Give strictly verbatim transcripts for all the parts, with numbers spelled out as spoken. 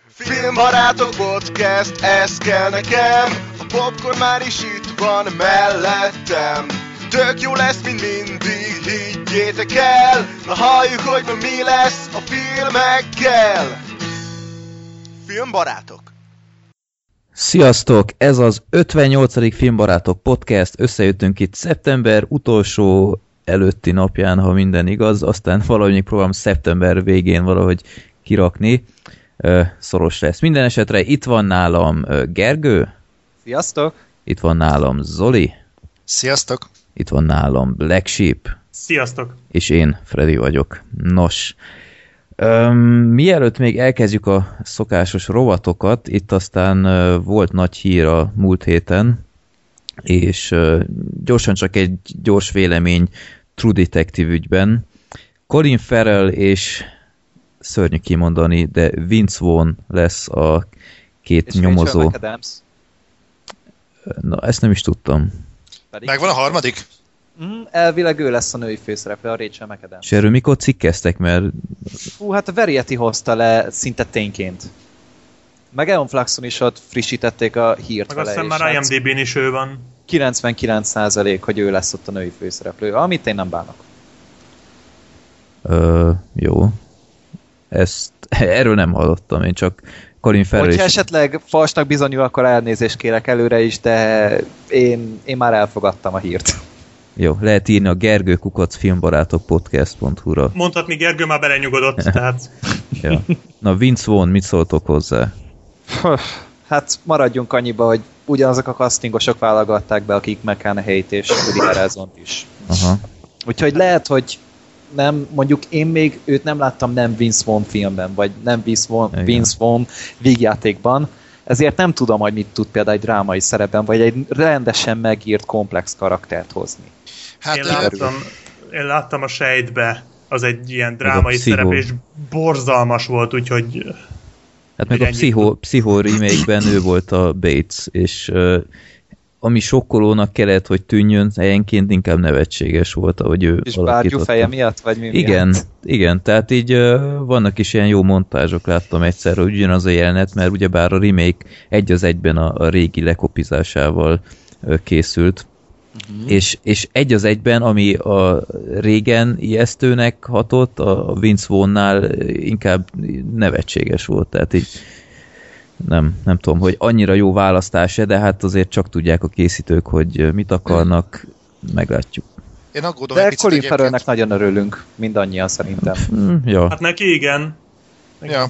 Filmbarátok podcast, ez kell nekem. A popcorn már is itt van mellettem. Tök jó lesz, mint mindig, higgyétek el. Na halljuk, hogy ma mi lesz a filmekkel. Filmbarátok. Sziasztok! Ez az ötvennyolcadik Filmbarátok podcast. Összejöttünk itt szeptember utolsó előtti napján, ha minden igaz. Aztán valahogy próbálom szeptember végén valahogy kirakni. Szoros lesz. Minden esetre itt van nálam Gergő. Sziasztok! Itt van nálam Zoli. Sziasztok! Itt van nálam Black Sheep. Sziasztok! És én, Freddy vagyok. Nos, öm, mielőtt még elkezdjük a szokásos rovatokat, itt aztán ö, volt nagy hír a múlt héten, és ö, gyorsan csak egy gyors vélemény True Detective ügyben. Colin Farrell és szörnyű kimondani, de Vince Vaughn lesz a két és nyomozó. Na, ezt nem is tudtam. Pedig megvan a harmadik? Mm, elvileg ő lesz a női főszereplő, a Rachel McAdams. És erről mikor cikkeztek, mert... Fú, hát a Variety hozta le szinte tényként. Meg Eon Fluxon is ott frissítették a hírt meg vele. Meg azt hiszem már I M D B-n is ő van. kilencvenkilenc százalék, hogy ő lesz ott a női főszereplő, amit én nem bánok. Ö, jó. Ezt, erről nem hallottam, én csak Colin Farrell Hogyha is... esetleg falsnak bizonyul, akkor elnézést kérek előre is, de én, én már elfogadtam a hírt. Jó, lehet írni a Gergő kukac filmbarátok podcast pont hu-ra. Mondhatni, Gergő már belenyugodott, tehát... Ja. Na, Vince Vaughn, mit szóltok hozzá? Hát maradjunk annyiba, hogy ugyanazok a castingosok válogatták be, akik McConaughey-t és Woody Harrelsont is. Aha. Úgyhogy lehet, hogy nem, mondjuk én még őt nem láttam nem Vince Vaughn filmben, vagy nem Vince Vaughn, Vince Vaughn vígjátékban, ezért nem tudom, hogy mit tud például egy drámai szerepben, vagy egy rendesen megírt komplex karaktert hozni. Hát én, láttam, én láttam a Sejtbe, az egy ilyen drámai szerep, és borzalmas volt, úgyhogy... Hát meg a Psycho, Psycho remake-ben ő volt a Bates, és uh, ami sokkolónak kellett, hogy tűnjön, helyenként inkább nevetséges volt, ahogy ő és bárgyú feje miatt, vagy mi igen, miatt? Igen, tehát így uh, vannak is ilyen jó montázsok, láttam egyszer, hogy ugyanaz a jelenet, mert ugyebár a remake egy az egyben a, a régi lekopizásával uh, készült, uh-huh. és, és egy az egyben, ami a régen ijesztőnek hatott, a Vince Vaughnnál inkább nevetséges volt, tehát így Nem, nem tudom, hogy annyira jó választás-e, de hát azért csak tudják a készítők, hogy mit akarnak, meglátjuk. Én aggódom de egy picit Colin Farrellnek nagyon örülünk, mindannyian szerintem. Mm, ja. Hát neki igen. Ja.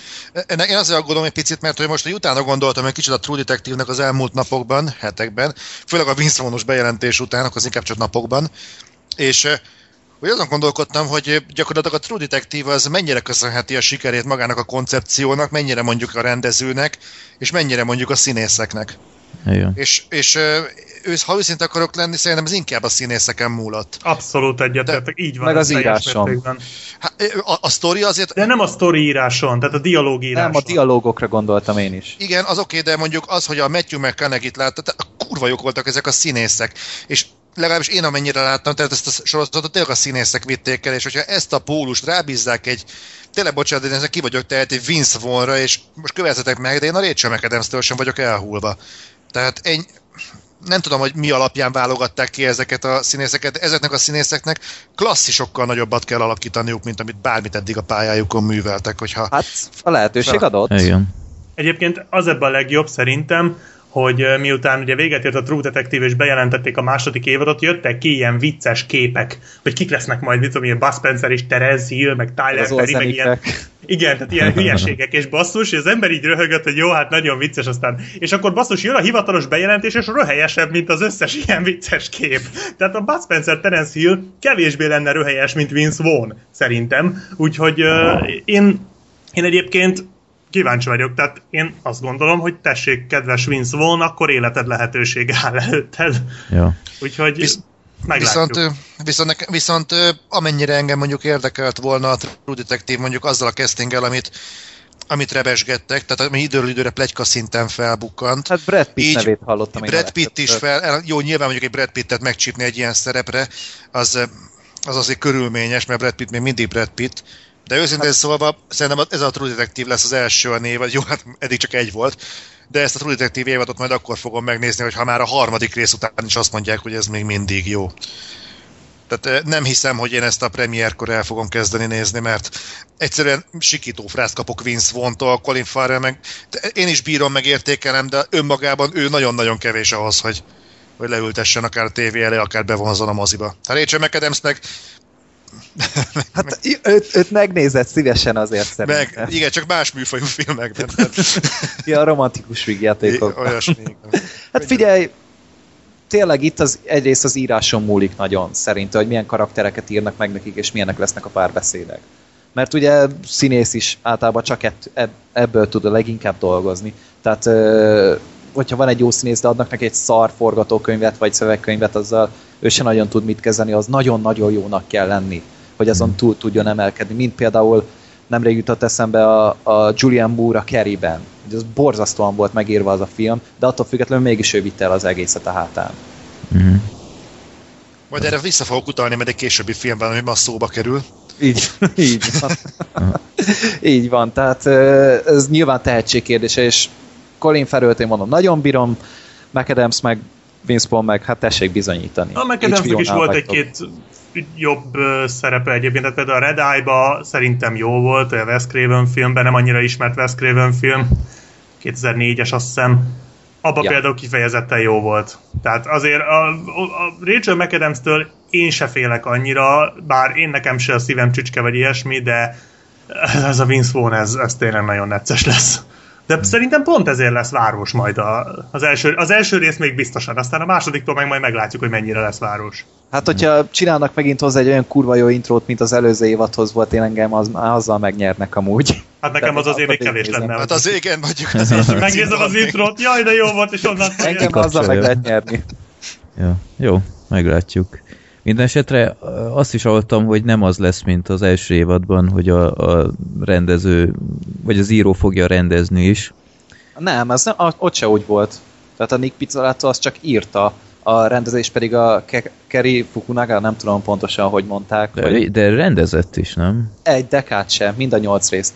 Én azért aggódom egy picit, mert hogy most, hogy utána gondoltam egy kicsit a True Detective-nek az elmúlt napokban, hetekben, főleg a Vince Vaughn-os bejelentés után, akkor az inkább csak napokban, és hogy azon gondolkodtam, hogy gyakorlatilag a True Detective az mennyire köszönheti a sikerét magának a koncepciónak, mennyire mondjuk a rendezőnek, és mennyire mondjuk a színészeknek. Igen. És, és ősz, ha őszinte akarok lenni, szerintem ez inkább a színészeken múlott. Abszolút egyetértek, így van. Meg az íráson. Hát, a, a sztori azért... De nem a sztori íráson, tehát a dialóg íráson. Nem, a dialógokra gondoltam én is. Igen, az oké, de mondjuk az, hogy a Matthew McConaughey-t látta, kurva jók voltak ezek a színészek. És legalábbis én amennyire láttam, tehát ezt a sorozatot tényleg a színészek vitték el, és hogyha ezt a pólust rábízzák egy, tényleg bocsánat, de ki vagyok tehát egy Vince Vaughnra, és most követetek meg, de én a Rachel McAdams-től sem vagyok elhullva. Tehát én nem tudom, hogy mi alapján válogatták ki ezeket a színészeket, de ezeknek a színészeknek klasszisokkal nagyobbat kell alakítaniuk, mint amit bármit eddig a pályájukon műveltek, hogyha... Hát a lehetőség fel... adott. Igen. Egyébként az ebben a legjobb szerintem, hogy miután ugye véget ért a True Detective és bejelentették a második évadot, jöttek ki ilyen vicces képek, hogy kik lesznek majd, mit tudom, ilyen Buzz Spencer és Terence Hill, meg Tyler Perry, meg ilyen... Igen, tehát ilyen hülyeségek, és basszus, és az ember így röhögött, hogy jó, hát nagyon vicces aztán. És akkor basszus, jön a hivatalos bejelentés, és röhelyesebb, mint az összes ilyen vicces kép. Tehát a Buzz Spencer, Terence Hill kevésbé lenne röhelyes, mint Vince Vaughn, szerintem. Úgyhogy uh, én, én egyébként kíváncsi vagyok, tehát én azt gondolom, hogy tessék, kedves Vince Vaughn, akkor életed lehetőség áll előtted. Ja. Úgyhogy Visz, meglátjuk. Viszont, viszont, viszont amennyire engem mondjuk érdekelt volna a True Detective mondjuk azzal a castinggel, amit, amit rebesgettek, tehát ami időről időre pletyka szinten felbukkant. Hát Brad Pitt így, nevét hallottam. Brad Pitt is fel, jó, nyilván mondjuk egy Brad Pittet megcsípni egy ilyen szerepre, az, az azért körülményes, mert Brad Pitt még mindig Brad Pitt, De őszintén hát... szólva, szerintem ez a True Detective lesz az első a név, jó, hát eddig csak egy volt, de ezt a True Detective évadot majd akkor fogom megnézni, hogy ha már a harmadik rész után is azt mondják, hogy ez még mindig jó. Tehát nem hiszem, hogy én ezt a premierkor el fogom kezdeni nézni, mert egyszerűen sikító frászt kapok Vince Vaughn-tól, Colin Farrell meg, én is bírom, meg értékelem, de önmagában ő nagyon-nagyon kevés ahhoz, hogy, hogy leültessen akár a tévé elé, akár bevonzon a moziba. Hát Rachel McAdams meg... Hát őt, őt megnézett szívesen azért szerintem. Meg, igen, csak más műfajú filmekben. Ja, a romantikus vígjátékok. Olyasmi. Hát figyelj, tényleg itt az, egyrészt az íráson múlik nagyon szerint, hogy milyen karaktereket írnak meg nekik, és milyenek lesznek a párbeszédek. Mert ugye színész is általában csak ebb, ebből tud a leginkább dolgozni. Tehát, hogyha van egy jó színész, de adnak neki egy szar forgatókönyvet, vagy szövegkönyvet, azzal ő se nagyon tud mit kezdeni, az nagyon-nagyon jónak kell lenni, hogy azon túl tudjon emelkedni. Mint például nemrég jutott eszembe a, a Julianne Moore a Carrie-ben. Ez borzasztóan volt megírva az a film, de attól függetlenül mégis ő vitte el az egészet a hátán. Mm. Majd erre vissza fogok utalni, mert egy későbbi filmben, ami ma szóba kerül. Így, így van. Így van, tehát ez nyilván tehetségkérdése, és Colin Farrellt én mondom, nagyon bírom, McAdams meg Vince Vaughn meg, hát tessék bizonyítani. A McAdamsnek is volt egy-két jobb szerepe egyébként, tehát például a Red Eye-ba szerintem jó volt, a Wes Craven filmben, nem annyira ismert Wes Craven film, kétezer-négyes azt hiszem, abban ja. például kifejezetten jó volt. Tehát azért a, a Rachel McAdams-től én se félek annyira, bár én nekem se a szívem csücske vagy ilyesmi, de ez a Vince Vaughn, ez, ez tényleg nagyon necces lesz. De hmm. szerintem pont ezért lesz város majd a, az, első, az első rész még biztosan, aztán a másodiktól meg majd meglátjuk, hogy mennyire lesz város. Hát, hogyha csinálnak megint hozzá egy olyan kurva jó intrót, mint az előző évadhoz volt, én engem az, azzal megnyernek amúgy. Hát nekem az azért még kevés lenne. Hát az igen, mondjuk. Megnézem az intrót, jaj, de jó volt, és onnan... Engem azzal meg lehet nyerni. Ja, jó, meglátjuk. Mindenesetre azt is hallottam, hogy nem az lesz, mint az első évadban, hogy a, a rendező, vagy az író fogja rendezni is. Nem, az nem, ott se úgy volt. Tehát a Nick Pizzolatto az csak írta, a rendezés pedig a Ke- Keri Fukunaga, nem tudom pontosan, hogy mondták. De, hogy de rendezett is, nem? Egy dekát sem, mind a nyolc részt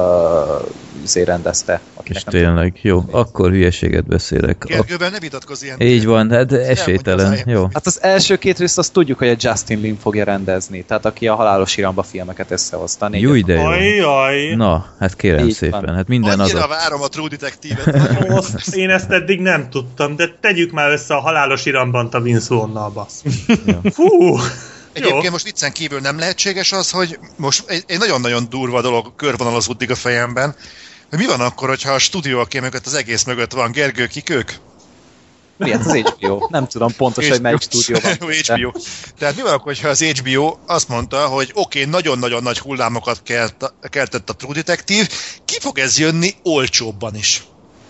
a Zé rendezte. És tényleg, jó, akkor hülyeséget beszélek. Gergővel ne vitatkozz ilyen. Így van, hát esélytelen, jó. Hát az első két részt azt tudjuk, hogy a Justin Lin fogja rendezni, tehát aki a Halálos Iramba filmeket összehozta. Jó, de jó. Ajjaj. Na, hát kérem így szépen, van. Hát minden az. Annyira várom a True Detective-et. Én ezt eddig nem tudtam, de tegyük már össze a Halálos Irambant a Vince Vaughn-nal, bassz. Fú! Egyébként jó. most viccen kívül nem lehetséges az, hogy most egy, egy nagyon-nagyon durva dolog körvonalazódik a fejemben, hogy mi van akkor, hogyha a stúdió, aki mögött az egész mögött van, Gergő, kik ők? Miért az há bé o? Nem tudom pontosan, hogy melyik stúdió van. há bé o. Tehát mi van akkor, hogyha az há bé o azt mondta, hogy oké, okay, nagyon-nagyon nagy hullámokat kelt, keltett a True Detective, ki fog ez jönni olcsóbban is?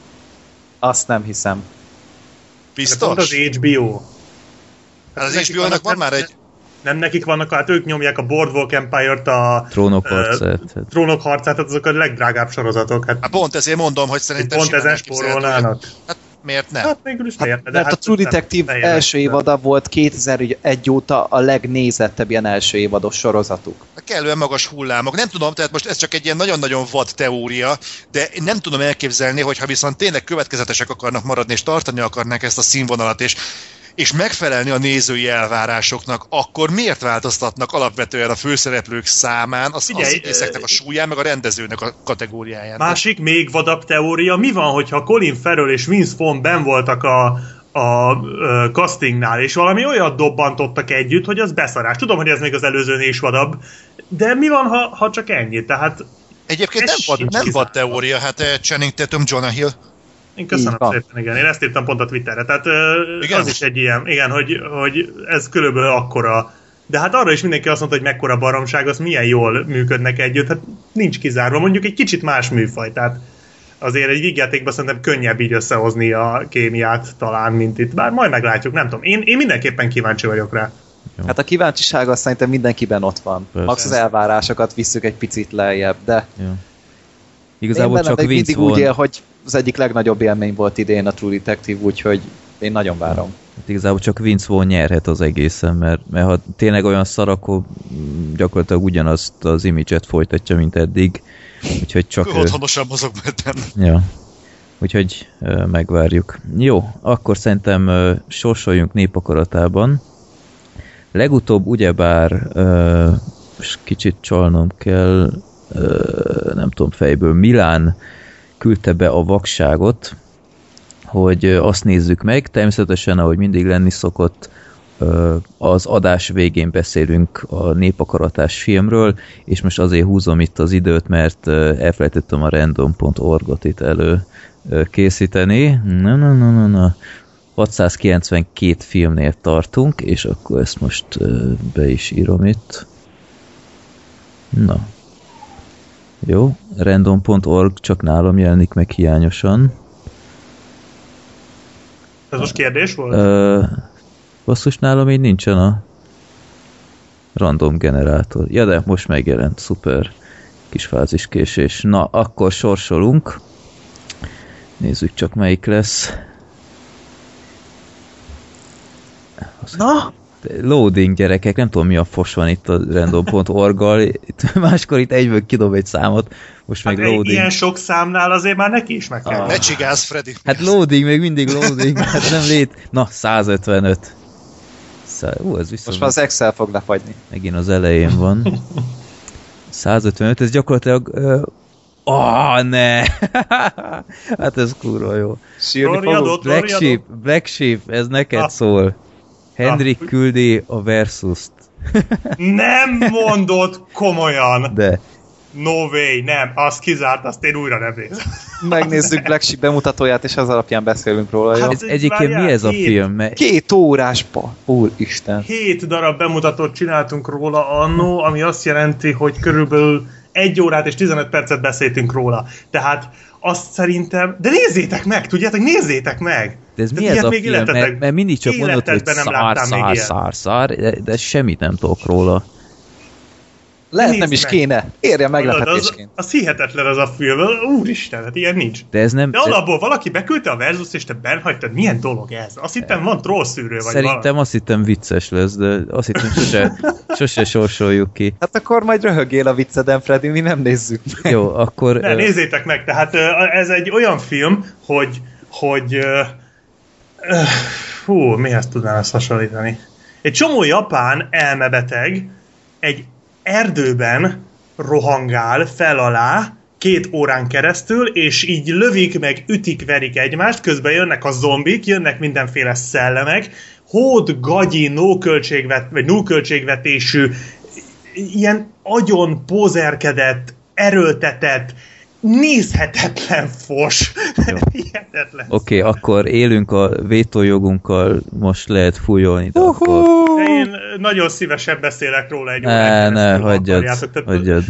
Azt nem hiszem. Biztos? De pont az há bé o. Hát az há bé o-nak van már egy... Nem nekik vannak, hát ők nyomják a Boardwalk Empire-t, a Trónok harcát. Uh, Trónok harcát, hát azok a legdrágább sorozatok. Hát, hát pont ezért mondom, hogy szerintem pont ezen spórolnának. Hát miért nem? Hát mégis is hát, miért? Mert hát a True Detective nem, első évada volt kétezer-egy óta a legnézettebb ilyen első évados sorozatuk. Kellően magas hullámok. Nem tudom, tehát most ez csak egy ilyen nagyon-nagyon vad teória, de nem tudom elképzelni, hogyha viszont tényleg következetesek akarnak maradni, és tartani akarnak ezt a színvonalat, és és megfelelni a nézői elvárásoknak, akkor miért változtatnak alapvetően a főszereplők számán, az, az színészeknek a súlyán, meg a rendezőnek a kategóriáján? Másik, még vadabb teória, mi van, hogyha Colin Farrell és Vince Vaughn benn voltak a, a, a castingnál, és valami olyat dobbantottak együtt, hogy az beszarás. Tudom, hogy ez még az előzőnél is vadabb, de mi van, ha, ha csak ennyi? Tehát egyébként nem vad, nem vad teória, hát Channing Tatum, Jonah Hill. Én köszönöm szépen, igen. Én ezt írtam pont a Twitterre. Tehát igen? Az is egy ilyen, igen, hogy, hogy ez körülbelül akkora. De hát arra is mindenki azt mondta, hogy mekkora baromság, az milyen jól működnek együtt. Hát nincs kizárva. Mondjuk egy kicsit más műfaj. Tehát azért egy vígjátékban szerintem könnyebb így összehozni a kémiát talán, mint itt. Bár majd meglátjuk, nem tudom. Én, én mindenképpen kíváncsi vagyok rá. Jó. Hát a kíváncsiság az szerintem mindenkiben ott van. Persze. Max az elvárásokat visszük egy picit lejjebb, de... Jó. Igazából én csak Vince mindig úgy él, hogy az egyik legnagyobb élmény volt idén a True Detective, úgyhogy én nagyon várom. igazából csak Vince Vaughn nyerhet az egészen, mert, mert ha tényleg olyan szar, akkor gyakorlatilag ugyanazt az image-et folytatja, mint eddig. Úgyhogy csak... Otthonosan mozog benne. Ja. Úgyhogy uh, megvárjuk. Jó, akkor szerintem uh, sorsoljunk népakaratában. Legutóbb ugyebár uh, kicsit csalnom kell, uh, nem tudom fejből, Milán küldte be a vakságot, hogy uh, azt nézzük meg. Természetesen, ahogy mindig lenni szokott, uh, az adás végén beszélünk a népakaratás filmről, és most azért húzom itt az időt, mert uh, elfelejtettem a random pont org-ot itt elő készíteni. Na, na, na, na, na. hatszázkilencvenkét filmnél tartunk, és akkor ezt most uh, be is írom itt. Na. Jó, random pont org csak nálam jelenik meg hiányosan. Ez most kérdés volt? Uh, basszus, nálam így nincsen a random generátor. Ja, de most megjelent, szuper. Kis fáziskésés. Na, akkor sorsolunk. Nézzük csak, melyik lesz. Na? Loading, gyerekek, nem tudom, mi a fos van itt a random pont org-gal. Máskor itt egyből kidob egy számot, most hát meg loading. Ilyen sok számnál azért már neki is meg kell. Ne csigálsz, Freddy. Hát loading, még mindig loading, hát nem lét. Na, százötvenöt. Szá... Ú, ez viszont... Most már az Excel fog lefagyni. Megint az elején van. százötvenöt, ez gyakorlatilag... Uh... Oh, ne! Hát ez kurva jó. Rorjadott, Black Sheep, Black Sheep, ez neked ah. szól. Henrik ah. küldi a Versus-t. Nem mondod komolyan! De. No way, nem, az kizárt, azt én újra nem nézem. Megnézzük Black Sheep bemutatóját, és az alapján beszélünk róla, jó? Hát ez egyébként mi ez a hét, film? Mert... Két órásba, úristen. Hét darab bemutatót csináltunk róla annó, ami azt jelenti, hogy körülbelül egy órát és tizenöt percet beszéltünk róla. Tehát azt szerintem... De nézzétek meg, tudjátok, nézzétek meg! De ez mi ez a film? Mert, mert mindig csak mondod, hogy szár, szár, szár, szár, de, de semmit nem tudok róla. Lehet nem is meg. Kéne. Érje meglepetésként. Az, az hihetetlen az a film. Úristen, hát ilyen nincs. De, ez nem, de alapból valaki beküldte a Versus, és te benhagytad. Milyen dolog ez? Azt hittem van trollszűrő. Vagy Szerintem valami. Azt hittem vicces lesz, de azt hittem sose, sose sorsoljuk ki. Hát akkor majd röhögél a vicceden, Freddy, mi nem nézzük meg. Jó, akkor... Ne, nézzétek meg, tehát ez egy olyan film, hogy hogy hú, mihez tudnám ezt hasonlítani? Egy csomó japán elmebeteg egy erdőben rohangál fel alá két órán keresztül, és így lövik, meg ütik, verik egymást, közben jönnek a zombik, jönnek mindenféle szellemek, hód, gagyi, nóköltségvet, vagy núköltségvetésű, ilyen agyon pozerkedett, erőltetett, nézhetetlen fos. Hihetetlen. Oké, okay, akkor élünk a vétójogunkkal, most lehet fújolni, de uh-huh. akkor... De én nagyon szívesen beszélek róla egy órán. Ne, ne, hagyjad, hagyjad.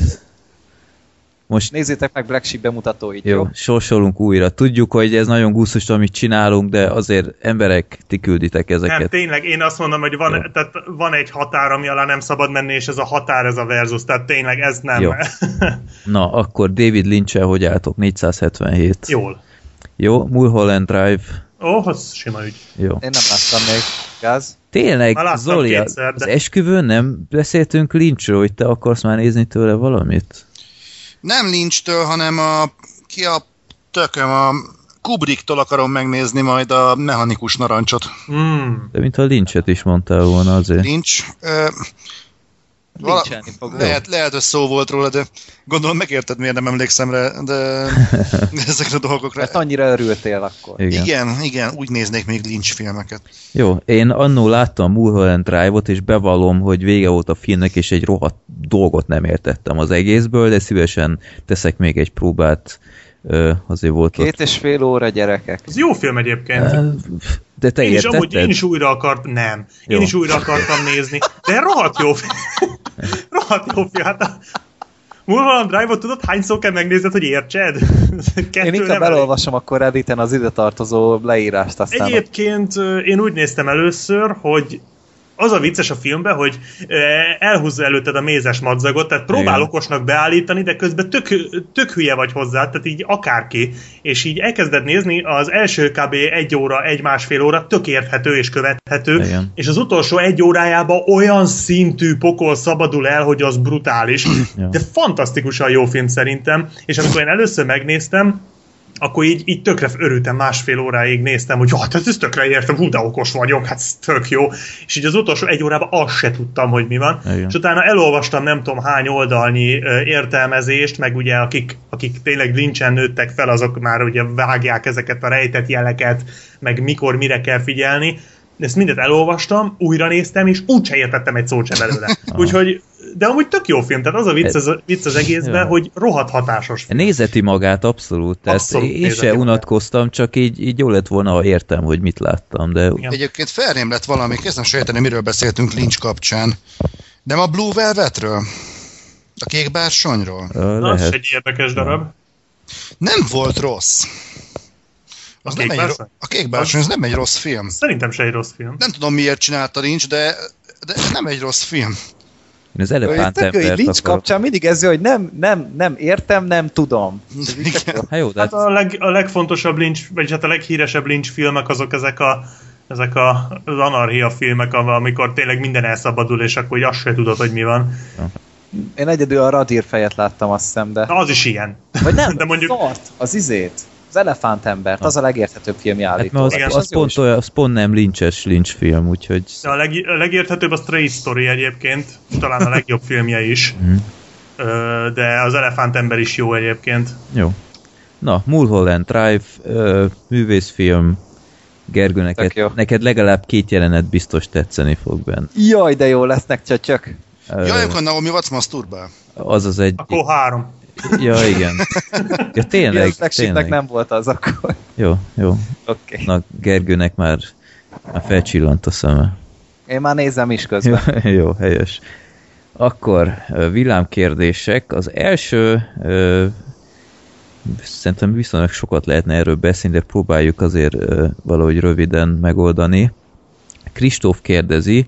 Most nézzétek meg Black Sheep bemutatóit, jó? Jó, sorsolunk újra. Tudjuk, hogy ez nagyon gusztus, amit csinálunk, de azért emberek, ti külditek ezeket. Nem, tényleg, én azt mondom, hogy van, tehát van egy határ, ami alá nem szabad menni, és ez a határ, ez a Versus, tehát tényleg ez nem. Jó. Na, akkor David Lynch-el hogy álltok? négyszázhetvenhét. Jól. Jó, Mulholland Drive. Ó, oh, az sima ügy. Jó. Én nem láttam még, Gáz. Tényleg, Zoli, kétszer, az de... esküvőn nem beszéltünk Lynchről, hogy te akarsz már nézni tőle valamit? Nem Lynch-től, hanem a, ki a tököm, a Kubricktól akarom megnézni majd a Mechanikus narancsot. Mm. De mintha Lynchet is mondtál volna azért. Lynch. Ö, vala, lehet, lehet, hogy szó volt róla, de gondolom megérted, miért nem emlékszem rá, de ezekre a dolgokra. Mert annyira örültél akkor. Igen. igen, igen, úgy néznék még Lynch filmeket. Jó, én annól láttam Mulholland Drive-ot, és bevallom, hogy vége volt a filmnek, és egy rohadt dolgot nem értettem az egészből, de szívesen teszek még egy próbát. Ö, azért volt Két ott... és fél óra, gyerekek. Ez jó film egyébként. De te én is, értetted? amúgy, én is újra akart, nem. Jó. Én is újra akartam nézni. De rohadt jó film. rohadt jó film. Hát a Mulholland Drive-ot tudod, hányszor kell megnézned, hogy értsed? Én inkább elolvasom akkor Redditen az ide tartozó leírást aztán. Egyébként én úgy néztem először, hogy az a vicces a filmben, hogy elhúzza előtted a mézes madzagot, tehát próbál igen. okosnak beállítani, de közben tök, tök hülye vagy hozzá, tehát így akárki, és így elkezded nézni, az első kb. egy óra, egy-másfél óra tök érthető és követhető, igen. és az utolsó egy órájában olyan szintű pokol szabadul el, hogy az brutális, ja. de fantasztikusan jó film szerintem, és amikor én először megnéztem, akkor így, így tökre örültem, másfél óráig néztem, hogy hát ez tökre értem, hú, de okos vagyok, hát ez tök jó. És így az utolsó egy órában azt se tudtam, hogy mi van. Igen. És utána elolvastam nem tudom hány oldalnyi ö, értelmezést, meg ugye akik, akik tényleg lincsen nőttek fel, azok már ugye vágják ezeket a rejtett jeleket, meg mikor, mire kell figyelni. Ezt mindet elolvastam, újra néztem, és úgyse értettem egy szót sem belőle. Úgyhogy, de amúgy tök jó film, tehát az a vicc, az, a vicc az egészben, ja. hogy rohadt hatásos film. Nézeti magát abszolút, abszolút én se unatkoztam, csak így, így jó lett volna, ha értem, hogy mit láttam. De... Ja. Egyébként felrém lett valami, kezdem sejteni, miről beszéltünk Lynch kapcsán. Nem a Blue Velvetről? A Kék Bársonyról? Na, az egy érdekes darab. Nem volt rossz. Az a, kék nem egy, a Kék Bársony, ez nem egy rossz film. Szerintem se egy rossz film. Nem tudom, miért csinálta Lynch, de, de nem egy rossz film. Én az elefántembert Lynch kapcsán mindig ez, hogy nem, nem, nem értem, nem tudom. Hát, jó, hát a, leg, a legfontosabb Lynch, vagy hát a leghíresebb Lynch filmek azok ezek a ezek a, az anarchia filmek, amikor tényleg minden elszabadul, és akkor azt se tudod, hogy mi van. Én egyedül a radír fejet láttam, azt hiszem, de... Na, az is ilyen. Vagy nem, de mondjuk... Szart, az izét. Az elefántembert, az a legérthetőbb filmje állítólag. Hát, az, az, az, pont olyan, az pont nem Lynch-es Lynch film, úgyhogy... De a, leg, a legérthetőbb a Straight Story egyébként, talán a legjobb filmje is. Mm. De az elefántember is jó egyébként. Jó. Na, Mulholland Drive, művészfilm, Gergő, neked, neked legalább két jelenet biztos tetszeni fog benne. Jaj, de jó lesznek, csöcsök. Jaj, akkor Naomi Watts masturbál. Az az egy... Akkor három. Ja, igen. Ja, tényleg, tényleg. nem volt az akkor. Jó, jó. Okay. Na, Gergőnek már, már felcsillant a szeme. Én már nézem is közben. Jó, jó, helyes. Akkor villámkérdések. Az első, ö, szerintem viszonylag sokat lehetne erről beszélni, de próbáljuk azért ö, valahogy röviden megoldani. Kristóf kérdezi,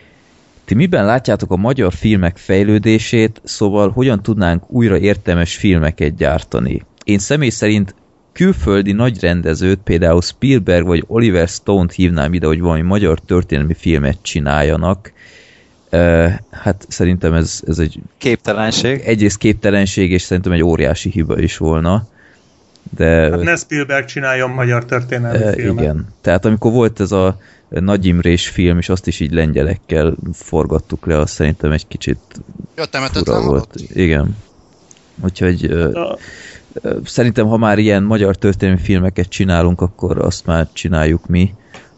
ti miben látjátok a magyar filmek fejlődését, szóval hogyan tudnánk újra értelmes filmeket gyártani? Én személy szerint külföldi nagy rendezőt, például Spielberg vagy Oliver Stone-t hívnám ide, hogy valami magyar történelmi filmet csináljanak. Uh, hát szerintem ez, ez egy... Képtelenség. Egyrészt képtelenség, és szerintem egy óriási hiba is volna. De... Hát ne Spielberg csináljon magyar történelmi uh, filmet. Igen. Tehát amikor volt ez a Nagy Imrés film, és azt is így lengyelekkel forgattuk le, azt szerintem egy kicsit fura volt. Igen. Úgyhogy uh, szerintem, ha már ilyen magyar történelmi filmeket csinálunk, akkor azt már csináljuk mi.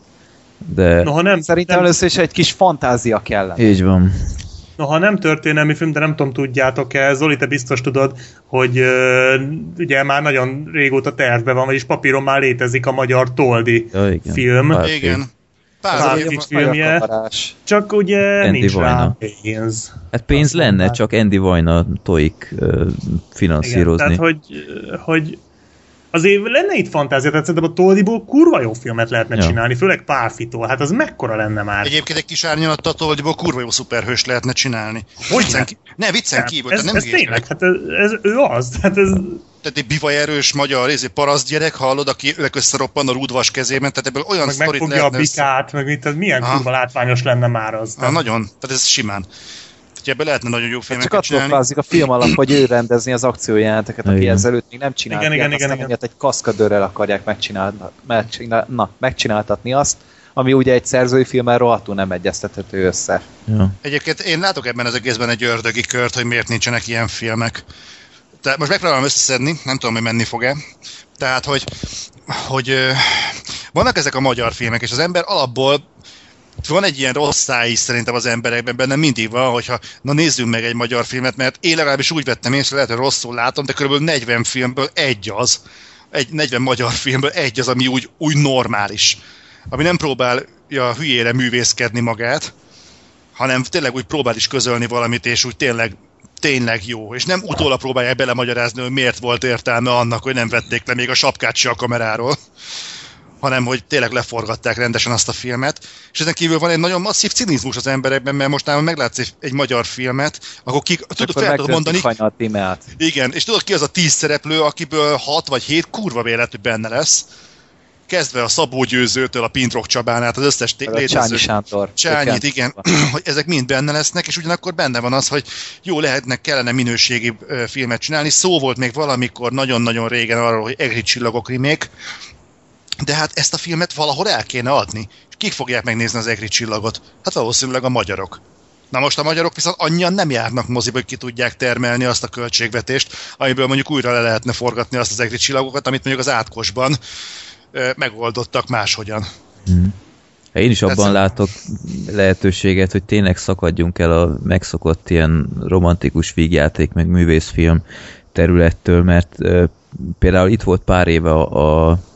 De... No, ha nem, szerintem nem... először is egy kis fantázia kellene. Így van. Noha nem történelmi film, de nem tudom, tudjátok-e, Zoli, te biztos tudod, hogy uh, ugye már nagyon régóta tervben van, vagyis papíron már létezik a magyar Toldi ja, igen. film. Pár igen. Pár filmje, csak ugye Andy nincs Vajna. rá pénz. Hát pénz Azt lenne, már. Csak Andy Vajna tojik uh, finanszírozni. Igen, tehát, hogy, hogy azért lenne itt fantázia, tehát szerintem a Toldiból kurva jó filmet lehetne ja. csinálni, főleg Pálfitól, hát az mekkora lenne már. Egyébként egy kis árnyalattal a Toldiból kurva jó szuperhős lehetne csinálni. Hogy viccen ki... Ne, viccen hát, kívül. Ez, nem ez tényleg, hát ez, ez, ő az. Hát ez... Tehát egy bivajerős magyar ez egy paraszt gyerek, hallod, aki ők összeroppan a rúdvas kezében, tehát ebből olyan sztorit lehetne... Meg megfogja a bikát, meg mit, tehát milyen kurva látványos lenne már az. Tehát... Ha, nagyon, tehát ez simán. Tehát ebből lehetne nagyon jó filmeket csak csinálni. Csak attól a film alap, hogy ő rendezni az akciójelenteket, aki ezelőtt még nem csinált. Igen, igen, igen, igen. Egy kaszkadőrrel akarják megcsinál, na, megcsináltatni azt, ami ugye egy szerzői filmmel rohadtul nem egyeztethető össze. Ja. Egyébként én látok ebben az egészben egy ördögi kört, hogy miért nincsenek ilyen filmek. Tehát most megpróbálom összeszedni, nem tudom, hogy menni fog-e. Tehát, hogy, hogy vannak ezek a magyar filmek, és az ember alapból van egy ilyen rossz száj is szerintem az emberekben, benne mindig van, hogyha na nézzünk meg egy magyar filmet, mert én legalábbis úgy vettem észre, lehet, hogy rosszul látom, de kb. negyven filmből egy az, egy negyven magyar filmből egy az, ami úgy, úgy normális. Ami nem próbálja hülyére művészkedni magát, hanem tényleg úgy próbál is közölni valamit, és úgy tényleg tényleg jó, és nem utólag próbálják belemagyarázni, hogy miért volt értelme annak, hogy nem vették le még a sapkát se a kameráról. hanem hogy tényleg leforgatták rendesen azt a filmet, és ezen kívül van egy nagyon masszív cinizmus az emberekben, mert most már meglátsz egy, egy magyar filmet, akkor ki, tudod, fel tudod mondani, igen, és tudod ki az a tíz szereplő, akiből hat vagy hét kurva véletű benne lesz, kezdve a Szabó Győzőtől, a Pintrock Csabán át, az összes létező... Csányi Sándor. Csányit, igen, hogy ezek mind benne lesznek, és ugyanakkor benne van az, hogy jó, lehetnek, kellene minőségi filmet csinálni. Szó volt még valamikor nagyon-nagyon régen arról, hogy Egri csillagok remake, de hát ezt a filmet valahol el kéne adni. És kik fogják megnézni az Egri csillagot? Hát valószínűleg a magyarok. Na most a magyarok viszont annyian nem járnak moziba, hogy ki tudják termelni azt a költségvetést, amiből mondjuk újra le lehetne forgatni azt az Egri csillagokat, amit mondjuk az Átkosban megoldottak máshogyan. Hmm. Én is abban Tetszem. látok lehetőséget, hogy tényleg szakadjunk el a megszokott ilyen romantikus vígjáték, meg művészfilm területtől, mert uh, például itt volt pár éve a, a,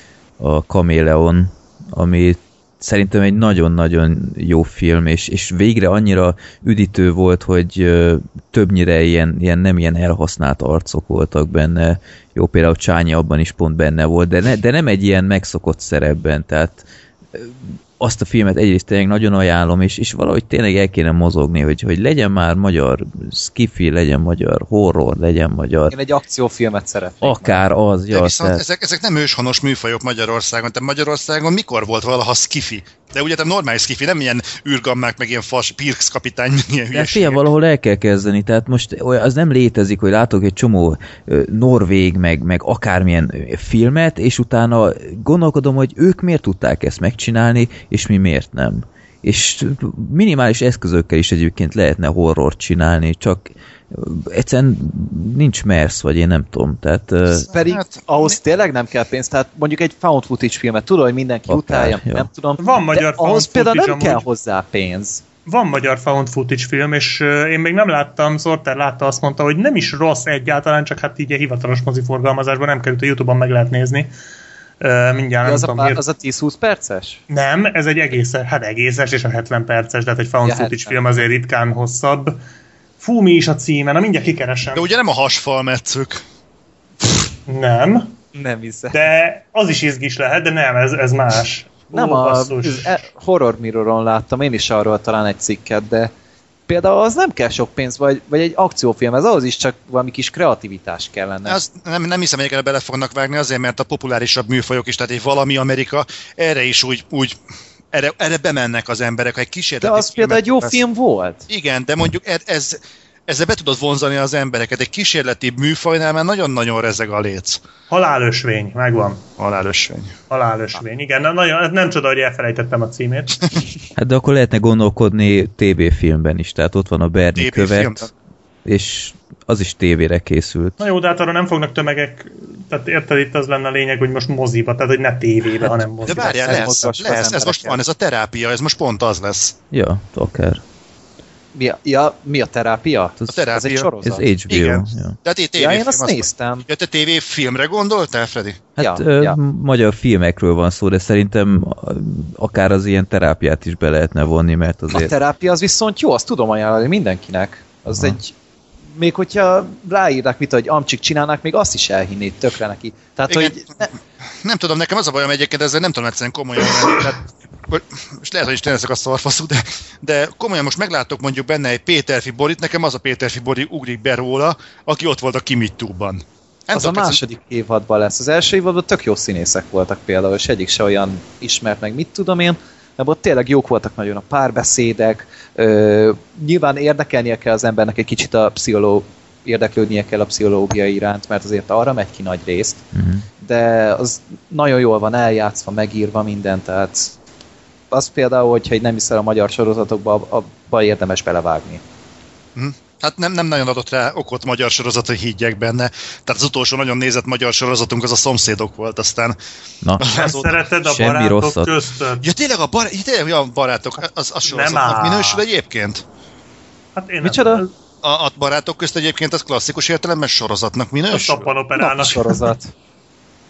a Kaméleon, ami szerintem egy nagyon-nagyon jó film, és, és végre annyira üdítő volt, hogy uh, többnyire ilyen, ilyen, nem ilyen elhasznált arcok voltak benne. Jó, például Csányi abban is pont benne volt, de, ne, de nem egy ilyen megszokott szerepben, tehát uh, azt a filmet egyrészt tényleg nagyon ajánlom, és, és valahogy tényleg el kéne mozogni, hogy, hogy legyen már magyar skifi, legyen magyar horror, legyen magyar... Én egy akciófilmet szeretnék. Akár meg. Az, ja. De viszont tehát... ezek, ezek nem őshonos műfajok Magyarországon. Tehát Magyarországon mikor volt valaha skifi? De ugye nem normális skifi, nem ilyen űrgammák, meg ilyen fas, Pirks kapitány, meg ilyen hülyeségek. De fél valahol el kell kezdeni, tehát most az nem létezik, hogy látok egy csomó norvég, meg, meg akármilyen filmet, és utána gondolkodom, hogy ők miért tudták ezt megcsinálni, és mi miért nem. És minimális eszközökkel is egyébként lehetne horrort csinálni, csak egyszerűen nincs mersz, vagy én nem tudom. Tehát, pedig hát, ahhoz mi... tényleg nem kell pénz, tehát mondjuk egy found footage filmet, tudod, hogy mindenki akár, utálja, ja. nem tudom. Van magyar ahhoz például nem amúgy. kell hozzá pénz. Van magyar found footage film, és uh, én még nem láttam, Sorter látta, azt mondta, hogy nem is rossz egyáltalán, csak hát így a hivatalos moziforgalmazásban nem került, a YouTube-on meg lehet nézni. Uh, mindjárt ja, nem az, tudom, a, az a tíz-húsz perces? Nem, ez egy egész, hát egészes és a hetven perces, de hát egy found ja, footage film azért ritkán hosszabb. Fú, mi is a címe? Na mindjárt kikeresem. De ugye nem a hasfalmetszük. Nem. Nem hiszem. De az is izgis lehet, de nem, ez, ez más. Nem, Ó, a az Horror Mirroron láttam én is arról talán egy cikket, de például az nem kell sok pénz, vagy, vagy egy akciófilm, ez ahhoz is csak valami kis kreativitás kellene. Az nem, nem hiszem, hogy erre bele fognak vágni azért, mert a populárisabb műfajok is, tehát egy valami Amerika, erre is úgy, úgy erre, erre bemennek az emberek, ha egy kísérleti de az például egy jó lesz. Film volt. Igen, de mondjuk ez, ezzel be tudod vonzani az embereket. Egy kísérleti műfajnál már nagyon-nagyon rezeg a léc. Halálösvény, megvan. Halálösvény. Halálösvény, igen. Na, nagyon, nem csoda, hogy elfelejtettem a címét. Hát de akkor lehetne gondolkodni tévéfilmben is, tehát ott van a Berni követ, film. És az is tévére készült. Na jó, de hát arra nem fognak tömegek, tehát érted, itt az lenne a lényeg, hogy most moziba, tehát hogy ne tévébe, hanem moziba. De várjál, lesz, lesz, lesz ez most van, ez a terápia, ez most pont az lesz. Ja, akár. Mi a, ja, mi a terápia? A terápia. Ez egy sorozat. Ez há bé ó. Igen. Ja. Tehát itt ja, én azt néztem. Ja, te tévéfilmre gondoltál, Freddy? Hát ja, ö, ja. magyar filmekről van szó, de szerintem akár az ilyen terápiát is be lehetne vonni, mert azért... A terápia az viszont jó, azt tudom ajánlani mindenkinek. Az ha. Egy... Még hogyha ráírnak mit, hogy amcsik csinálnak, még azt is elhinnéd tökre neki. Tehát, igen, hogy... Ne... Nem tudom, nekem az a bajom egyébként, ezzel nem tudom egyszerűen komolyan menni. Tehát, és lehet, hogy is tényleg a szarfaszú, de, de komolyan most meglátok mondjuk benne egy Péterfi Borit, nekem az a Péterfi Bori ugrik be róla, aki ott volt a Kimitúban. Az a második egyszer... évadban lesz. Az első évadban tök jó színészek voltak például, és egyik se olyan ismert meg, mit tudom én, de ott tényleg jók voltak nagyon a párbeszédek, ö, nyilván érdekelnie kell az embernek egy kicsit a pszichológ, érdeklődnie kell a pszichológia iránt, mert azért arra megy ki nagy részt, uh-huh. de az nagyon jól van eljátszva, megírva minden, tehát az például, hogyha nem hiszel a magyar sorozatokba, abba érdemes belevágni. Uh-huh. Hát nem, nem nagyon adott rá okot magyar sorozat, hogy higgyek benne. Tehát az utolsó nagyon nézett magyar sorozatunk az a Szomszédok volt, aztán... Na, nem szereted a barátok rosszat. Köztött? Ja, tényleg a bar... tényleg olyan barátok, az, az sorozatnak minősül egyébként? Hát én micsoda? nem... A, a barátok közt egyébként az klasszikus értelemben sorozatnak minősül? A szappanoperának. sorozat.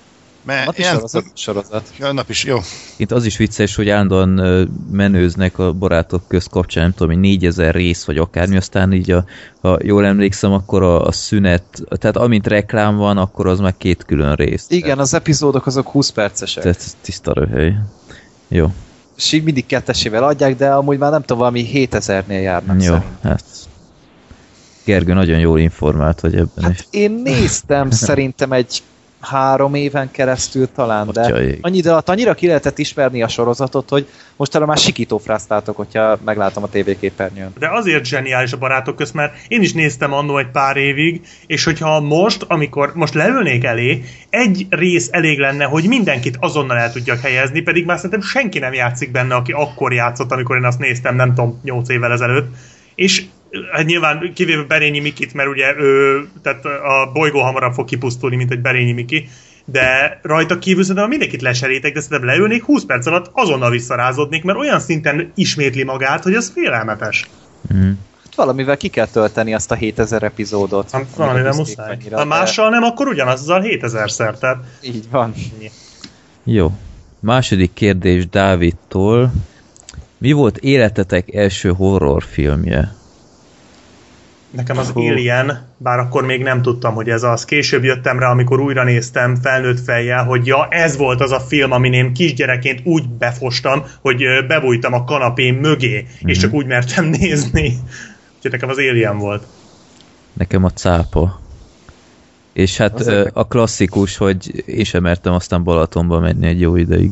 Mert Napi ilyen... sorozat, sorozat. Ja, nap is, jó. Itt az is vicces, hogy állandóan ö, menőznek a barátok közt kapcsán, nem tudom, hogy négyezer rész, vagy akármi, aztán így, a, ha jól emlékszem, akkor a, a szünet, tehát amint reklám van, akkor az már két külön rész. Igen, tehát, az epizódok azok húsz percesek. Tehát tiszta röhely. Jó. És így mindig kettesével adják, de amúgy már nem tudom, valami hétezernél járnak Jó, szerint. hát Gergő nagyon jól informált vagy ebben Hát is. én néztem szerintem egy három éven keresztül talán, de Atyaik. annyi idő alatt annyira ki lehetett ismerni a sorozatot, hogy mostanra már sikítófráztáltok, hogyha meglátom a tévéképernyőn. De azért zseniális a barátok közt, mert én is néztem annó egy pár évig, és hogyha most, amikor most leülnék elé, egy rész elég lenne, hogy mindenkit azonnal el tudjak helyezni, pedig már szerintem senki nem játszik benne, aki akkor játszott, amikor én azt néztem, nem tudom, nyolc évvel ezelőtt. És hát nyilván kivéve Berényi Mikit, mert ugye ő, tehát a bolygó hamarabb fog kipusztulni, mint egy Berényi Miki, de rajta kívül szerintem mindenkit leserítek, de szerintem leülnék, húsz perc alatt azonnal visszarázódnék, mert olyan szinten ismétli magát, hogy az félelmetes. Mm. Hát valamivel ki kell tölteni azt a hétezer epizódot. Hát valamivel muszáj. Ha mással nem, akkor ugyanazzal hétezerszer, tehát... Így van. Jó. Második kérdés Dávidtól. Mi volt életetek első horrorfilmje? Nekem az Alien, bár akkor még nem tudtam, hogy ez az. Később jöttem rá, amikor újra néztem felnőtt fejjel, hogy ja, ez volt az a film, amin én kisgyerekként úgy befostam, hogy bebújtam a kanapém mögé, mm-hmm. és csak úgy mertem nézni. Úgyhogy nekem az Alien volt. Nekem a cápa. És hát ö, a klasszikus, hogy én sem mertem aztán Balatonba menni egy jó ideig.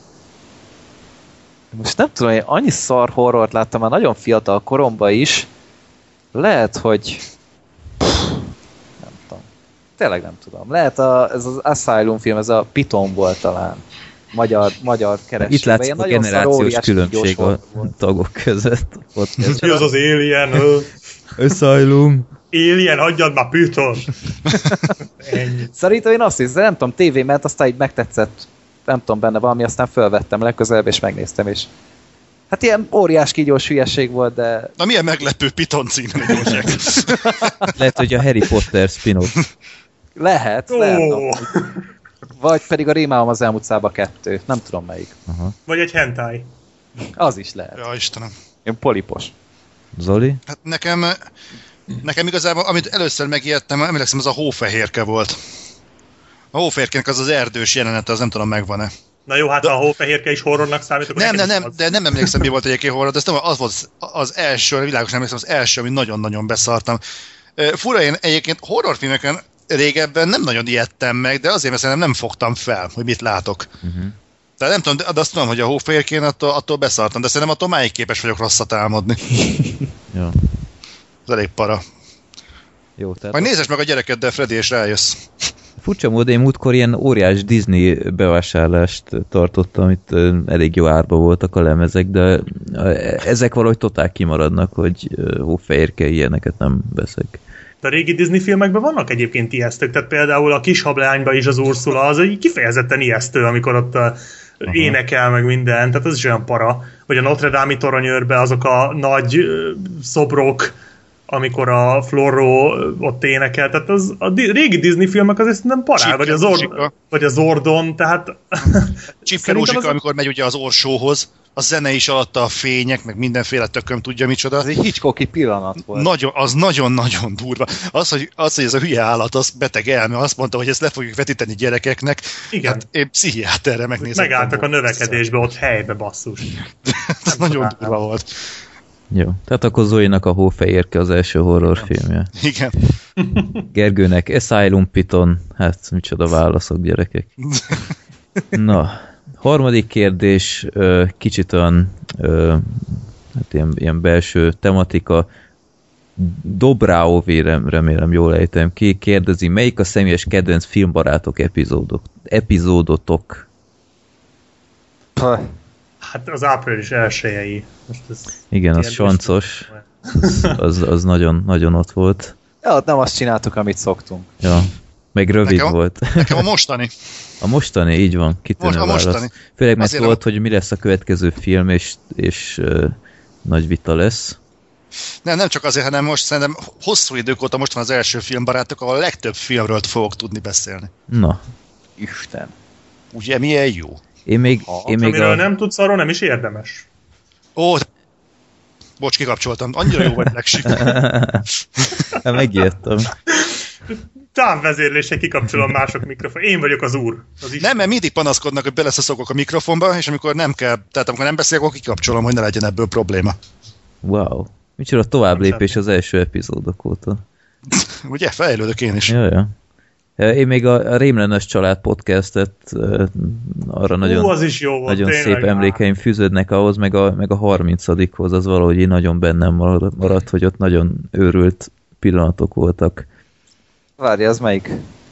Most nem tudom, én annyi szar horrort láttam már nagyon fiatal koromban is. Lehet, hogy... Nem tudom. Tényleg nem tudom. Lehet a, ez az Asylum film, ez a Piton volt talán. Magyar, magyar keresőben. Itt látszik a generációs különbség a tagok között. Mi az az Alien? Asylum. Alien, hagyjad már Piton! Szerintem én azt hiszem, nem tudom, tévé ment, aztán így megtetszett, nem tudom, benne valami, aztán fölvettem legközelebb, és megnéztem, és hát ilyen óriás kígyós hülyeség volt, de... Na milyen meglepő Piton című jóság. Lehet, hogy a Harry Potter spin-off. Lehet, oh. lehet. Vagy pedig a Rémálom az elmúlt szába kettő. Nem tudom melyik. Aha. Vagy egy hentai. Az is lehet. Ja, Istenem. Én polipos. Zoli? Hát nekem, nekem igazából, amit először megijedtem, emlékszem, az a hófehérke volt. A hófehérkének az az erdős jelenete, az nem tudom, megvan-e. Na jó, hát de... a hófehérke is horrornak számít, akkor nem, nem, nem, az... de nem emlékszem, mi volt egyébként horror, de nem, az volt az első, világos nem emlékszem, az első, ami nagyon-nagyon beszartam. Fura, én egyébként horrorfilmeken régebben nem nagyon ijedtem meg, de azért, mert szerintem nem fogtam fel, hogy mit látok. Uh-huh. Tehát nem tudom, de azt tudom, hogy a hófehérkén attól, attól beszartam, de szerintem attól máig képes vagyok rosszat álmodni. Jó. Ez elég para. Jó, tehát... Majd nézes meg a gyereket, Freddy, és rájössz. Furcsa módon én múltkor ilyen óriás Disney bevásárlást tartottam, itt elég jó árba voltak a lemezek, de ezek valahogy totál kimaradnak, hogy hófehérke ilyeneket nem veszek. De a régi Disney filmekben vannak egyébként ijesztők, tehát például a Kis hableányban is az Ursula, az egy kifejezetten ijesztő, amikor ott uh, énekel meg minden, tehát az is olyan para. Vagy a Notre Dame-i toronyőrben azok a nagy uh, szobrok, amikor a Florro ott énekel, tehát az, a di- régi Disney filmek azért nem parál, vagy a, Zord- vagy a Zordon, tehát... Csipke Rózsika, az... amikor megy ugye az orsóhoz, a zene is alatta, a fények, meg mindenféle tököm tudja micsoda. Ez egy Hitchcocki pillanat volt. Nagyon, az nagyon-nagyon durva. Az hogy, az, hogy ez a hülye állat, az beteg elme, azt mondta, hogy ezt le fogjuk vetíteni gyerekeknek. Igen. Hát én pszichiáterre megnézem. Megálltak a növekedésbe, ott helybe, basszus. Ez nagyon durva volt. Jó, tehát akkor Zoinak a hófehérke az első horrorfilmje. Igen. Gergőnek Asylum Piton, hát micsoda válaszok, gyerekek. Na, harmadik kérdés, kicsit olyan hát ilyen, ilyen belső tematika. Dobráovi, remélem jól ejtem ki, kérdezi, melyik a személyes kedvenc filmbarátok epizódok, epizódotok? Hát az április elsőjei. Most ez igen, az sancos. Az, az nagyon, nagyon ott volt. Ja, ott nem azt csináltuk, amit szoktunk. Ja, meg rövid nekem, volt. Nekem a mostani. A mostani, így van, kitűnő Most, válasz. Főleg mert volt, a... hogy mi lesz a következő film, és, és uh, nagy vita lesz. Nem, nem csak azért, hanem most szerintem hosszú idők óta most van az első filmbarátok, ahol a legtöbb filmről fogok tudni beszélni. Na. Isten. Ugye, milyen jó. Én még, ha, én még amiről a... nem tudsz, arról nem is érdemes. Ó, bocs, kikapcsoltam. Annyira jó vagy, Legsik. Megijedtem. Távvezérlésre kikapcsolom mások mikrofon. Én vagyok az úr. Az nem, mert mindig panaszkodnak, hogy beleszaszokok a mikrofonba, és amikor nem kell, tehát amikor nem beszélek, akkor kikapcsolom, hogy ne legyen ebből probléma. Wow. Micsoda tovább lépés az első epizódok óta. Ugye? Fejlődök én is. Ja, ja. Én még a, a Rémlenes Család podcastet arra nagyon, Hú, az is jó volt, nagyon tényleg, szép emlékeim fűződnek ahhoz, meg a, meg a harmincadikhoz az valahogy így nagyon bennem maradt, maradt, hogy ott nagyon őrült pillanatok voltak. Várj, az melyik?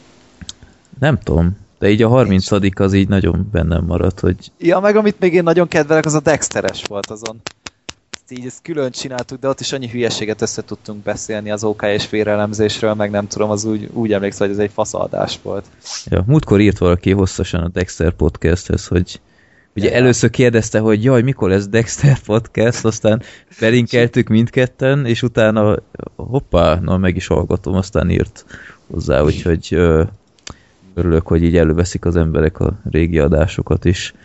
Nem tudom, de így a harmincadik az így nagyon bennem maradt, hogy... Ja, meg amit még én nagyon kedvelek, az a Dexteres volt azon. Ezt így ezt külön csináltuk, de ott is annyi hülyeséget össze tudtunk beszélni az ó ká és félelemzésről, meg nem tudom, az úgy, úgy emlékszem, hogy ez egy faszadás volt. Ja, múltkor írt valaki hosszasan a Dexter podcasthez, hogy ugye ja, először kérdezte, hogy jaj, mikor lesz Dexter podcast, aztán belinkeltük mindketten, és utána hoppá, na meg is hallgatom, aztán írt hozzá, úgyhogy ö, örülök, hogy így előveszik az emberek a régi adásokat is.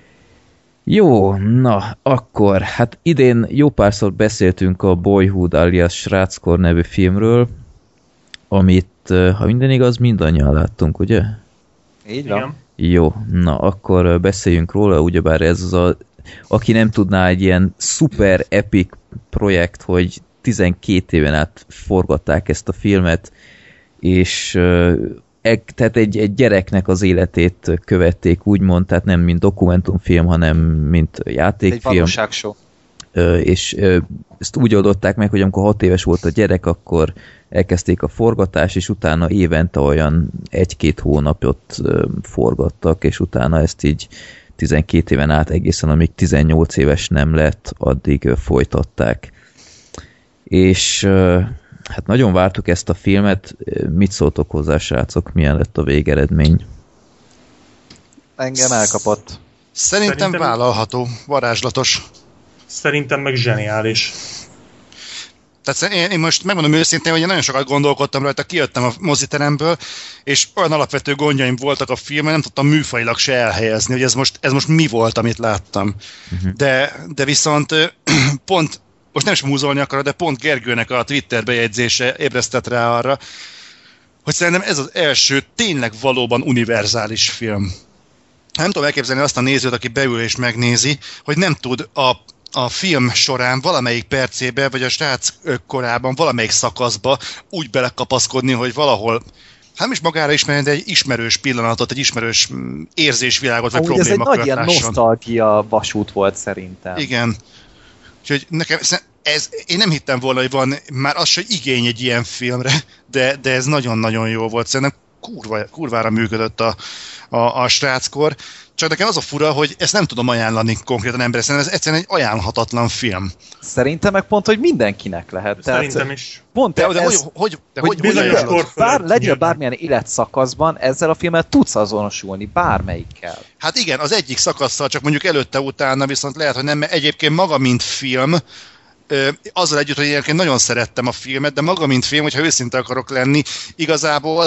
Jó, na, akkor, hát idén jó párszor beszéltünk a Boyhood alias Sráckor nevű filmről, amit, ha minden igaz, mindannyian láttunk, ugye? Így van. Igen. Jó, na, akkor beszéljünk róla, ugyebár ez az a, aki nem tudná, egy ilyen szuper epic projekt, hogy tizenkét éven át forgatták ezt a filmet, és tehát egy, egy gyereknek az életét követték, úgymond, tehát nem mint dokumentumfilm, hanem mint játékfilm. Egy valóságshow. És ezt úgy oldották meg, hogy amikor hat éves volt a gyerek, akkor elkezdték a forgatást, és utána évente olyan egy-két hónapot forgattak, és utána ezt így tizenkét éven át egészen, amíg tizennyolc éves nem lett, addig folytatták. És hát nagyon vártuk ezt a filmet. Mit szóltok hozzá, srácok? Milyen lett a végeredmény? Engem elkapott. Szerintem, Szerintem vállalható, varázslatos. Szerintem meg zseniális. Tehát én, én most megmondom őszintén, hogy én nagyon sokat gondolkodtam rajta, kijöttem a moziteremből, és olyan alapvető gondjaim voltak a filmen, nem tudtam műfajilag se elhelyezni, hogy ez most, ez most mi volt, amit láttam. Uh-huh. De, de viszont pont, most nem is múzolni akarok, de pont Gergőnek a Twitter bejegyzése ébresztett rá arra, hogy szerintem ez az első tényleg valóban univerzális film. Nem tudom elképzelni azt a nézőt, aki beül és megnézi, hogy nem tud a a film során valamelyik percébe, vagy a srác korában valamelyik szakaszba úgy belekapaszkodni, hogy valahol, hát nem is magára ismerni, de egy ismerős pillanatot, egy ismerős érzésvilágot, vagy problémakört lásson. Ez egy nagy ilyen nosztalgia vasút volt szerintem. Igen. Úgyhogy nekem, ez, én nem hittem volna, hogy van már az se igény egy ilyen filmre, de, de ez nagyon-nagyon jó volt. Szerintem kurva, kurvára működött a, a, a sráckor. Csak nekem az a fura, hogy ezt nem tudom ajánlani konkrétan emberre, szerintem ez egyszerűen egy ajánlhatatlan film. Szerintem meg pont, hogy mindenkinek lehet. Szerintem Tehát is. Pont de, ez, de hogy, hogy, de hogy hogy, bizonyos hogy kor bár, legyél nyilván. bármilyen életszakaszban, ezzel a filmmel tudsz azonosulni, bármelyikkel. Hát igen, az egyik szakasszal, csak mondjuk előtte-utána, viszont lehet, hogy nem, mert egyébként maga, mint film, azzal együtt, hogy egyébként nagyon szerettem a filmet, de maga, mint film, hogyha őszinte akarok lenni, igazából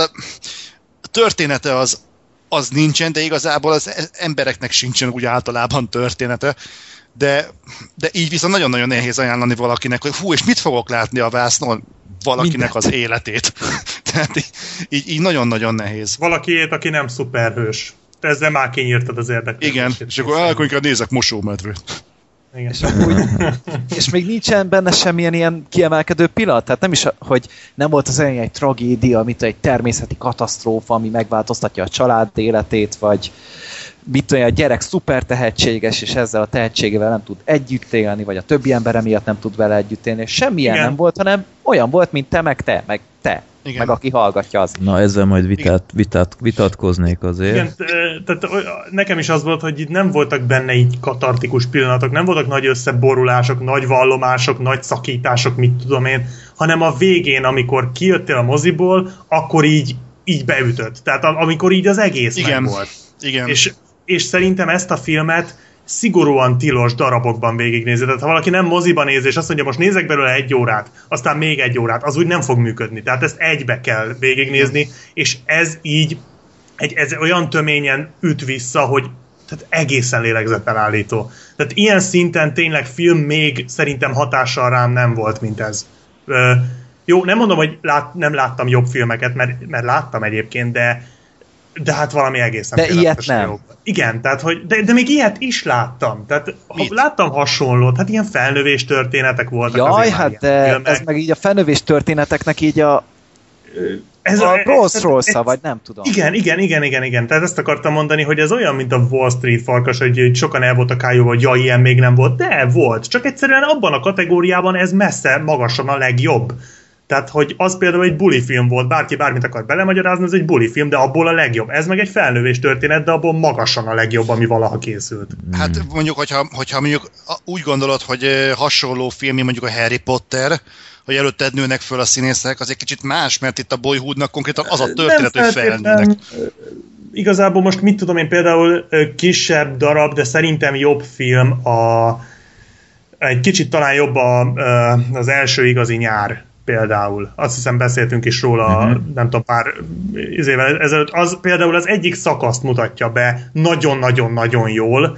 a története az az nincsen, de igazából az embereknek sincsen úgy általában története. De, de így viszont nagyon-nagyon nehéz ajánlani valakinek, hogy hú, és mit fogok látni a vásznon? Valakinek Mindent. Az életét. Tehát így, így, így nagyon-nagyon nehéz. Valakiét, aki nem szuperhős. Te ezzel már kinyírtad az érdeklődést. Igen, és akkor, akkor inkább nézek mosómedvét. Igen. És, amúgy, és még nincsen benne semmilyen ilyen kiemelkedő pillanat, tehát nem is, hogy nem volt az olyan egy tragédia, mint egy természeti katasztrófa, ami megváltoztatja a család életét, vagy mit tudom, a gyerek szuper tehetséges, és ezzel a tehetségével nem tud együtt élni, vagy a többi embere miatt nem tud vele együtt élni, és semmilyen Igen. nem volt, hanem olyan volt, mint te, meg te, meg te. Igen. Meg aki hallgatja az. Na ezzel majd vitát, vitát, vitatkoznék azért. Igen, tehát nekem is az volt, hogy itt nem voltak benne így katartikus pillanatok, nem voltak nagy összeborulások, nagy vallomások, nagy szakítások, mit tudom én, hanem a végén, amikor kijöttél a moziból, akkor így, így beütött. Tehát amikor így az egész Igen. meg volt. Igen. És, és szerintem ezt a filmet szigorúan tilos darabokban végignézni. Tehát ha valaki nem moziban néz, és azt mondja, most nézek belőle egy órát, aztán még egy órát, az úgy nem fog működni. Tehát ezt egybe kell végignézni, és ez így egy, ez olyan töményen üt vissza, hogy tehát egészen lélegzetelállító. Tehát ilyen szinten tényleg film még szerintem hatással rám nem volt, mint ez. Ö, jó, nem mondom, hogy lát, nem láttam jobb filmeket, mert, mert láttam egyébként, de de hát valami egészen de ilyet nem. Jobb. Igen, tehát, hogy, de, de még ilyet is láttam. Tehát ha láttam hasonlót, hát ilyen felnövés történetek voltak. Jaj, hát de filmek. Ez meg így a felnövés történeteknek így a ez a, a Rolls-Royce-a, vagy nem tudom. Igen, igen, igen, igen, igen. Tehát ezt akartam mondani, hogy ez olyan, mint a Wall Street farkas, hogy sokan el voltak kájolva, hogy jaj, ilyen még nem volt. De volt. Csak egyszerűen abban a kategóriában ez messze magasan a legjobb. Tehát, hogy az például egy buli film volt, bárki bármit akar belemagyarázni, ez egy buli film, de abból a legjobb. Ez meg egy felnövés történet, de abból magasan a legjobb, ami valaha készült. Hát mondjuk, hogyha, hogyha mondjuk úgy gondolod, hogy hasonló film, mint mondjuk a Harry Potter, hogy előtted nőnek föl a színészek, az egy kicsit más, mert itt a Boyhoodnak konkrétan az a történet, hogy felnőnek. Igazából most mit tudom én, például kisebb darab, de szerintem jobb film, a, egy kicsit talán jobb a, az első igazi nyár. Például. Azt hiszem beszéltünk is róla, uh-huh. nem tudom, pár évvel ezelőtt. Az például az egyik szakaszt mutatja be nagyon-nagyon-nagyon jól,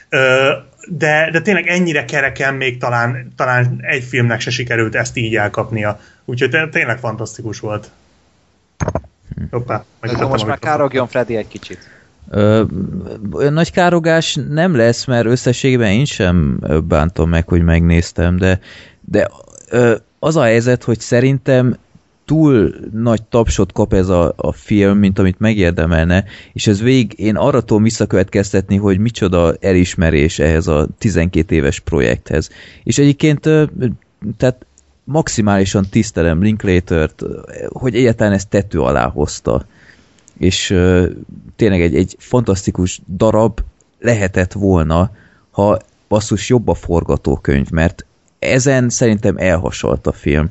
de, de tényleg ennyire kereken még talán, talán egy filmnek se sikerült ezt így elkapnia. Úgyhogy tényleg fantasztikus volt. Hoppá, most már károgjon Freddy egy kicsit. Ö, nagy károgás nem lesz, mert összességében én sem bántom meg, hogy megnéztem, de, de ö, az a helyzet, hogy szerintem túl nagy tapsot kap ez a, a film, mint amit megérdemelne, és ez végig én arra tudom visszakövetkeztetni, hogy micsoda elismerés ehhez a tizenkét éves projekthez. És egyébként tehát maximálisan tisztelem Linklatert, hogy egyáltalán ezt tető alá hozta. És tényleg egy, egy fantasztikus darab lehetett volna, ha basszus jobb a forgatókönyv, mert ezen szerintem elhasalt a film.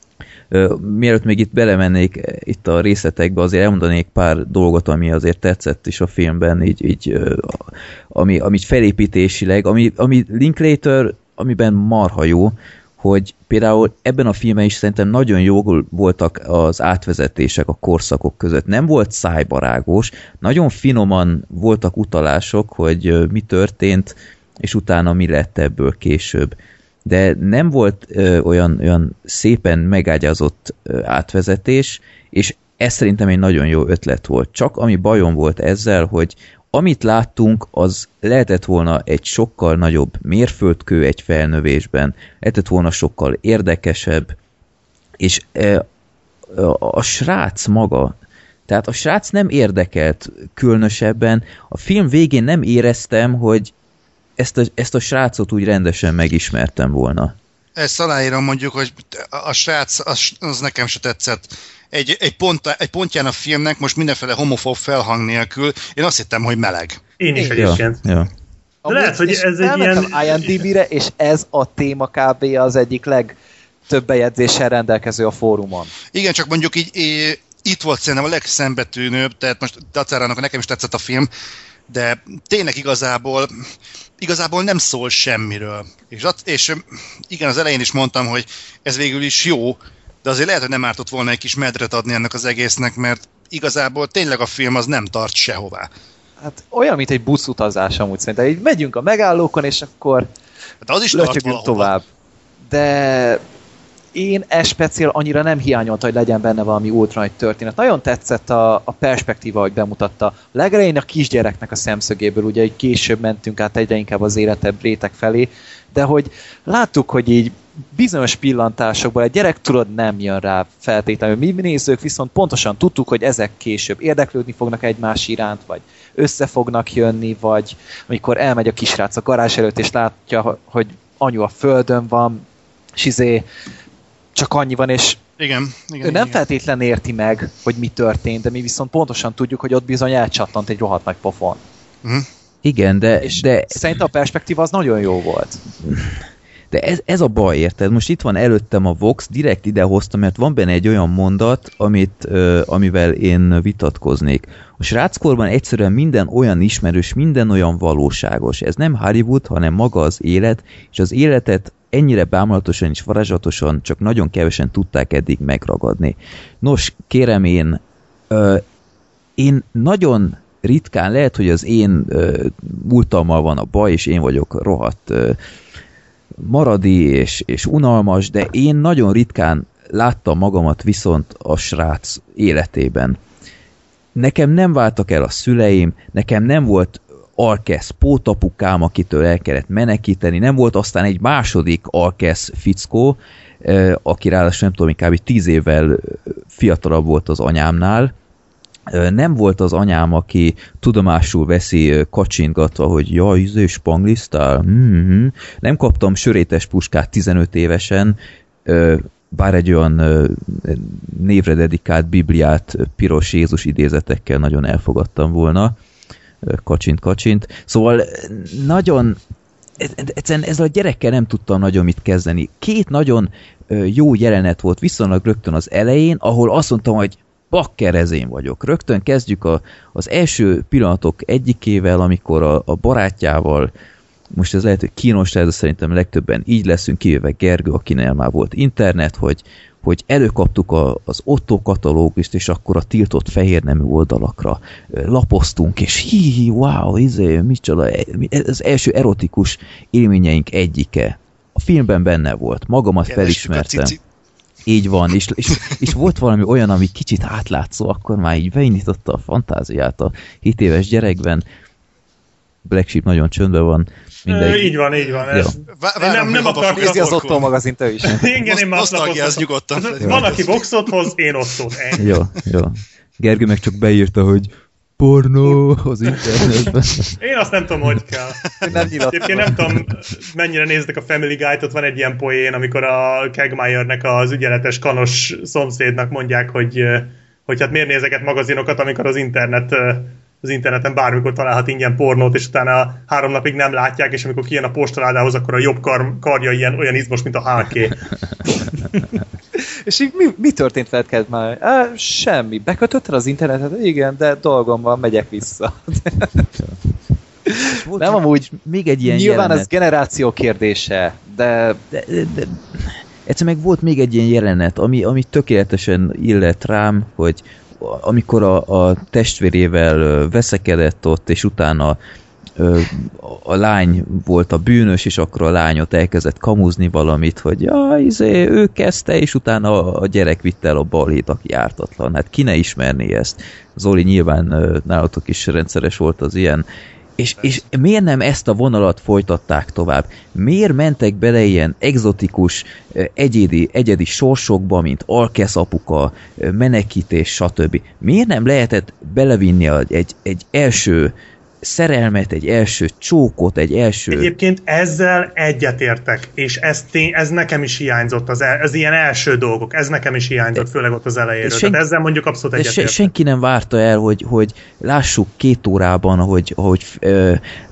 Mielőtt még itt belemennék itt a részletekbe, azért elmondanék pár dolgot, ami azért tetszett is a filmben, így, így ami, ami felépítésileg, ami, ami Linklater, amiben marha jó, hogy például ebben a filmben is szerintem nagyon jól voltak az átvezetések a korszakok között. Nem volt szájbarágos, nagyon finoman voltak utalások, hogy mi történt, és utána mi lett ebből később. De nem volt ö, olyan, olyan szépen megágyazott ö, átvezetés, és ez szerintem egy nagyon jó ötlet volt. Csak ami bajom volt ezzel, hogy amit láttunk, az lehetett volna egy sokkal nagyobb mérföldkő egy felnövésben, lehetett volna sokkal érdekesebb, és ö, a, a srác maga, tehát a srác nem érdekelt különösebben, a film végén nem éreztem, hogy Ezt a, ezt a srácot úgy rendesen megismertem volna. Ezt aláírom mondjuk, hogy a srác, az, az nekem se tetszett. Egy, egy, pont, egy pontján a filmnek most mindenféle homofób felhang nélkül, én azt hittem, hogy meleg. Én is egyébként. Ja, ja. Lehet, hogy ez egy ilyen... I M D B-re, és ez a téma kb. Az egyik legtöbb bejegyzéssel rendelkező a fórumon. Igen, csak mondjuk így, így itt volt szerintem a legszembetűnőbb, tehát most dacárának nekem is tetszett a film, de tényleg igazából igazából nem szól semmiről. És, és igen, az elején is mondtam, hogy ez végül is jó, de azért lehet, hogy nem ártott volna egy kis medret adni ennek az egésznek, mert igazából tényleg a film az nem tart sehová. Hát olyan, mint egy buszutazás amúgy szerintem. Így megyünk a megállókon, és akkor hát az is lötyögünk tovább. De én e speciál annyira nem hiányolta, hogy legyen benne valami ultra nagy történet. Nagyon tetszett a, a perspektíva, hogy bemutatta. Legelején a kisgyereknek a szemszögéből, ugye így később mentünk át egyre inkább az éretebb réteg felé, de hogy láttuk, hogy így bizonyos pillantásokból egy gyerek tudod nem jön rá feltétlenül. Mi nézők viszont pontosan tudtuk, hogy ezek később érdeklődni fognak egymás iránt, vagy össze fognak jönni, vagy amikor elmegy a kisrác a garázs előtt, és látja, hogy anyu a földön van, és izé csak annyi van, és igen, igen, ő nem igen. feltétlen érti meg, hogy mi történt, de mi viszont pontosan tudjuk, hogy ott bizony elcsattant egy rohadt nagy pofon. Uh-huh. Igen, de... És de... szerintem a perspektíva az nagyon jó volt. De ez, ez a baj, érted? Most itt van előttem a Vox, direkt ide hoztam, mert van benne egy olyan mondat, amit, uh, amivel én vitatkoznék. A sráckorban egyszerűen minden olyan ismerős, minden olyan valóságos. Ez nem Hollywood, hanem maga az élet, és az életet ennyire bámulatosan és varázslatosan csak nagyon kevesen tudták eddig megragadni. Nos, kérem én, uh, én nagyon ritkán, lehet, hogy az én uh, múltammal van a baj, és én vagyok rohadt uh, maradi és, és unalmas, de én nagyon ritkán láttam magamat viszont a srác életében. Nekem nem váltak el a szüleim, nekem nem volt Alkesz pótapukám, akitől el kellett menekíteni, nem volt aztán egy második Alkesz fickó, aki ráadásul nem tudom, kb. tíz évvel fiatalabb volt az anyámnál. Nem volt az anyám, aki tudomásul veszi kacsingatva, hogy jaj, izé, spanglisztál? Mm-hmm. Nem kaptam sörétes puskát tizenöt évesen, bár egy olyan névre dedikált Bibliát piros Jézus idézetekkel nagyon elfogadtam volna. Kacsint, kacsint. Szóval nagyon, egyszerűen ezzel a gyerekkel nem tudtam nagyon mit kezdeni. Két nagyon jó jelenet volt viszonylag rögtön az elején, ahol azt mondtam, hogy bakker, ez én vagyok. Rögtön kezdjük a, az első pillanatok egyikével, amikor a, a barátjával, most ez lehet, hogy kínos, de szerintem legtöbben így leszünk, kivéve Gergő, akinél már volt internet, hogy, hogy előkaptuk a, az Otto katalógust, és akkor a tiltott fehérnemű oldalakra lapoztunk, és hi, hi wow, izé, micsoda, az első erotikus élményeink egyike. A filmben benne volt, magamat felismertem. Így van, és, és, és volt valami olyan, ami kicsit átlátszó, akkor már így beindította a fantáziát a hét éves gyerekben. Black Sheep nagyon csöndben van. Mindegy. Így van, így van. Ez Várom, nem, nem akartam. Nézd az Otto magazin, te is. Igen, én már nyugodtan. Van, aki boxot hoz, én Ottót. Jó, jó. Gergő meg csak beírta, hogy pornó az internetben. Én azt nem tudom, hogy kell. Nem Egyébként nem tudom, mennyire néztek a Family Guy-t, ott van egy ilyen poén, amikor a Kegmeyernek az ügyeletes kanos szomszédnak mondják, hogy, hogy hát miért nézeket magazinokat, amikor az internet az interneten bármikor találhat ingyen pornót, és utána három napig nem látják, és amikor kijön a postaládához, akkor a jobb kar, karja ilyen, olyan izmos, mint a háké. És így mi, mi történt veled, Kedmely? Semmi. Bekötötted az internetet? Igen, de dolgom van, megyek vissza. Nem amúgy, még egy ilyen nyilván jelenet. Ez generáció kérdése, de... de, de, de egyszer meg volt még egy ilyen jelenet, ami, ami tökéletesen illet rám, hogy amikor a, a testvérével veszekedett ott, és utána a lány volt a bűnös, és akkor a lányot elkezdett kamuzni valamit, hogy ja, izé, ő kezdte, és utána a gyerek vitte el a balhét, aki ártatlan. Hát ki ne ismerné ezt? Zoli, nyilván nálatok is rendszeres volt az ilyen. És, és miért nem ezt a vonalat folytatták tovább? Miért mentek bele ilyen egzotikus, egyedi, egyedi sorsokba, mint Alkesz apuka, menekítés, stb. Miért nem lehetett belevinni egy, egy első szerelmet, egy első csókot, egy első... Egyébként ezzel egyetértek, és ez, tény, ez nekem is hiányzott, az el, ez ilyen első dolgok, ez nekem is hiányzott, főleg ott az elejéről. Sen... Tehát ezzel mondjuk abszolút egyetértek. Se, senki nem várta el, hogy, hogy lássuk két órában, hogy, hogy ö,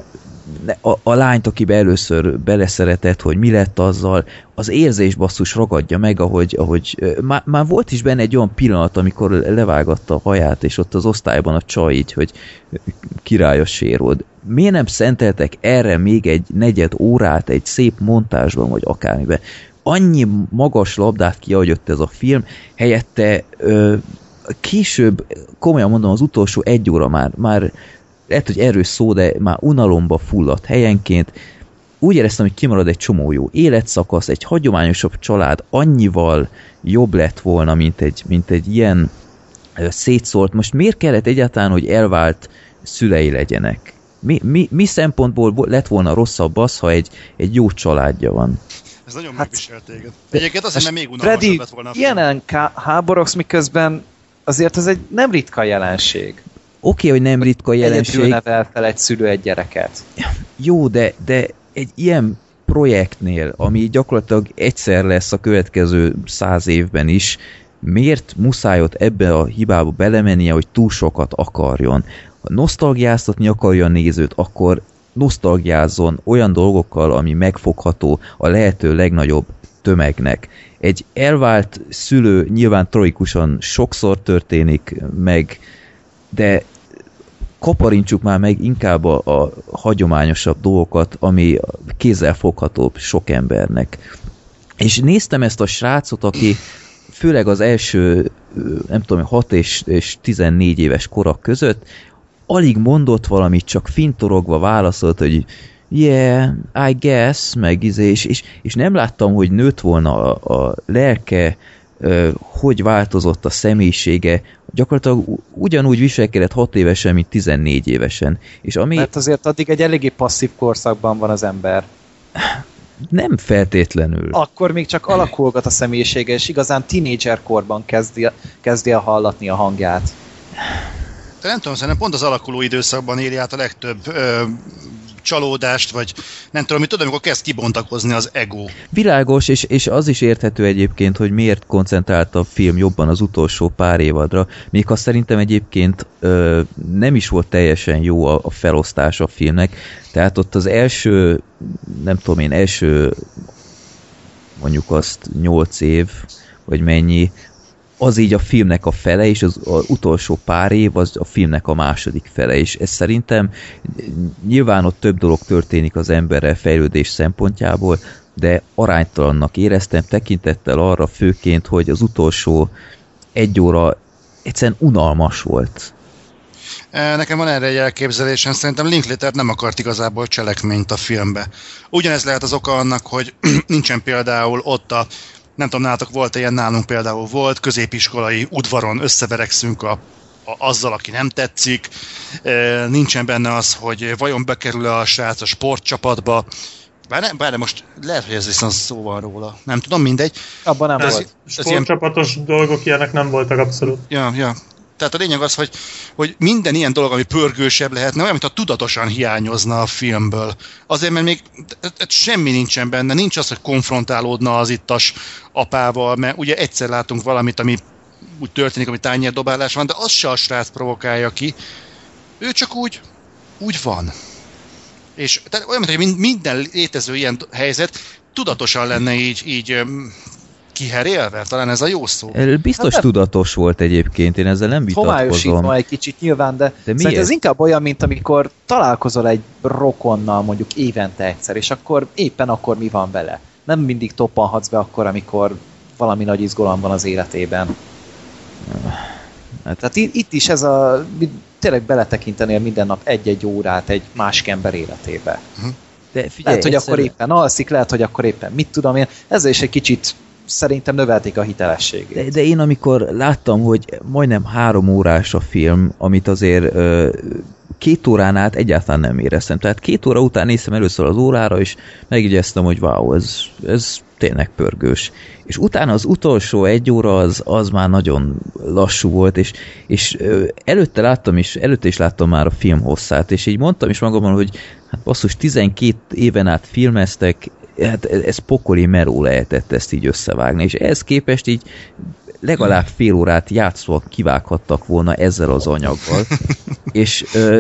a, a lányt, akibe először beleszeretett, hogy mi lett azzal, az érzés basszus ragadja meg, ahogy, ahogy má, már volt is benne egy olyan pillanat, amikor levágatta a haját, és ott az osztályban a csaj így, hogy királyos sérod. Miért nem szenteltek erre még egy negyed órát, egy szép montázsban, vagy akármiben? Annyi magas labdát kiadott ez a film, helyette ö, később, komolyan mondom, az utolsó egy óra már, már lehet, hogy erős szó, de már unalomba fulladt helyenként. Úgy éreztem, hogy kimarad egy csomó jó életszakasz, egy hagyományosabb család annyival jobb lett volna, mint egy, mint egy ilyen szétszólt. Most miért kellett egyáltalán, hogy elvált szülei legyenek? Mi, mi, mi szempontból lett volna rosszabb az, ha egy, egy jó családja van? Ez nagyon hát, megviselt téged. Egyébként azért, mert még unalmasabb Freddy, lett volna a ilyenen háborogsz, miközben azért ez egy nem ritka jelenség. Oké, okay, hogy nem ritka jelenség. Egyedül nevel fel egy szülő egy gyereket. Jó, de, de egy ilyen projektnél, ami gyakorlatilag egyszer lesz a következő száz évben is, miért muszáj ott ebbe a hibába belemennie, hogy túl sokat akarjon? Ha nosztalgiáztatni akarja a nézőt, akkor nosztalgiázzon olyan dolgokkal, ami megfogható a lehető legnagyobb tömegnek. Egy elvált szülő nyilván tragikusan sokszor történik meg, de kaparintsuk már meg inkább a, a hagyományosabb dolgokat, ami kézzelfoghatóbb sok embernek. És néztem ezt a srácot, aki főleg az első nem tudom, hat és, és tizennégy éves korak között, alig mondott valamit, csak fintorogva válaszolt, hogy yeah, I guess, meg izé, és, és, és nem láttam, hogy nőtt volna a, a lelke, hogy változott a személyisége, gyakorlatilag ugyanúgy viselkedett hat évesen, mint tizennégy évesen. És ami... Mert azért addig egy eléggé passzív korszakban van az ember. Nem feltétlenül. Akkor még csak alakulgat a személyisége, és igazán tínédzser korban kezdi, kezdi el hallatni a hangját. De nem tudom, szerintem pont az alakuló időszakban éli át a legtöbb ö, csalódást, vagy nem tudom, mit tudom, amikor kezd kibontakozni az ego. Világos, és, és az is érthető egyébként, hogy miért koncentrált a film jobban az utolsó pár évadra, még ha szerintem egyébként ö, nem is volt teljesen jó a, a felosztás a filmnek, tehát ott az első, nem tudom én, első mondjuk azt nyolc év, vagy mennyi, az így a filmnek a fele, és az, az utolsó pár év az a filmnek a második fele, és ez szerintem nyilván ott több dolog történik az emberrel fejlődés szempontjából, de aránytalannak éreztem tekintettel arra főként, hogy az utolsó egy óra egyszerűen unalmas volt. Nekem van erre egy elképzelésem, szerintem Linklater nem akart igazából cselekményt a filmbe. Ugyanez lehet az oka annak, hogy nincsen például ott a, nem tudom, nálatok volt ilyen, nálunk például volt, középiskolai udvaron összeverekszünk a, a, azzal, aki nem tetszik. E, nincsen benne az, hogy vajon bekerül a srác a sportcsapatba. Bár nem, bár most lehet, hogy ez viszont szó van róla. Nem tudom, mindegy. Abban nem ez, volt. Sportcsapatos ilyen... dolgok ilyenek nem voltak abszolút. Ja, ja. Tehát a lényeg az, hogy, hogy minden ilyen dolog, ami pörgősebb lehetne, olyan, mintha tudatosan hiányozna a filmből. Azért, mert még semmi nincsen benne, nincs az, hogy konfrontálódna az ittas apával, mert ugye egyszer látunk valamit, ami úgy történik, ami tányérdobálás van, de az se a srác provokálja ki. Ő csak úgy, úgy van. És tehát olyan, mint minden létező ilyen helyzet tudatosan lenne így, így kiherélve, talán ez a jó szó. Biztos hát tudatos volt egyébként, én ezzel nem vitatkozom. Homályosítva egy kicsit nyilván, de, de szerintem ez inkább olyan, mint amikor találkozol egy rokonnal mondjuk évente egyszer, és akkor éppen akkor mi van vele. Nem mindig toppanhatsz be akkor, amikor valami nagy izgalom van az életében. Hát. Tehát itt is ez a, tényleg beletekintenél minden nap egy-egy órát egy másik ember életébe. Uh-huh. De figyelj, lehet, hogy egyszerűen... akkor éppen alszik, lehet, hogy akkor éppen mit tudom én, ezzel is egy kicsit szerintem növelték a hitelességét. De, de én amikor láttam, hogy majdnem három órás a film, amit azért ö, két órán át egyáltalán nem éreztem. Tehát két óra után néztem először az órára, és megjegyeztem, hogy wow, ez, ez tényleg pörgős. És utána az utolsó egy óra az, az már nagyon lassú volt, és, és ö, előtte láttam is, előtte is láttam már a film hosszát, és így mondtam is magamon, hogy hát basszus, tizenkét éven át filmeztek, hát ez pokoli meró lehetett ezt így összevágni, és ehhez képest így legalább fél órát játszva kivághattak volna ezzel az anyaggal, és ö,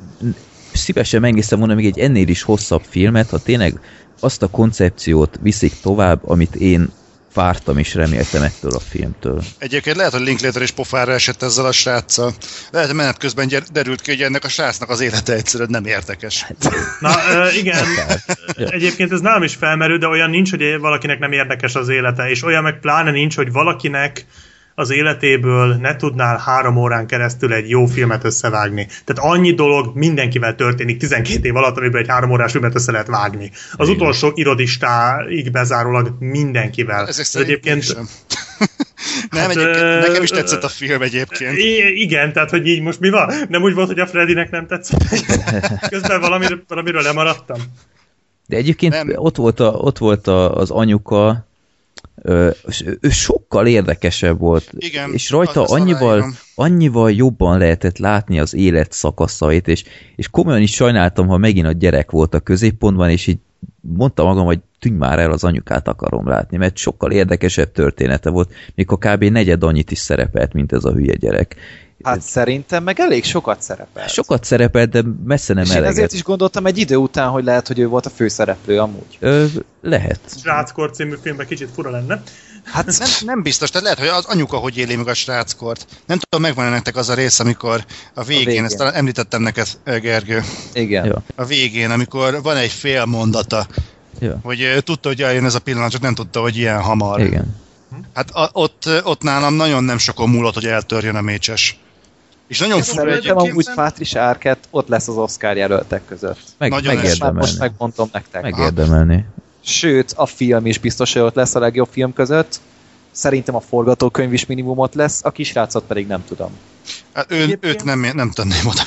szívesen megnéztem volna még egy ennél is hosszabb filmet, ha tényleg azt a koncepciót viszik tovább, amit én vártam és reméltem ettől a filmtől. Egyébként lehet, hogy Linklater is pofára esett ezzel a sráccal. Lehet, hogy menet közben derült ki, hogy ennek a srácnak az élete egyszerűen nem érdekes. Na igen, egyébként ez nálam is felmerül, de olyan nincs, hogy valakinek nem érdekes az élete, és olyan meg pláne nincs, hogy valakinek az életéből ne tudnál három órán keresztül egy jó filmet összevágni. Tehát annyi dolog mindenkivel történik tizenkét év alatt, amiből egy három órás filmet össze lehet vágni. Az igen. Utolsó irodistáig bezárólag mindenkivel. Ezek szerint egyébként sem. Nem, hát, egyébként nekem is tetszett a film egyébként. Igen, tehát hogy így most mi van? Nem úgy volt, hogy a Freddynek nem tetszett? Közben valamiről, valamiről lemaradtam. De egyébként nem. ott volt, a, ott volt a, az anyuka, Ö, ő sokkal érdekesebb volt, igen, és rajta annyival, annyival jobban lehetett látni az élet szakaszait, és, és komolyan is sajnáltam, ha megint a gyerek volt a középpontban, és így mondtam magam, hogy tűnj már el, az anyukát akarom látni, mert sokkal érdekesebb története volt, mikor kb. Negyed annyit is szerepelt, mint ez a hülye gyerek. Hát szerintem meg elég sokat szerepelt. Sokat szerepelt, de messze nem eleget. És ezért is gondoltam egy idő után, hogy lehet, hogy ő volt a főszereplő amúgy. Ö, lehet. Sráckor című filmben kicsit fura lenne. Hát nem, nem biztos, tehát lehet, hogy az anyuka hogy éli meg a sráckort. Nem tudom, megvan nektek az a rész, amikor a végén, a végén. ezt talán említettem neked, Gergő. Igen. Ja. A végén, amikor van egy fél mondata, ja. hogy tudta, hogy eljön ez a pillanat, csak nem tudta, hogy ilyen hamar. Igen. Hát a, ott, ott nálam nagyon nem sokon múlott, hogy eltörjön a mécses. És nagyon fura Szerintem amúgy Patricia Arquette ott lesz az Oscar jelöltek között. Meg, megérdemelni. Most megmondom nektek. Megérdemelni. Sőt, a film is biztos, hogy ott lesz a legjobb film között. Szerintem a forgatókönyv is minimum ott lesz, a kisrácot pedig nem tudom. Hát ő, őt nem, nem tenném oda.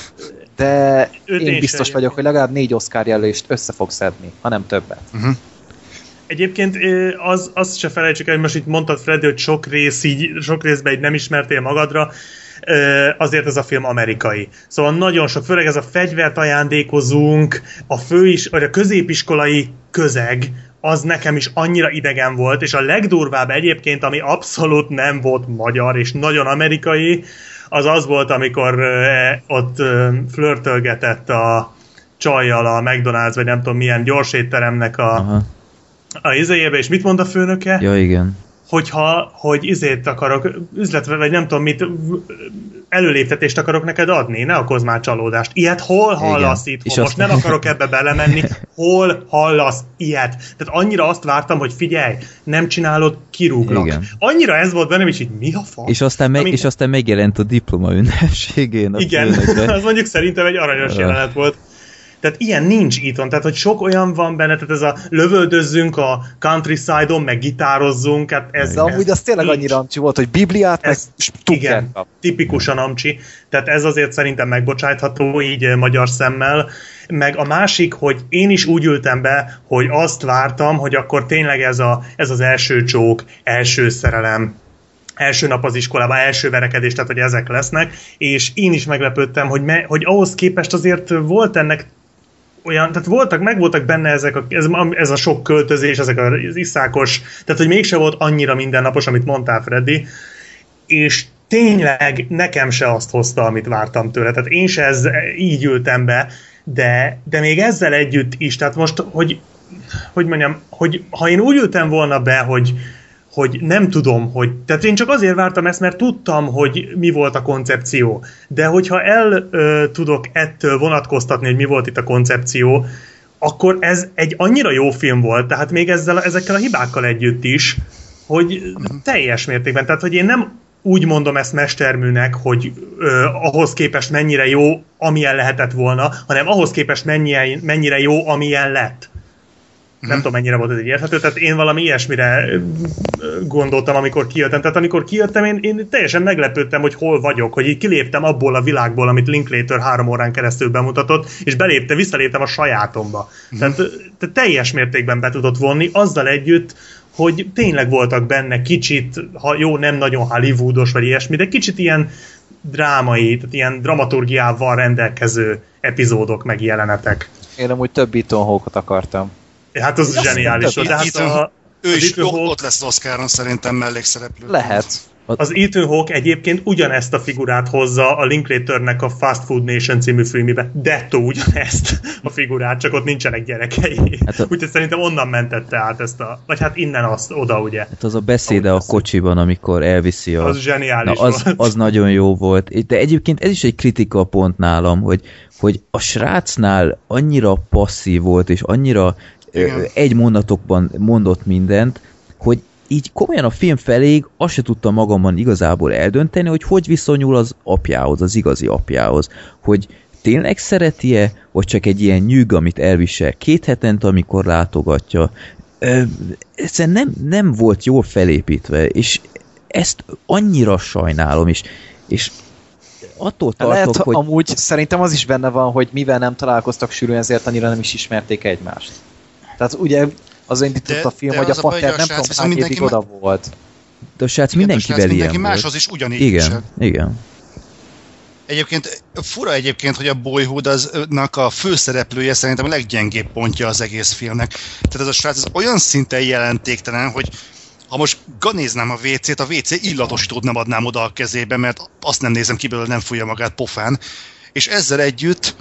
De Őt én én biztos sem vagyok, hogy legalább négy Oscar jelölést össze fog szedni, ha nem többet. Uh-huh. Egyébként az, azt se felejtsük el, hogy most itt mondtad, Freddy, hogy sok, rész így, sok részben így nem ismertél magadra, azért ez a film amerikai. Szóval nagyon sok, főleg ez a fegyvert ajándékozunk, a főis, vagy a középiskolai közeg, az nekem is annyira idegen volt, és a legdurvább egyébként, ami abszolút nem volt magyar, és nagyon amerikai, az az volt, amikor ott flörtölgetett a csajjal a McDonald's, vagy nem tudom milyen gyorsétteremnek a, a izéjébe, és mit mond a főnöke? Ja, igen. Hogyha, hogy izét akarok, üzletre, vagy nem tudom mit, előléptetést akarok neked adni, ne okozz már csalódást. Ilyet hol hallasz itt? Most azt... nem akarok ebbe belemenni. Hol hallasz ilyet? Tehát annyira azt vártam, hogy figyelj, nem csinálod, kirúglak. Igen. Annyira ez volt bennem, és így mi a fasz? És aztán, meg, Ami... és aztán megjelent a diploma ünnepségén. Igen, az mondjuk szerintem egy aranyos jelenet volt. Tehát ilyen nincs itthon, tehát hogy sok olyan van benne, tehát ez a lövöldözzünk a countryside-on, meg gitározzunk, hát ez, de amúgy ez az tényleg annyira amcsi volt, hogy Bibliát, ez, meg igen, tipikusan amcsi, tehát ez azért szerintem megbocsátható így magyar szemmel, meg a másik, hogy én is úgy ültem be, hogy azt vártam, hogy akkor tényleg ez, a, ez az első csók, első szerelem, első nap az iskolában, első verekedés, tehát hogy ezek lesznek, és én is meglepődtem, hogy, me, hogy ahhoz képest azért volt ennek olyan, tehát voltak, meg voltak benne ezek a, ez, ez a sok költözés, ezek az iszákos, tehát hogy mégse volt annyira mindennapos, amit mondtál, Freddy, és tényleg nekem se azt hozta, amit vártam tőle, tehát én se ez, így ültem be, de, de még ezzel együtt is, tehát most, hogy, hogy mondjam, hogy ha én úgy ültem volna be, hogy hogy nem tudom, hogy... Tehát én csak azért vártam ezt, mert tudtam, hogy mi volt a koncepció. De hogyha el ö, tudok ettől vonatkoztatni, hogy mi volt itt a koncepció, akkor ez egy annyira jó film volt, tehát még ezzel, ezekkel a hibákkal együtt is, hogy teljes mértékben. Tehát, hogy én nem úgy mondom ezt mesterműnek, hogy ö, ahhoz képest mennyire jó, amilyen lehetett volna, hanem ahhoz képest mennyire, mennyire jó, amilyen lett. Nem tudom, mennyire volt ez így érthető, tehát én valami ilyesmire gondoltam, amikor kijöttem. Tehát amikor kijöttem, én, én teljesen meglepődtem, hogy hol vagyok, hogy így kiléptem abból a világból, amit Linklater három órán keresztül bemutatott, és beléptem, visszaléptem a sajátomba. Mm. Tehát, tehát teljes mértékben be tudott vonni, azzal együtt, hogy tényleg voltak benne kicsit, ha jó, nem nagyon hollywoodos vagy ilyesmi, de kicsit ilyen drámai, tehát ilyen dramaturgiával rendelkező epizódok meg jelenetek. Én amúgy több Ethan Hawke-ot akartam. Hát az ja, zseniális volt. Hát a, ő is ott lesz az Oscaron szerintem mellékszereplő. Lehet. Az Ethan Hawke egyébként ugyanezt a figurát hozza a Linklaternek a Fast Food Nation című filmében. Dettó ugyanezt a figurát, csak ott nincsenek gyerekei. Hát a... Úgyhogy szerintem onnan mentette át ezt a... Vagy hát innen azt, oda, ugye. Hát az a beszéde a kocsiban, amikor elviszi a... Az zseniális Na, az, volt. Az nagyon jó volt. De egyébként ez is egy kritika pont nálam, hogy, hogy a srácnál annyira passzív volt, és annyira ö, egy mondatokban mondott mindent, hogy így komolyan a film feléig azt se tudtam magamban igazából eldönteni, hogy hogy viszonyul az apjához, az igazi apjához. Hogy tényleg szereti-e, vagy csak egy ilyen nyűg, amit elvisel két hetente, amikor látogatja. Ö, egyszerűen nem, nem volt jól felépítve, és ezt annyira sajnálom, és, és attól tartok, lehet, hogy... amúgy szerintem az is benne van, hogy mivel nem találkoztak sűrűn, ezért annyira nem is ismerték egymást. Tehát ugye az indított a film, hogy a pater nem tudom hány évig oda volt. De a srác mindenkivel ilyen mindenki volt. máshoz is ugyanígy igen, visel. Igen. Egyébként fura egyébként, hogy a Boyhood-nak a főszereplője szerintem a leggyengébb pontja az egész filmnek. Tehát ez a srác ez olyan szinten jelentéktelen, hogy ha most ganéznám a vécét, a vécé illatosítót nem adnám oda a kezébe, mert azt nem nézem ki belőle, nem fújja magát pofán. És ezzel együtt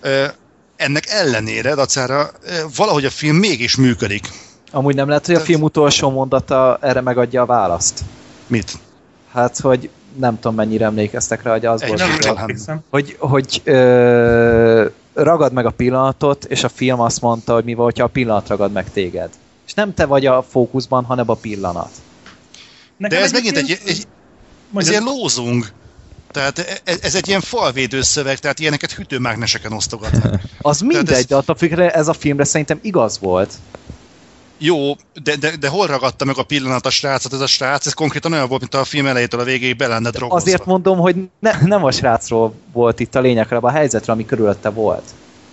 ennek ellenére, dacára, valahogy a film mégis működik. Amúgy nem lehet, hogy a film utolsó mondata erre megadja a választ? Mit? Hát, hogy nem tudom, mennyire emlékeztek rá, hogy az Egy volt, nem hogy, hogy, hogy ö, ragad meg a pillanatot, és a film azt mondta, hogy mi volt, ha a pillanat ragad meg téged. És nem te vagy a fókuszban, hanem a pillanat. De ez megint egy, egy ez ilyen lózung. Tehát ez, ez egy ilyen falvédő szöveg, tehát ilyeneket hűtőmágneseken osztogatnak. Az mindegy, ez... de attól függően ez a filmre szerintem igaz volt. Jó, de, de, de hol ragadta meg a pillanat a srácot? Ez a srác, ez konkrétan olyan volt, mint a film elejétől a végéig be lenne drogozva. Azért mondom, hogy ne, nem a srácról volt itt a lényeg, hanem a helyzetről, ami körülötte volt.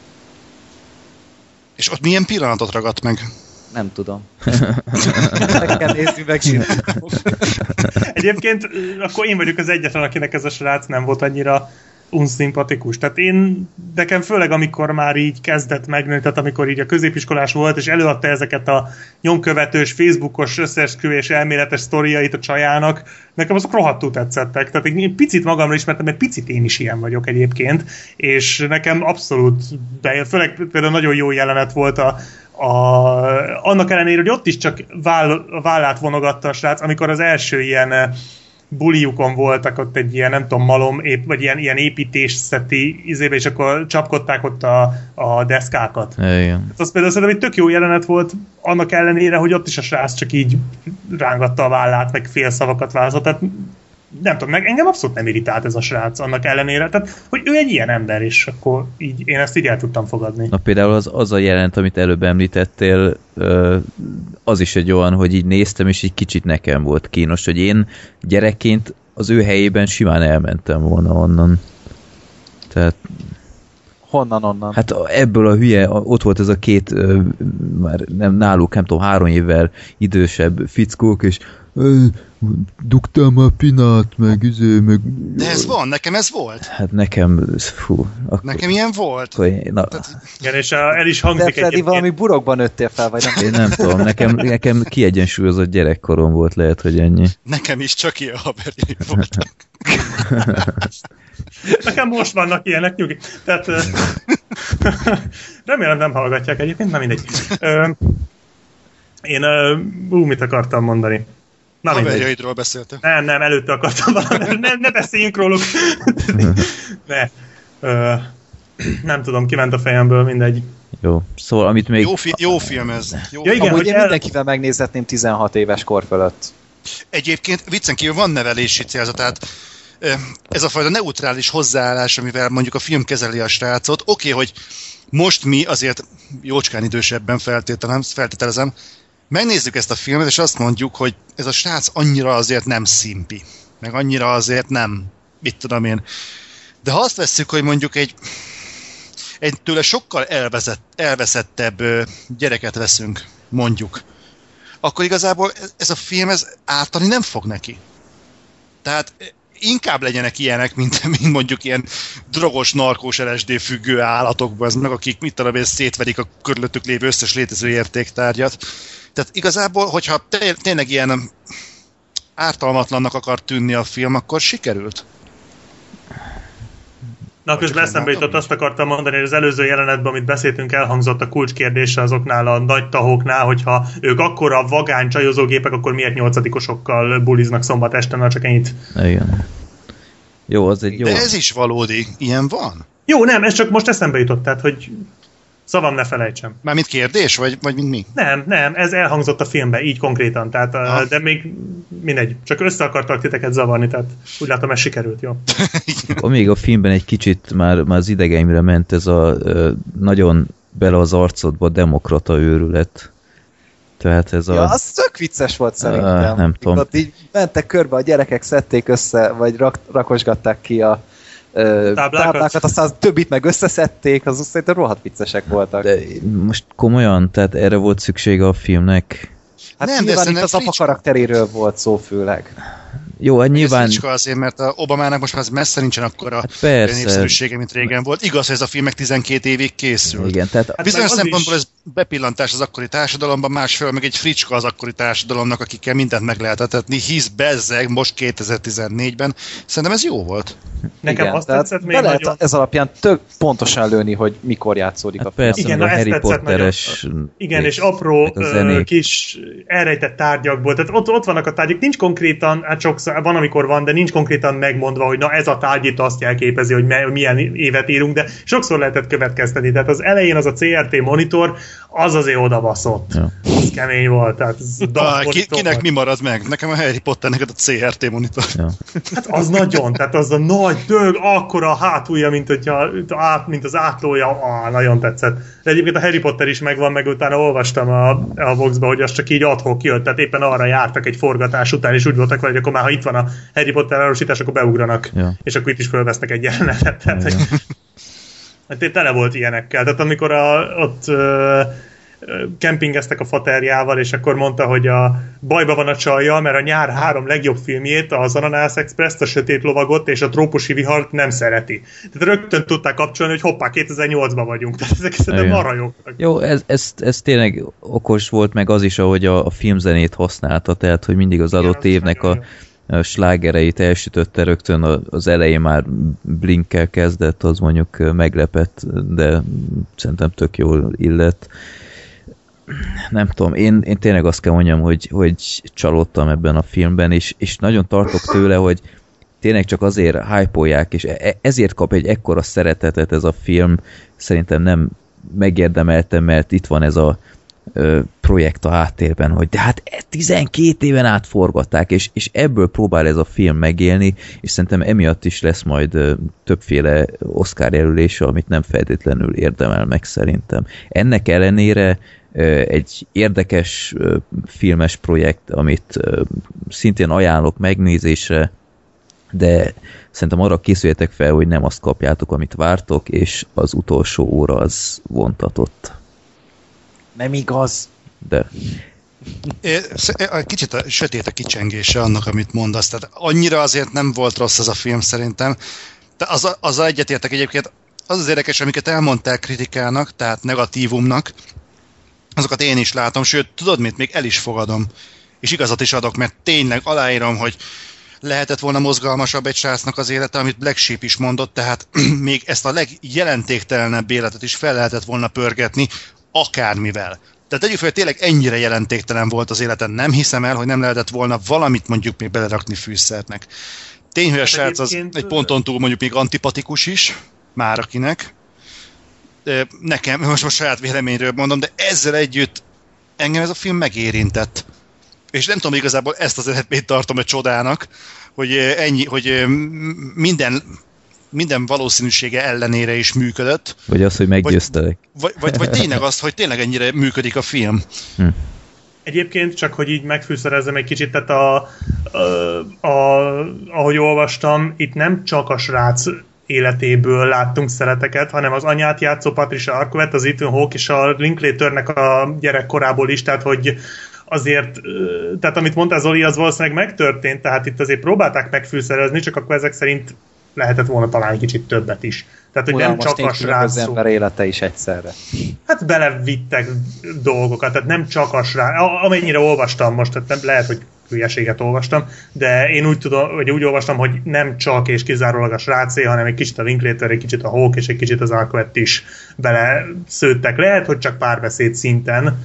És ott milyen pillanatot ragadt meg? Nem tudom. Meg kell nézni, meg Egyébként akkor én vagyok az egyetlen, akinek ez a srác nem volt annyira unszimpatikus. Tehát én, nekem főleg amikor már így kezdett megnőni, tehát amikor így a középiskolás volt, és előadta ezeket a nyomkövetős, Facebookos összeesküvés elméletes sztoriait a csajának, nekem azok rohadtul tetszettek. Tehát én picit magamra ismertem, mert picit én is ilyen vagyok egyébként, és nekem abszolút, de főleg például nagyon jó jelenet volt a A, annak ellenére, hogy ott is csak váll, vállát vonogatta a srác, amikor az első ilyen buliukon voltak ott egy ilyen, nem tudom, malom, ép, vagy ilyen, ilyen építészeti izébe, és akkor csapkodták ott a, a deszkákat. Igen. Az például szerintem egy tök jó jelenet volt, annak ellenére, hogy ott is a srác csak így rángatta a vállát, meg fél szavakat válaszolt, tehát nem tudom, meg engem abszolút nem irritált ez a srác annak ellenére, tehát hogy ő egy ilyen ember, és akkor így, én ezt így el tudtam fogadni. Na például az, az a jelent, amit előbb említettél, az is egy olyan, hogy így néztem, és így kicsit nekem volt kínos, hogy én gyerekként az ő helyében simán elmentem volna onnan. Tehát honnan onnan? Hát ebből a hülye, ott volt ez a két már nem, náluk, nem tudom, három évvel idősebb fickók, és dugtam a pinát, meg üző, meg... De ez van, nekem ez volt. Hát nekem, fú... Akkor, nekem ilyen volt. Én, na, Tehát... Igen, és a, el is hangzik de Freddy, valami burokban nőttél fel, vagy nem? Én nem tudom, nekem, nekem kiegyensúlyozott gyerekkorom volt, lehet, hogy ennyi. Nekem is csak ilyen haverjaim voltak. Nekem most vannak ilyenek, nyugi. Tehát remélem nem hallgatják egyébként, nem mindegy. Én, ú, mit akartam mondani? Na, haverjaidról beszéltem. Nem, nem, előtte akartam valami, ne, ne beszéljünk róluk. Ne. Ö, nem tudom, kiment a fejemből, mindegy. Jó, szóval amit még... Jó, fi- jó film ez. Jó ja, igen, amúgy én el... mindenkivel megnézhetném tizenhat éves kor fölött. Egyébként viccen kívül van nevelési célzat, tehát ez a fajta neutrális hozzáállás, amivel mondjuk a film kezeli a srácot. Oké, okay, hogy most mi azért jócskán idősebben feltételezem, megnézzük ezt a filmet, és azt mondjuk, hogy ez a srác annyira azért nem szimpi, meg annyira azért nem, mit tudom én. De ha azt vesszük, hogy mondjuk egy, egy tőle sokkal elvezett, elveszettebb gyereket veszünk, mondjuk, akkor igazából ez a film ez ártani nem fog neki. Tehát inkább legyenek ilyenek, mint, mint mondjuk ilyen drogos, narkós, el es dé függő állatokban, meg akik mit tudom én, szétverik a körülöttük lévő összes létező értéktárgyat. Tehát igazából, hogyha té- tényleg ilyen ártalmatlannak akar tűnni a film, akkor sikerült. Na, közben eszembe jutott, azt akartam mondani, hogy az előző jelenetben, amit beszéltünk, elhangzott a kulcskérdése azoknál a nagy tahóknál, hogyha ők akkora vagány csajozógépek, akkor miért nyolcadikosokkal buliznak szombat este, na csak ennyit. Igen. Jó, az egy jó. De ez is valódi. Ilyen van? Jó, nem, ez csak most eszembe jutott, tehát, hogy szavam ne felejtsem. Mármint kérdés, vagy, vagy mint mi? Nem, nem, ez elhangzott a filmben, így konkrétan, tehát, ah. de még mindegy, csak össze akartak titeket zavarni, tehát úgy látom, ez sikerült, jó. Még a filmben egy kicsit már, már az idegeimre ment ez a ö, nagyon bele az arcodba demokrata őrület. Tehát ez ja, a... az tök vicces volt szerintem. Uh, nem tudom. Ott így mentek körbe, a gyerekek szedték össze, vagy rak, rakosgatták ki a táblákat. táblákat, aztán az többit meg összeszedték, az szerintem rohadt viccesek voltak. De most komolyan, tehát erre volt szüksége a filmnek? Hát nem, nyilván itt az apa karakteréről volt szó főleg. Jó, hát nyilván... Ez azért, mert a Obamának most már messze nincsen akkora hát népszerűsége, mint régen volt. Igaz, hogy ez a film meg tizenkét évig készült. Igen, tehát... Hát bizonyos szempontból is... ez bepillantás az akkori társadalomban, másfél meg egy fricska az akkori társadalomnak, akikkel mindent meg lehetett tetni, hisz bezzeg most kétezer-tizennégyben. Szerintem ez jó volt. Nekem igen, azt tetszett még lehet nagyon... ez alapján tök pontosan lőni, hogy mikor játszódik hát a film. Persze, igen, a Harry Potteres... Nagyon... Igen, és apró uh, kis elrejtett tárgyakból. Tehát ott, ott vannak a tárgyak, nincs konkrétan, hát sokszor, van, amikor van, de nincs konkrétan megmondva, hogy na ez a tárgy itt azt jelképezi, hogy me, milyen évet írunk, de sokszor lehetett következtetni. Tehát az elején az a cé er té monitor, az azért odabaszott. Ja. Az kemény volt. Tehát da, ki, kinek mi marad meg? Nekem a Harry Potternek a cé er té monitor. Ja. Hát az nagyon, tehát az a nagy dög, akkora a hátulja, mint, hogyha, mint az átlója, ah, nagyon tetszett. De egyébként a Harry Potter is megvan, meg utána olvastam a, a Voxba, hogy az csak így adhok jött, tehát éppen arra jártak egy forgatás után, és úgy voltak, hogy akkor már ha itt van a Harry Potter árusítás, akkor beugranak, ja. és akkor itt is fölvesznek egy jelenetet. Tehát, ja. hogy, hát tele volt ilyenekkel. Tehát amikor a, ott uh, kempingeztek a faterjával, és akkor mondta, hogy a bajba van a csajja, mert a nyár három legjobb filmjét, az Ananász Express-t, a Sötét Lovagot és a Trópusi vihart nem szereti. Tehát rögtön tudták kapcsolni, hogy hoppá, kétezer-nyolcban vagyunk. Tehát ezek szerintem marha jók. Jó, ez, ez, ez tényleg okos volt, meg az is, ahogy a, a filmzenét használta, tehát, hogy mindig az adott igen, évnek a, a slágereit elsütötte rögtön, az elején már Blinkkel kezdett, az mondjuk meglepett, de szerintem tök jól illett. Nem tudom, én, én tényleg azt kell mondjam, hogy, hogy csalódtam ebben a filmben, és, és nagyon tartok tőle, hogy tényleg csak azért hype-olják, és ezért kap egy ekkora szeretetet ez a film, szerintem nem megérdemeltem, mert itt van ez a ö, projekt a háttérben, hogy de hát tizenkét éven át forgatták, és, és ebből próbál ez a film megélni, és szerintem emiatt is lesz majd ö, többféle Oscar jelölése, amit nem feltétlenül érdemel meg szerintem. Ennek ellenére egy érdekes filmes projekt, amit szintén ajánlok megnézésre, de szerintem arra készüljetek fel, hogy nem azt kapjátok, amit vártok, és az utolsó óra az vontatott. Nem igaz. De. Kicsit a sötét a kicsengése annak, amit mondasz. Tehát annyira azért nem volt rossz ez a film szerintem. De az, az egyetértek egyébként. Az az érdekes, amiket elmondták kritikának, tehát negatívumnak, azokat én is látom, sőt, tudod mit, még el is fogadom. És igazat is adok, mert tényleg aláírom, hogy lehetett volna mozgalmasabb egy srácnak az élete, amit Black Sheep is mondott, tehát még ezt a legjelentéktelenebb életet is fel lehetett volna pörgetni, akármivel. Tehát tegyük fel, tényleg ennyire jelentéktelen volt az életen, nem hiszem el, hogy nem lehetett volna valamit mondjuk még belerakni fűszernek. Tény, hogy a srác az egy ponton túl mondjuk még antipatikus is, már akinek. Nekem, most most saját véleményről mondom, de ezzel együtt engem ez a film megérintett. És nem tudom, igazából ezt az eredményt tartom egy csodának, hogy ennyi, hogy minden, minden valószínűsége ellenére is működött. Vagy az, hogy meggyőztelek. Vagy, vagy, vagy tényleg az, hogy tényleg ennyire működik a film. Hm. Egyébként csak, hogy így megfűszerezzem egy kicsit, tehát a, a, a, ahogy olvastam, itt nem csak a srác életéből láttunk szereteket, hanem az anyát játszó Patricia Arquette, az Ethan Hawke és a Linklaternek a gyerekkorából is, tehát hogy azért, tehát amit mondtál Zoli, az valószínűleg megtörtént, tehát itt azért próbálták megfűszerezni, csak akkor ezek szerint lehetett volna talán kicsit többet is. Tehát, hogy nem csak a srác az ember élete is egyszerre. Hát belevittek dolgokat, tehát nem csak a srác, amennyire olvastam most, tehát nem lehet, hogy hülyeséget olvastam, de én úgy tudom, vagy úgy olvastam, hogy nem csak és kizárólag a srácé, hanem egy kicsit a Linklater, egy kicsit a Hawke és egy kicsit az Arquette is beleszőttek. Lehet, hogy csak párbeszéd szinten,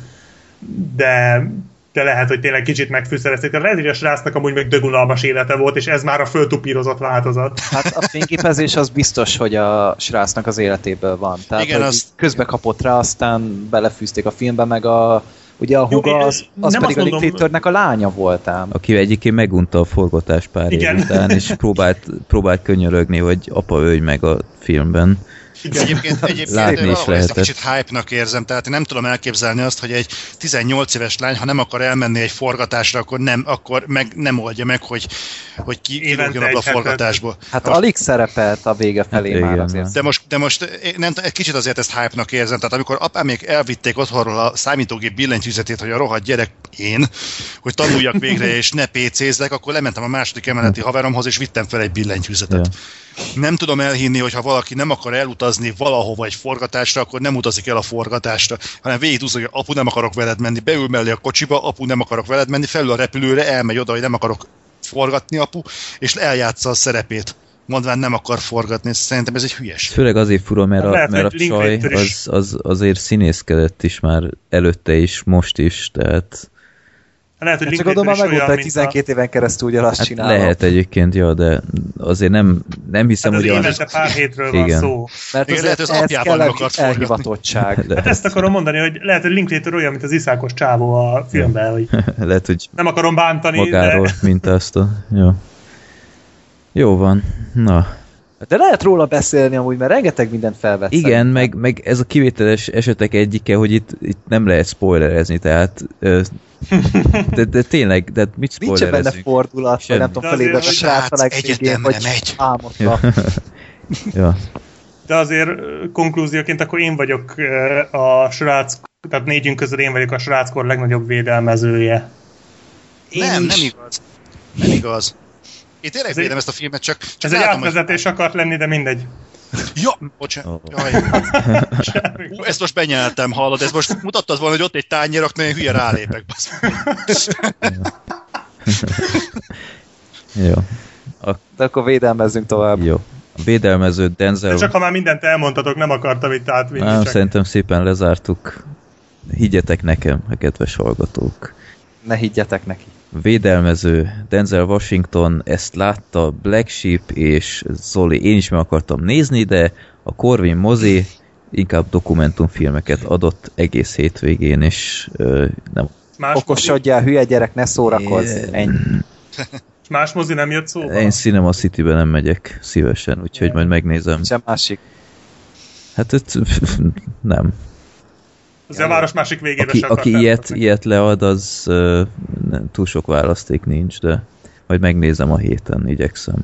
de, de lehet, hogy tényleg kicsit megfűszerezték. De lehet, hogy a srácnak amúgy meg dögunalmas élete volt, és ez már a föltupírozott változat. Hát a fényképezés az biztos, hogy a srácnak az életéből van. Tehát, igen, az... közbe kapott rá, aztán belefűzték a filmbe, meg a ugye a húga az, az pedig a Linklaternek a lánya voltám. Aki egyébként megunta a forgatás pár év után, és próbált, próbált könyörögni, hogy apa ölj meg a filmben. Egyébként, egyébként valahol ezt a kicsit hype-nak érzem, tehát én nem tudom elképzelni azt, hogy egy tizennyolc éves lány, ha nem akar elmenni egy forgatásra, akkor nem, akkor meg nem oldja meg, hogy, hogy ki kilógjon abba a forgatásból. Hát most, alig szerepelt a vége felé hát már igen, azért. De most, de most nem, egy kicsit azért ezt hype-nak érzem, tehát amikor apámék elvitték otthonról a számítógép billentyűzetét, hogy a rohadt gyerek én, hogy tanuljak végre és ne pécézzek, akkor lementem a második emeleti haveromhoz és vittem fel egy billentyűzetet. Ja. Nem tudom elhinni, hogy ha valaki nem akar elutazni valahova egy forgatásra, akkor nem utazik el a forgatásra, hanem végigúszol, hogy apu nem akarok veled menni, beül mellé a kocsiba, apu nem akarok veled menni, felül a repülőre, elmegy oda, hogy nem akarok forgatni apu, és eljátsza a szerepét. Mondván nem akar forgatni, szerintem ez egy hülyeség. Főleg azért fura, mert a, lehet, mert a csaj az, az azért színészkedett is már előtte is, most is, tehát... Lehet, hogy csak gondolom, Linklater is megmondta, olyan, hogy tizenkét éven keresztül ugyanazt Hát csinálom. lehet egyébként, ja, de azért nem, nem hiszem, Hát az hogy... évente pár hétről van Igen. szó. Mert Igen, azért lehet, hogy az ehhez apjában kell akart forgatni. elhivatottság. Hát ezt akarom mondani, hogy lehet, hogy Linklater olyan, mint az iszákos csávó a filmben, hogy Lehet, hogy nem akarom bántani, magáról de... mintázta. Jó. Jó van. Na. De lehet róla beszélni amúgy, mert rengeteg mindent felvett. Igen, meg, meg ez a kivételes esetek egyike, hogy itt, itt nem lehet spoilerezni, tehát ö, de, de tényleg, de mit Nincs benne spoilerezünk? fordulat, vagy Semmi. nem tudom, De felébred a azért, srác a srác, legvégén, egyetemre hogy megy. álmodta. Ja. De azért ö, konklúzióként akkor én vagyok ö, a srác, tehát négyünk közül én vagyok a sráckor legnagyobb védelmezője. Nem, nem igaz. Nem igaz. Én tényleg Ez egy- védem ezt a filmet, csak, csak Ez egy látom, átvezetés akart lenni, de mindegy. Hogy... Ja, bocsánat. Oh. Jaj. Ú, ezt most benyeltem, hallod? Ez most mutattad volna, hogy ott egy tányér, akkor nagyon hülye rálépek. basz. Jó. De akkor védelmezzünk tovább. Jó. A védelmező Denzel... De csak ha már mindent elmondtatok, nem akartam itt átvinni. Nem, csak... szerintem szépen lezártuk. Higgyetek nekem, a kedves hallgatók. Ne higgyetek neki. Védelmező Denzel Washington ezt látta, Black Sheep és Zoli. Én is meg akartam nézni, de a Corvin mozi inkább dokumentumfilmeket adott egész hétvégén, és ö, nem. Más, Okosodjál, hülye gyerek, ne szórakozz. Ennyi. más mozi nem jött szóba? Én Cinema City-be nem megyek szívesen, úgyhogy majd megnézem. Sem másik. Hát itt, nem. Azért a város másik végébe Aki, se aki akartam ilyet, mutatni. ilyet lead, az uh, nem, túl sok választék nincs, de majd megnézem a héten, igyekszem.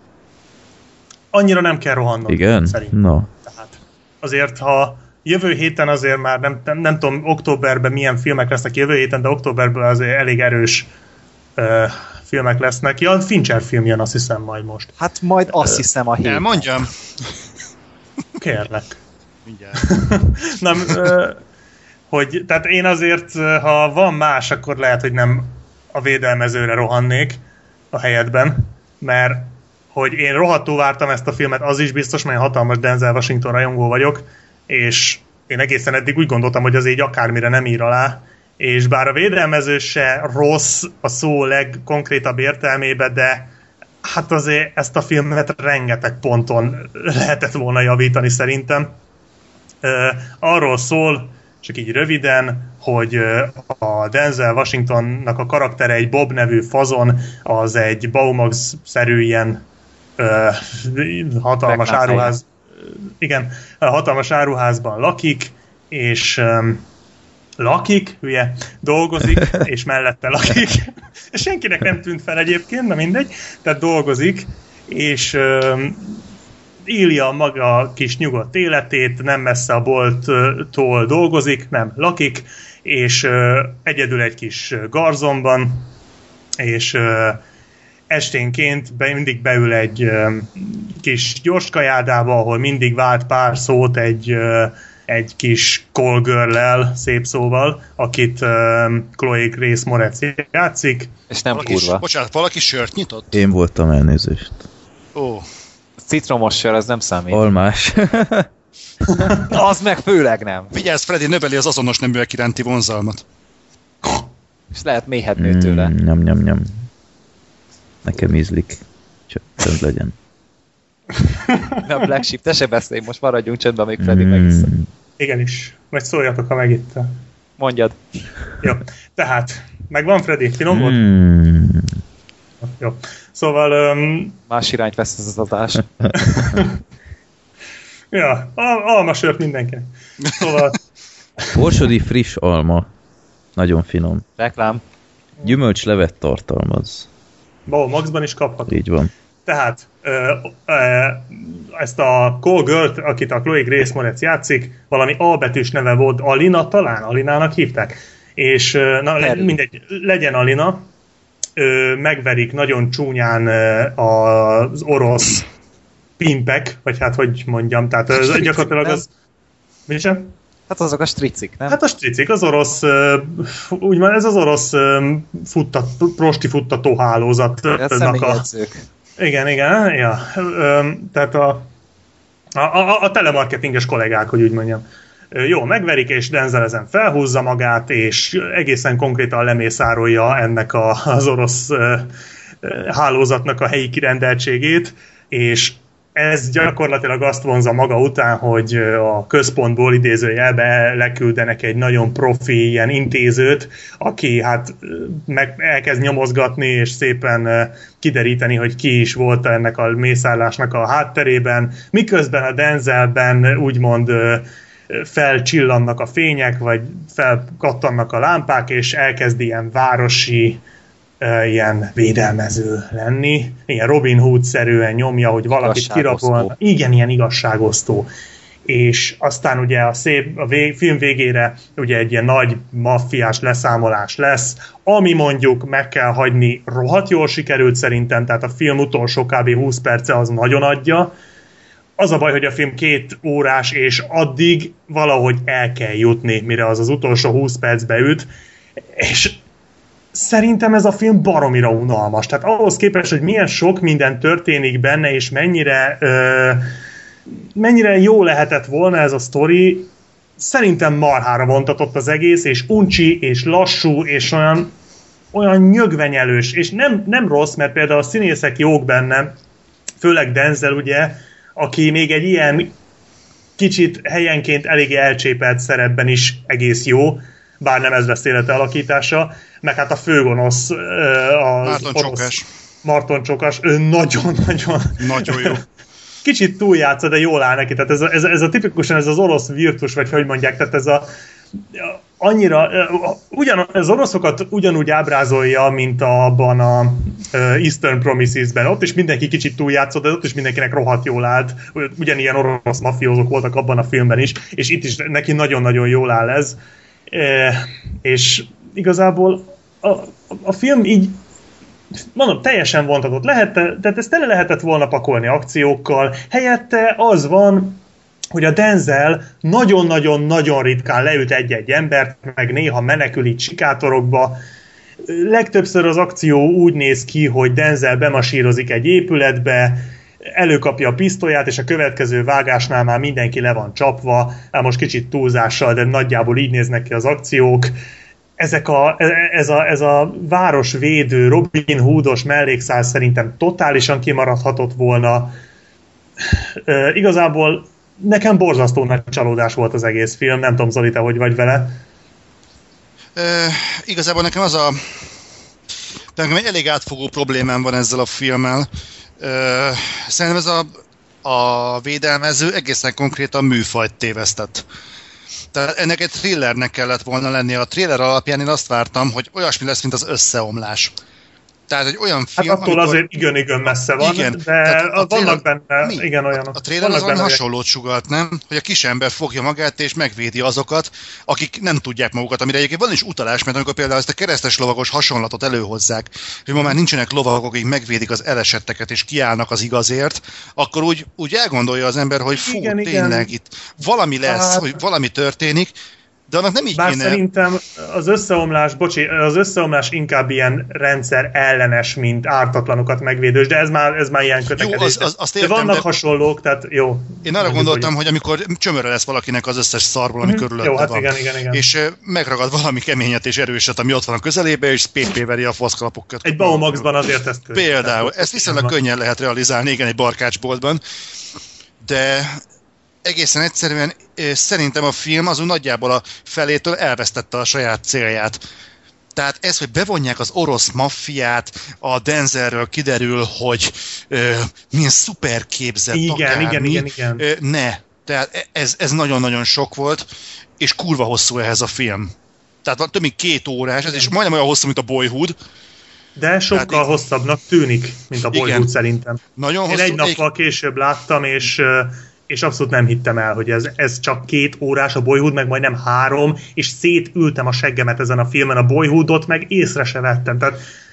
Annyira nem kell rohannod. Igen? Szerintem. Na. Tehát azért, ha jövő héten azért már nem, nem, nem tudom, októberben milyen filmek lesznek jövő héten, de októberben azért elég erős uh, filmek lesznek. Ja, Fincher film jön, azt hiszem majd most. Hát majd azt hiszem a héten. Elmondjam. Kérlek. Mindjárt. Nem, ö, hogy, tehát én azért, ha van más, akkor lehet, hogy nem a védelmezőre rohannék a helyedben, mert hogy én rohadtul vártam ezt a filmet, az is biztos, mert én hatalmas Denzel Washington rajongó vagyok, és én egészen eddig úgy gondoltam, hogy az így akármire nem ír alá, és bár a védelmező se rossz a szó legkonkrétabb értelmébe, de hát azért ezt a filmet rengeteg ponton lehetett volna javítani szerintem. Uh, arról szól, csak így röviden, hogy uh, a Denzel Washingtonnak a karaktere egy Bob nevű fazon, az egy Baumax-szerű ilyen uh, hatalmas Reklám áruház, igen, hatalmas áruházban lakik, és um, lakik, hülye, dolgozik, és mellette lakik. És senkinek nem tűnt fel egyébként, na mindegy, tehát dolgozik, és um, élje a maga kis nyugodt életét, nem messze a bolttól dolgozik, nem lakik, és uh, egyedül egy kis garzonban, és uh, esténként be, mindig beül egy uh, kis gyorskajádába, ahol mindig vált pár szót egy, uh, egy kis call girl-lel, szép szóval, akit uh, Chloe Grace Moretz játszik. És nem Valaki, kurva. bocsánat, valaki sört nyitott? Én voltam, elnézést. Ó, Citromos sör, ez nem számít. Almás. Az meg főleg nem. vigyázz, Freddy növeli az azonos neműek iránti vonzalmat. És lehet méhetnő tőle. Mm, nyom, nyom, nyom. Nekem ízlik. Csak csönd legyen. A Black Sheep, te se beszélj, most maradjunk csöndben, még Freddy megiszza. Mm, Igenis, majd szóljatok, ha megitta. Mondjad. Jó, tehát, megvan Freddy? Finom volt? mm. Jó. Szóval, um, Más irányt vesz ez az adás. ja, al- almasört mindenkinek. Szóval, Borsodi friss alma. Nagyon finom. Reklám. Gyümölcslevet tartalmaz. Bau Maxban is kapható. Így van. Tehát ö, ö, ezt a Call Girl-t, akit a Chloe Grace Moretz játszik, valami A betűs neve volt, Alina talán, Alinának hívták. És ö, na, le, mindegy, legyen Alina, ö, megverik nagyon csúnyán ö, az orosz pimpek, vagy hát hogy mondjam, tehát ö, gyakorlatilag az... Mi sem? Hát azok a stricik, nem? Hát a stricik, az orosz, úgy van, ez az orosz futtat, prosti futtató hálózatnak a... Személyjegyzők. Igen, igen, ja. Tehát a, a, a, a telemarketinges kollégák, hogy úgy mondjam. Jó, megverik, és Denzel ezen felhúzza magát, és egészen konkrétan lemészárolja ennek a, az orosz hálózatnak a helyi kirendeltségét, és ez gyakorlatilag azt vonza maga után, hogy a központból idézőjelbe leküldenek egy nagyon profi ilyen intézőt, aki hát meg elkezd nyomozgatni, és szépen kideríteni, hogy ki is volt ennek a mészárlásnak a hátterében, miközben a Denzelben úgymond felcsillannak a fények, vagy felkattannak a lámpák, és elkezd ilyen városi ilyen védelmező lenni, ilyen Robin Hood-szerűen nyomja, hogy valakit kirabolnak. Igen, ilyen igazságosztó. És aztán ugye a szép a vég, film végére ugye egy ilyen nagy maffiás leszámolás lesz, ami mondjuk meg kell hagyni, rohadt jól sikerült szerintem, tehát a film utolsó kb. húsz perce az nagyon adja. Az a baj, hogy a film két órás, és addig valahogy el kell jutni, mire az az utolsó húsz percbe üt, és szerintem ez a film baromira unalmas. Tehát ahhoz képest, hogy milyen sok minden történik benne, és mennyire, ö, mennyire jó lehetett volna ez a sztori, szerintem marhára vontatott az egész, és uncsi, és lassú, és olyan, olyan nyögvenyelős, és nem, nem rossz, mert például a színészek jók benne, főleg Denzel ugye, aki még egy ilyen kicsit helyenként elég elcsépelt szerepben is egész jó, bár nem ez lesz élete alakítása, meg hát a főgonosz az Marton Csokás. Marton Csokás, ő nagyon-nagyon nagyon jó. Kicsit túljátsza, de jól áll neki. Tehát ez a, ez, a, ez a tipikusan ez az orosz virtus, vagy hogy mondják, tehát ez a annyira, ugyan, az oroszokat ugyanúgy ábrázolja, mint abban a Eastern Promises-ben. Ott is mindenki kicsit túljátszott, de ott is mindenkinek rohadt jól állt. Ugyanilyen orosz mafiózók voltak abban a filmben is, és itt is neki nagyon-nagyon jól áll ez. És igazából a, a film így, mondom, teljesen vontatott. Lehette, tehát ezt tele lehetett volna pakolni akciókkal. Helyette az van, hogy a Denzel nagyon-nagyon-nagyon ritkán leüt egy-egy embert, meg néha menekül itt sikátorokba. Legtöbbször az akció úgy néz ki, hogy Denzel bemasírozik egy épületbe, előkapja a pisztolyát, és a következő vágásnál már mindenki le van csapva, hát most kicsit túlzással, de nagyjából így néznek ki az akciók. Ezek a, ez, a, ez a városvédő, Robin Hoodos mellékszál szerintem totálisan kimaradhatott volna. E, igazából nekem borzasztó nagy csalódás volt az egész film, nem tudom, Zoli, te hogy vagy vele? E, igazából nekem az a... nekem egy elég átfogó problémám van ezzel a filmmel. E, szerintem ez a, a védelmező egészen konkrétan műfajt tévesztett. Tehát ennek egy thrillernek kellett volna lennie. A thriller alapján én azt vártam, hogy olyasmi lesz, mint az Összeomlás. Tehát egy olyan film, hát attól amikor... azért igen-igen messze van, igen, de a vannak trailer... benne mi? Igen olyanok. A, a trailer az olyan hasonlót sugalt, nem? Hogy a kisember fogja magát és megvédi azokat, akik nem tudják magukat, amire egyébként van is utalás, mert amikor például ezt a keresztes lovagos hasonlatot előhozzák, hogy ma már nincsenek lovagok, akik megvédik az elesetteket és kiállnak az igazért, akkor úgy, úgy elgondolja az ember, hogy fú, igen, tényleg igen. Itt valami lesz, hát... hogy valami történik, de annak nem így Bár kéne... szerintem az összeomlás, bocsi, az összeomlás inkább ilyen rendszer ellenes, mint ártatlanokat megvédős, de ez már, ez már ilyen kötekedés. Jó, az, az, értem, de vannak de... hasonlók, tehát jó. Én arra gondoltam, hogy... hogy amikor csömörre lesz valakinek az összes szarból, ami mm-hmm. körülötte jó, hát van, igen, igen, igen. és megragad valami keményet és erőset, ami ott van a közelébe, és pé pé veri a foszkalapokat. Egy Baumaxban azért ezt között. Például, ezt viszonylag könnyen lehet realizálni, igen, egy barkácsboltban, de... egészen egyszerűen szerintem a film azon nagyjából a felétől elvesztette a saját célját. Tehát ez, hogy bevonják az orosz maffiát, a Denzelről kiderül, hogy ö, milyen szuper képzett igen, akármi. Igen, igen, igen. Ö, ne. Tehát ez, ez nagyon-nagyon sok volt, és kurva hosszú ehhez a film. Tehát van több mint két órás, ez is majdnem olyan hosszú, mint a Boyhood. De sokkal Tehát, hosszabbnak tűnik, mint a Boyhood igen. szerintem. Nagyon Én hosszú, egy nappal ég... később láttam, és... és abszolút nem hittem el, hogy ez, ez csak két órás, a Boyhood meg majdnem három, és szétültem a seggemet ezen a filmen, a Boyhoodot meg észre se vettem. Tehát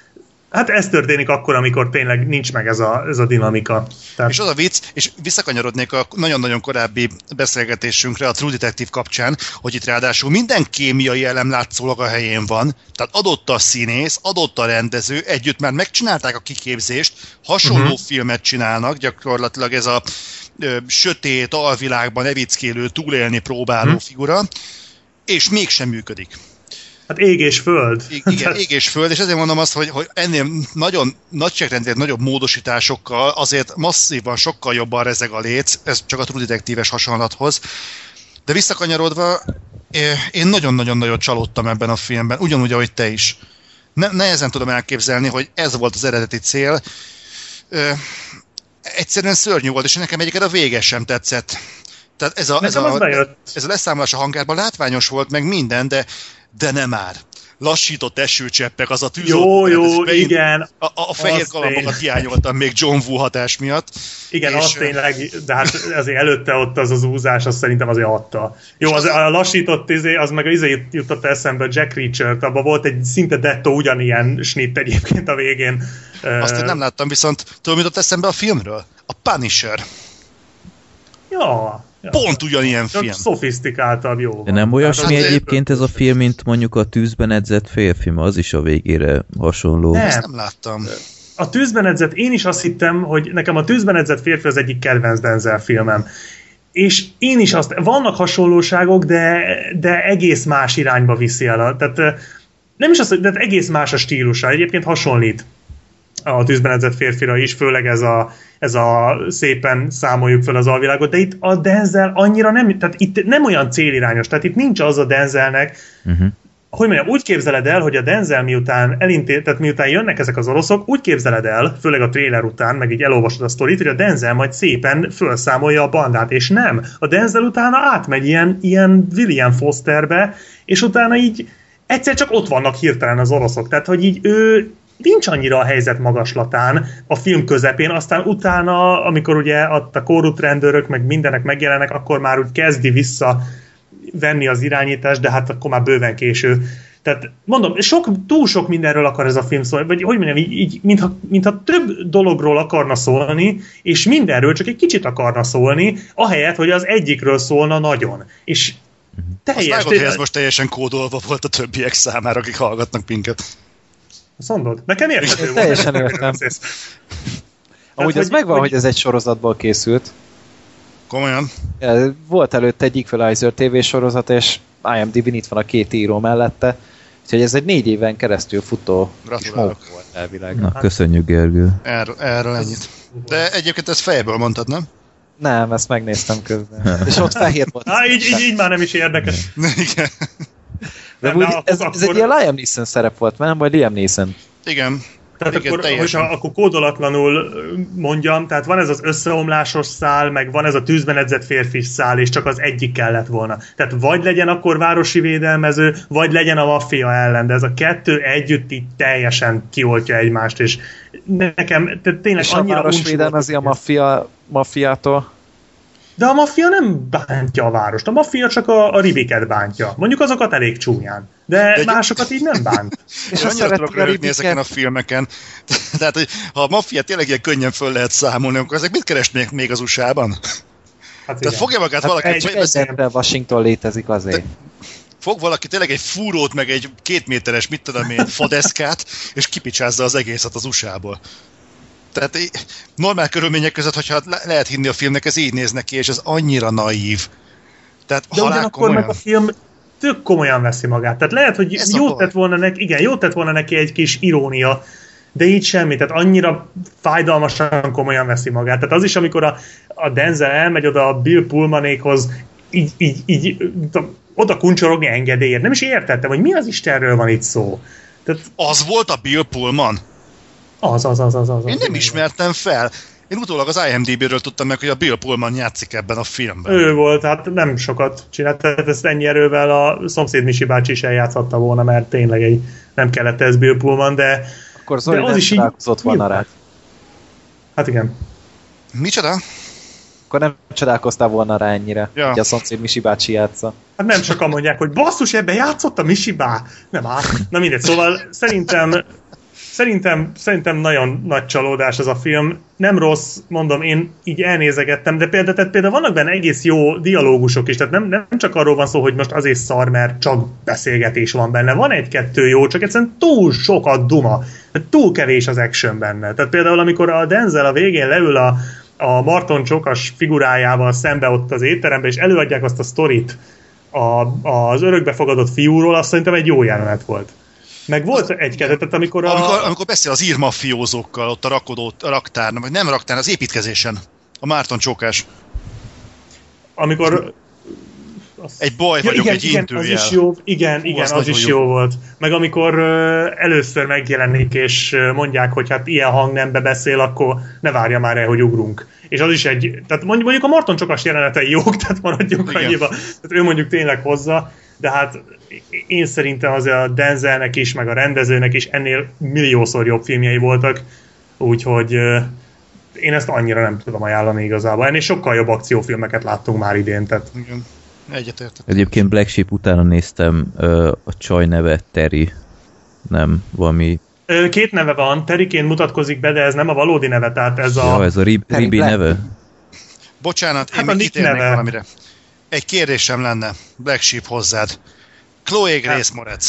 Hát ez történik akkor, amikor tényleg nincs meg ez a, ez a dinamika. Tehát... És az a vicc, és visszakanyarodnék a nagyon-nagyon korábbi beszélgetésünkre a True Detective kapcsán, hogy itt ráadásul minden kémiai elem látszólag a helyén van, tehát adott a színész, adott a rendező, együtt már megcsinálták a kiképzést, hasonló uh-huh. filmet csinálnak, gyakorlatilag ez a ö, sötét, alvilágban evickélő, túlélni próbáló uh-huh. figura, és mégsem működik. Hát ég és föld. I- igen, ég és föld, és ezért mondom azt, hogy, hogy ennél nagyon nagyságrendűen nagyobb módosításokkal azért masszívan sokkal jobban rezeg a léc, ez csak a True Detective-es hasonlathoz. De visszakanyarodva, én nagyon-nagyon-nagyon csalódtam ebben a filmben, ugyanúgy, ahogy te is. Ne- nehezen tudom elképzelni, hogy ez volt az eredeti cél. Ö, egyszerűen szörnyű volt, és nekem egyiket a vége sem tetszett. Tehát ez a, ez a, ez a leszámolás a hangárban látványos volt, meg minden, de de nem már. Lassított esőcseppek, az a tűzoltó. Jó, jó, igen. A, a, a fehér kalambokat hiányoltam még John Woo hatás miatt. Igen, és... az tényleg, de hát azért előtte ott az az úzás, azt szerintem azért adta. Jó, az, a lassított izé, az meg az izé jutott eszembe, Jack Reacher-t, abban volt egy szinte dettó ugyanilyen snitt egyébként a végén. Azt én nem láttam, viszont tudom, jutott eszembe a filmről? A Punisher. Ja. Ja. Pont ugyanilyen Csak film. szofisztikáltabb, jó. De nem olyasmi hát, egyébként ez a film, mint mondjuk a Tűzben edzett férfi, az is a végére hasonló. Nem. Ezt nem láttam. A Tűzben edzett, én is azt hittem, hogy nekem a Tűzben edzett férfi az egyik kedvenc Denzel filmem. És én is azt, vannak hasonlóságok, de, de egész más irányba viszi el. Tehát nem is az, de egész más a stílusa. Egyébként hasonlít a Tűzben edzett férfira is, főleg ez a, ez a szépen számoljuk fel az alvilágot, de itt a Denzel annyira nem, tehát itt nem olyan célirányos, tehát itt nincs az a Denzelnek, uh-huh. hogy mondjam, úgy képzeled el, hogy a Denzel miután elintél, tehát miután jönnek ezek az oroszok, úgy képzeled el, főleg a trailer után, meg így elolvasod a sztorit, hogy a Denzel majd szépen felszámolja a bandát, és nem. A Denzel utána átmegy ilyen, ilyen William Fosterbe, és utána így egyszer csak ott vannak hirtelen az oroszok, tehát hogy így ő nincs annyira a helyzet magaslatán a film közepén, aztán utána, amikor ugye a korrupt rendőrök meg mindenek megjelennek, akkor már úgy kezdi vissza venni az irányítást, de hát akkor már bőven késő. Tehát mondom, sok, túl sok mindenről akar ez a film szólni, vagy hogy mondjam, így, így mintha, mintha több dologról akarna szólni, és mindenről csak egy kicsit akarna szólni, ahelyett, hogy az egyikről szólna nagyon. És teljes... Azt vágod, hogy ez most teljesen kódolva volt a többiek számára, akik hallgatnak minket. Azt mondod? Nekem érthető volt. Teljesen értem. Amúgy az megvan, hogy ez egy sorozatból készült. Komolyan? Volt előtte egy Equalizer tévésorozat, és IMDb-n itt van a két író mellette. Úgyhogy ez egy négy éven keresztül futó Gratulálok. volt elvileg. Na, köszönjük, Gergő. Erről, erről ennyit. De egyébként ezt fejből mondtad, nem? Nem, ezt megnéztem közben. És ott fehér volt. Á, így, így, így már nem is érdekes. Igen. De nem, úgy, de ez, akkor... ez egy ilyen Liam Neeson szerep volt, nem? Vagy Liam Neeson? Igen. Tehát igen, akkor, hogyha akkor kódolatlanul mondjam, tehát van ez az összeomlásos szál, meg van ez a tűzben edzett férfi szál, és csak az egyik kellett volna. Tehát vagy legyen akkor városi védelmező, vagy legyen a maffia ellen, de ez a kettő együtt így teljesen kioltja egymást, és nekem tényleg és annyira... És a város védelmezi a maffia, maffiától? De a maffia nem bántja a várost, a maffia csak a, a ribiket bántja. Mondjuk azokat elég csúnyán. De, de másokat így nem bánt. És annyira tudok röhögni ezeken a filmeken. Tehát, hogy ha a maffia tényleg ilyen könnyen föl lehet számolni, akkor ezek mit keresnék még az u es á-ban? Hát tehát fogja magát hát valaki... Egy egyszerűen Washington létezik azért. De fog valaki tényleg egy fúrót, meg egy két méteres, mit tudom én, fadeszkát, és kipicsázza az egészet az u es á-ból. Tehát normál körülmények között, hogyha lehet hinni a filmnek, ez így néz neki, és ez annyira naív. Tehát de ugyanakkor meg a film tök komolyan veszi magát. Tehát lehet, hogy ez jót tett volna neki, igen, jót tett volna neki egy kis irónia, de így semmi, tehát annyira fájdalmasan komolyan veszi magát. Tehát az is, amikor a, a Denzel elmegy oda a Bill Pullmanékhoz, így, így, így oda kuncsorogni engedélyért. Nem is értettem, hogy mi az Istenről van itt szó. Tehát, az volt a Bill Pullman? Az, az, az, az, az. Én nem ismertem fel. Én utólag az IMDb-ről tudtam meg, hogy a Bill Pullman játszik ebben a filmben. Ő volt, hát nem sokat csinált, tehát ezt ennyi erővel a szomszéd Misi bácsi is eljátszhatta volna, mert tényleg egy, nem kellett ez Bill Pullman, de akkor Zoli de az nem is csodálkozott így, volna rá. Hát igen. Micsoda? Akkor nem csodálkoztál volna rá ennyire, ja. hogy a szomszéd Misi bácsi játsza. Hát nem sokan mondják, hogy basszus, ebben játszott a Misi bá. Nem áll. Na mindegy, szóval szerintem Szerintem, szerintem nagyon nagy csalódás ez a film. Nem rossz, mondom, én így elnézegettem, de például, tehát például vannak benne egész jó dialógusok is, tehát nem, nem csak arról van szó, hogy most azért szar, mert csak beszélgetés van benne. Van egy-kettő jó, csak egyszerűen túl sok a duma. Tehát túl kevés az action benne. Tehát például amikor a Denzel a végén leül a, a Marton Csokas figurájával szembe ott az étterembe, és előadják azt a sztorit a, az örökbefogadott fiúról, azt szerintem egy jó jelenet volt. Meg volt egy keretet, amikor a... Amikor, amikor beszél az írmafiózókkal ott a rakodó a raktár, vagy nem raktár, az építkezésen. A Márton Csókás. Amikor... Az... Egy baj ja, vagyok, igen, egy igen, intőjel. Az is jó, igen, Hú, igen, az, az is jó. jó volt. Meg amikor uh, először megjelenik, és uh, mondják, hogy hát ilyen hangnembe beszél, akkor ne várja már el, hogy ugrunk. És az is egy... Tehát mondjuk a Marton Csokas jelenetei jók, tehát maradjunk annyiba. Tehát ő mondjuk tényleg hozza, de hát én szerintem az a Denzelnek is, meg a rendezőnek is ennél milliószor jobb filmjei voltak, úgyhogy uh, én ezt annyira nem tudom ajánlani igazából. Ennél sokkal jobb akciófilmeket láttunk már idén, tehát... Igen. Egyetértek. Egyébként Black Sheep utána néztem, uh, a csaj neve Terry, nem valami... Két neve van, Terryként mutatkozik be, de ez nem a valódi neve, tehát ez a... Ja, ez a Rib- Ribi neve? Bocsánat, hát én még kitérnék valamire. Egy kérdésem lenne, Black Sheep hozzád. Chloe Grace Moretz.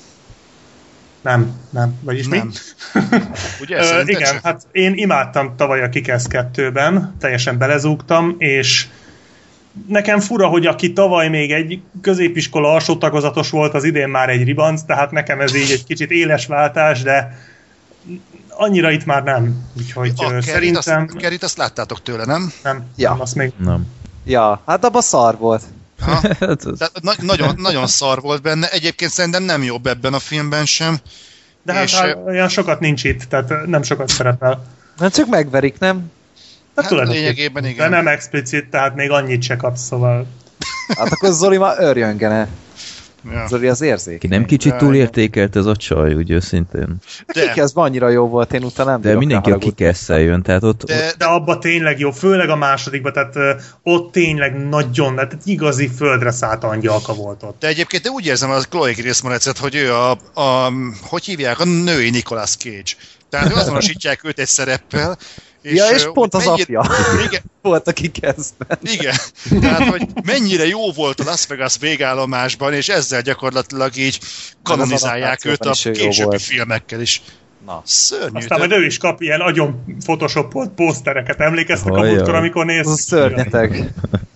Nem, nem. Vagyis nem. mi? Ugye, Ö, igen, sem? Hát én imádtam tavaly a Kick-Ass kettőben, teljesen belezúgtam, és nekem fura, hogy aki tavaly még egy középiskola alsó tagozatos volt, az idén már egy ribanc, tehát nekem ez így egy kicsit éles váltás, de annyira itt már nem. Úgyhogy a szerintem... A Kerrit azt láttátok tőle, nem? Nem, ja. nem, azt még... Nem. Ja, hát abban szar volt. Na- nagyon, nagyon szar volt benne. Egyébként szerintem nem jobb ebben a filmben sem. De hát, és... hát olyan sokat nincs itt, tehát nem sokat szerepel. Nem csak megverik, nem? Hát, hát lényegében igen. De nem explicit, tehát még annyit se kapsz, szóval... Hát akkor Zoli már örjöngene. Ja. Zoli az érzék. Ki nem kicsit túlértékelt ez a csaj, úgy őszintén. De Kick-Assban annyira jó volt, én utána nem De mindenki a Kick-Asszel jön, tehát ott... De, de abba tényleg jó, főleg a másodikban, tehát uh, ott tényleg nagyon, tehát igazi földre szállt angyalka volt ott. De egyébként de úgy érzem az Chloe Grace Moretzet, hogy ő a, a, hogy hívják, a női Nicolas Cage. Tehát azonosítják őt egy szereppel, és ja, és pont az mennyire, apja igen, volt a Kick-Assben. Igen, tehát hogy mennyire jó volt a Las Vegas végállomásban, és ezzel gyakorlatilag így kanonizálják őt a későbbi filmekkel is. Na. Szörnyű. Aztán majd ő is kap ilyen nagyon photoshopolt posztereket. Emlékeztek a múltkor, amikor néztük? Szörnyeteg.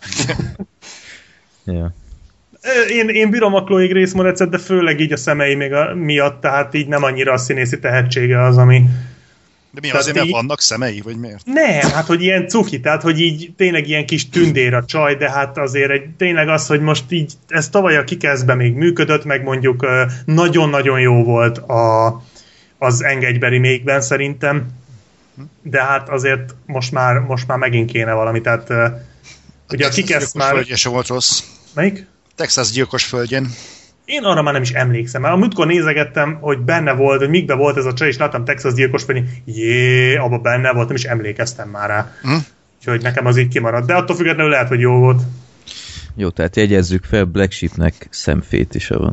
Ja. Én, én bírom a Chloe Grace Moretzet, de főleg így a szemei még a, miatt, tehát így nem annyira a színészi tehetsége az, ami... De mi azért, mert vannak szemei, vagy miért? Nem, hát hogy ilyen cuki, tehát hogy így tényleg ilyen kis tündér a csaj, de hát azért egy, tényleg az, hogy most így, ez tavaly a Kick-Assben még működött, meg mondjuk nagyon-nagyon jó volt a, az Engedj be remake-ben szerintem, de hát azért most már, most már megint kéne valami, tehát a ugye a Kick-Ass már... Földje se volt rossz. Melyik? Texas gyilkos földjén. Én arra már nem is emlékszem, mert a múltkor nézegettem, hogy benne volt, hogy mikbe volt ez a csaj, és láttam Texas gyilkos földjén, jé, abban benne volt, nem is emlékeztem már rá. Hm? Úgyhogy nekem az így kimaradt, de attól függetlenül lehet, hogy jó volt. Jó, tehát jegyezzük fel, Black Sheepnek szemfétise van.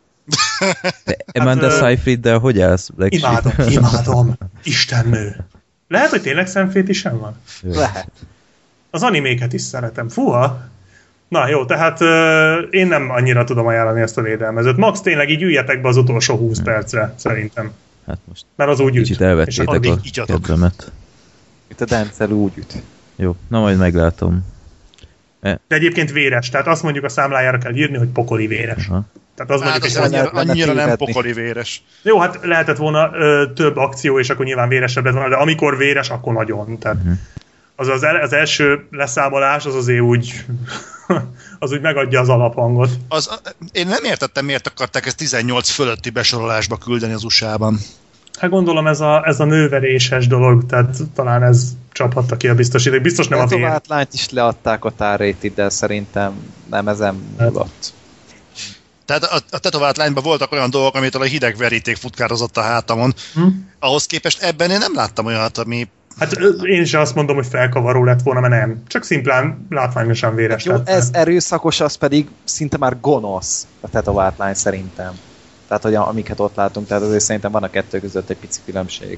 De Amanda hát, Seyfrieddel hogy állsz, Black imádom, Sheep? imádom, istennő. Lehet, hogy tényleg szemfétisem van? Lehet. Az animéket is szeretem. Fúha! Na jó, tehát uh, én nem annyira tudom ajánlani ezt a védelmezőt. Max, tényleg így üljetek be az utolsó húsz percre, szerintem. Hát most mert az úgy üt. Kicsit elvettétek a kedvemet. Itt a Denzel úgy üt. Jó, na majd meglátom. E. De egyébként véres, tehát azt mondjuk a számlájára kell írni, hogy pokoli véres. Aha. Tehát az hát mondjuk, az annyira, annyira nem pokoli véres. Jó, hát lehetett volna ö, több akció, és akkor nyilván véresebb lett volna, de amikor véres, akkor nagyon. Tehát uh-huh. az, az, el, az első leszámolás, az azért úgy az úgy megadja az alaphangot. Az, én nem értettem, miért akarták ezt tizennyolc fölötti besorolásba küldeni az u es á-ban. Hát gondolom ez a, ez a nőveréses dolog, tehát talán ez csaphatta ki a biztosíték. Biztos nem a vér. A tovább lányt is leadták a tárrétiddel, szerintem nem ezen múlott. Tehát a, a tetovált lányban voltak olyan dolgok, amitől a hideg veríték futkározott a hátamon. Hm? Ahhoz képest ebben én nem láttam olyat, ami... Hát én is azt mondom, hogy felkavaró lett volna, mert nem. Csak szimplán látványosan véres. Hát jó, ez erőszakos, az pedig szinte már gonosz a tetovált lány szerintem. Tehát, hogy amiket ott látunk, tehát azért szerintem van a kettő között egy pici különbség.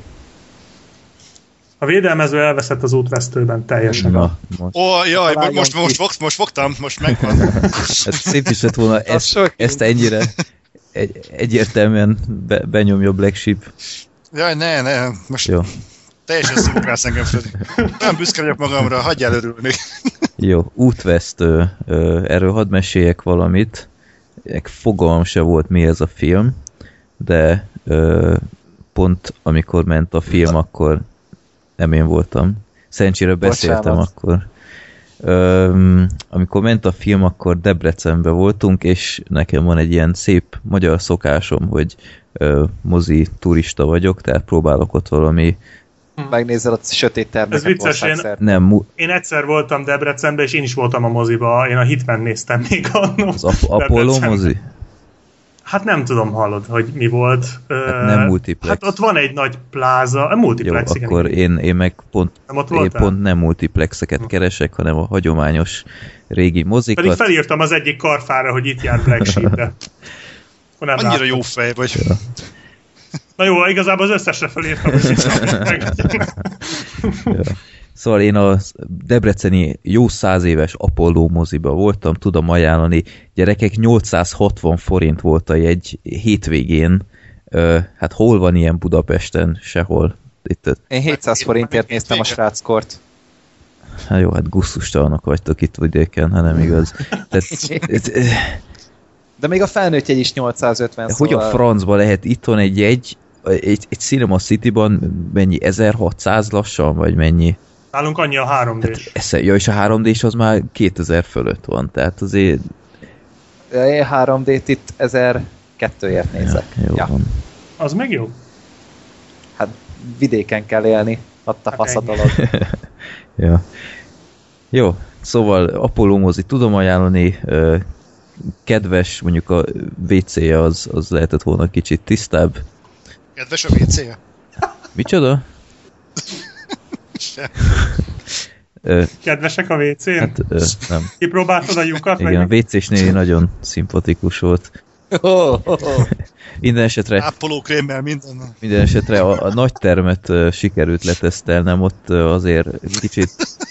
A védelmező elveszett az útvesztőben teljesen. Na, most. Ó, jaj, most, most, most, most, most fogtam, most megvan. Hát szép is lett volna ezt, ezt ennyire egy, egyértelműen be, benyomja Black Sheep. Jaj, ne, ne, most jó. Teljesen szimukálsz engem, Freddy. Nem büszke vagyok magamra, hagyjál örülni. Jó, útvesztő, erről hadd meséljek valamit. Fogalmam se volt, mi ez a film, de ö, pont amikor ment a film, akkor nem én voltam. Szerencsére beszéltem Bocsánat. akkor. Ö, amikor ment a film, akkor Debrecenben voltunk, és nekem van egy ilyen szép magyar szokásom, hogy ö, mozi turista vagyok, tehát próbálok ott valami megnézel a sötét terméket. Ez vicces, én, nem, mu- én egyszer voltam Debrecenben, és én is voltam a moziba, én a Hitman néztem még annó. Az Ap- Apollo mozi? Hát nem tudom, hallod, hogy mi volt. Hát nem multiplex. Hát ott van egy nagy pláza, a multiplex, jó, igen. akkor én, én meg pont nem, én pont nem multiplexeket hm. keresek, hanem a hagyományos régi mozikat. Pedig felírtam az egyik karfára, hogy itt jár Black Sheep, de annyira láttam. Jó fej vagy. Ja. Na jó, igazából az összesre felírtam, hogy itt meg. Ja. Szóval én a debreceni jó száz éves Apollo moziba voltam, tudom ajánlani. Gyerekek, nyolcszázhatvan forint volt a jegy hétvégén. Ö, hát hol van ilyen Budapesten? Sehol. Itt, én hétszáz forintért néztem a sráckort. Hát jó, hát gusztustalanok vagytok itt vidéken, ha nem igaz. Tehát, de még a felnőtt jegy is nyolcszázötven. Hogy szóval... a francba lehet itthon egy jegy, egy, egy Cinema City-ban mennyi, ezerhatszáz lassan, vagy mennyi? Nálunk annyi a három dés. Hát, ja, és a három dés az már kétezer fölött van, tehát azért... Én három dét itt ezerkettőért nézek. Ja, jó ja. van. Az meg jó? Hát vidéken kell élni, ott a hát fasz a dolog. Ja. Jó, szóval Apollo mozi tudom ajánlani, kedves, mondjuk a vé cé-je az, az lehetett volna kicsit tisztább. Kedves a vé cé-je? Micsoda? Kedvesek a vé cé-n? Hát ö, nem. Kipróbáltad a lyukat? Igen, a vé cés néni nagyon szimpatikus volt. Oh, oh, oh. Minden esetre... Ápolókrémmel minden. Minden esetre a, a nagy termet uh, sikerült letesztelnem, ott uh, azért kicsit...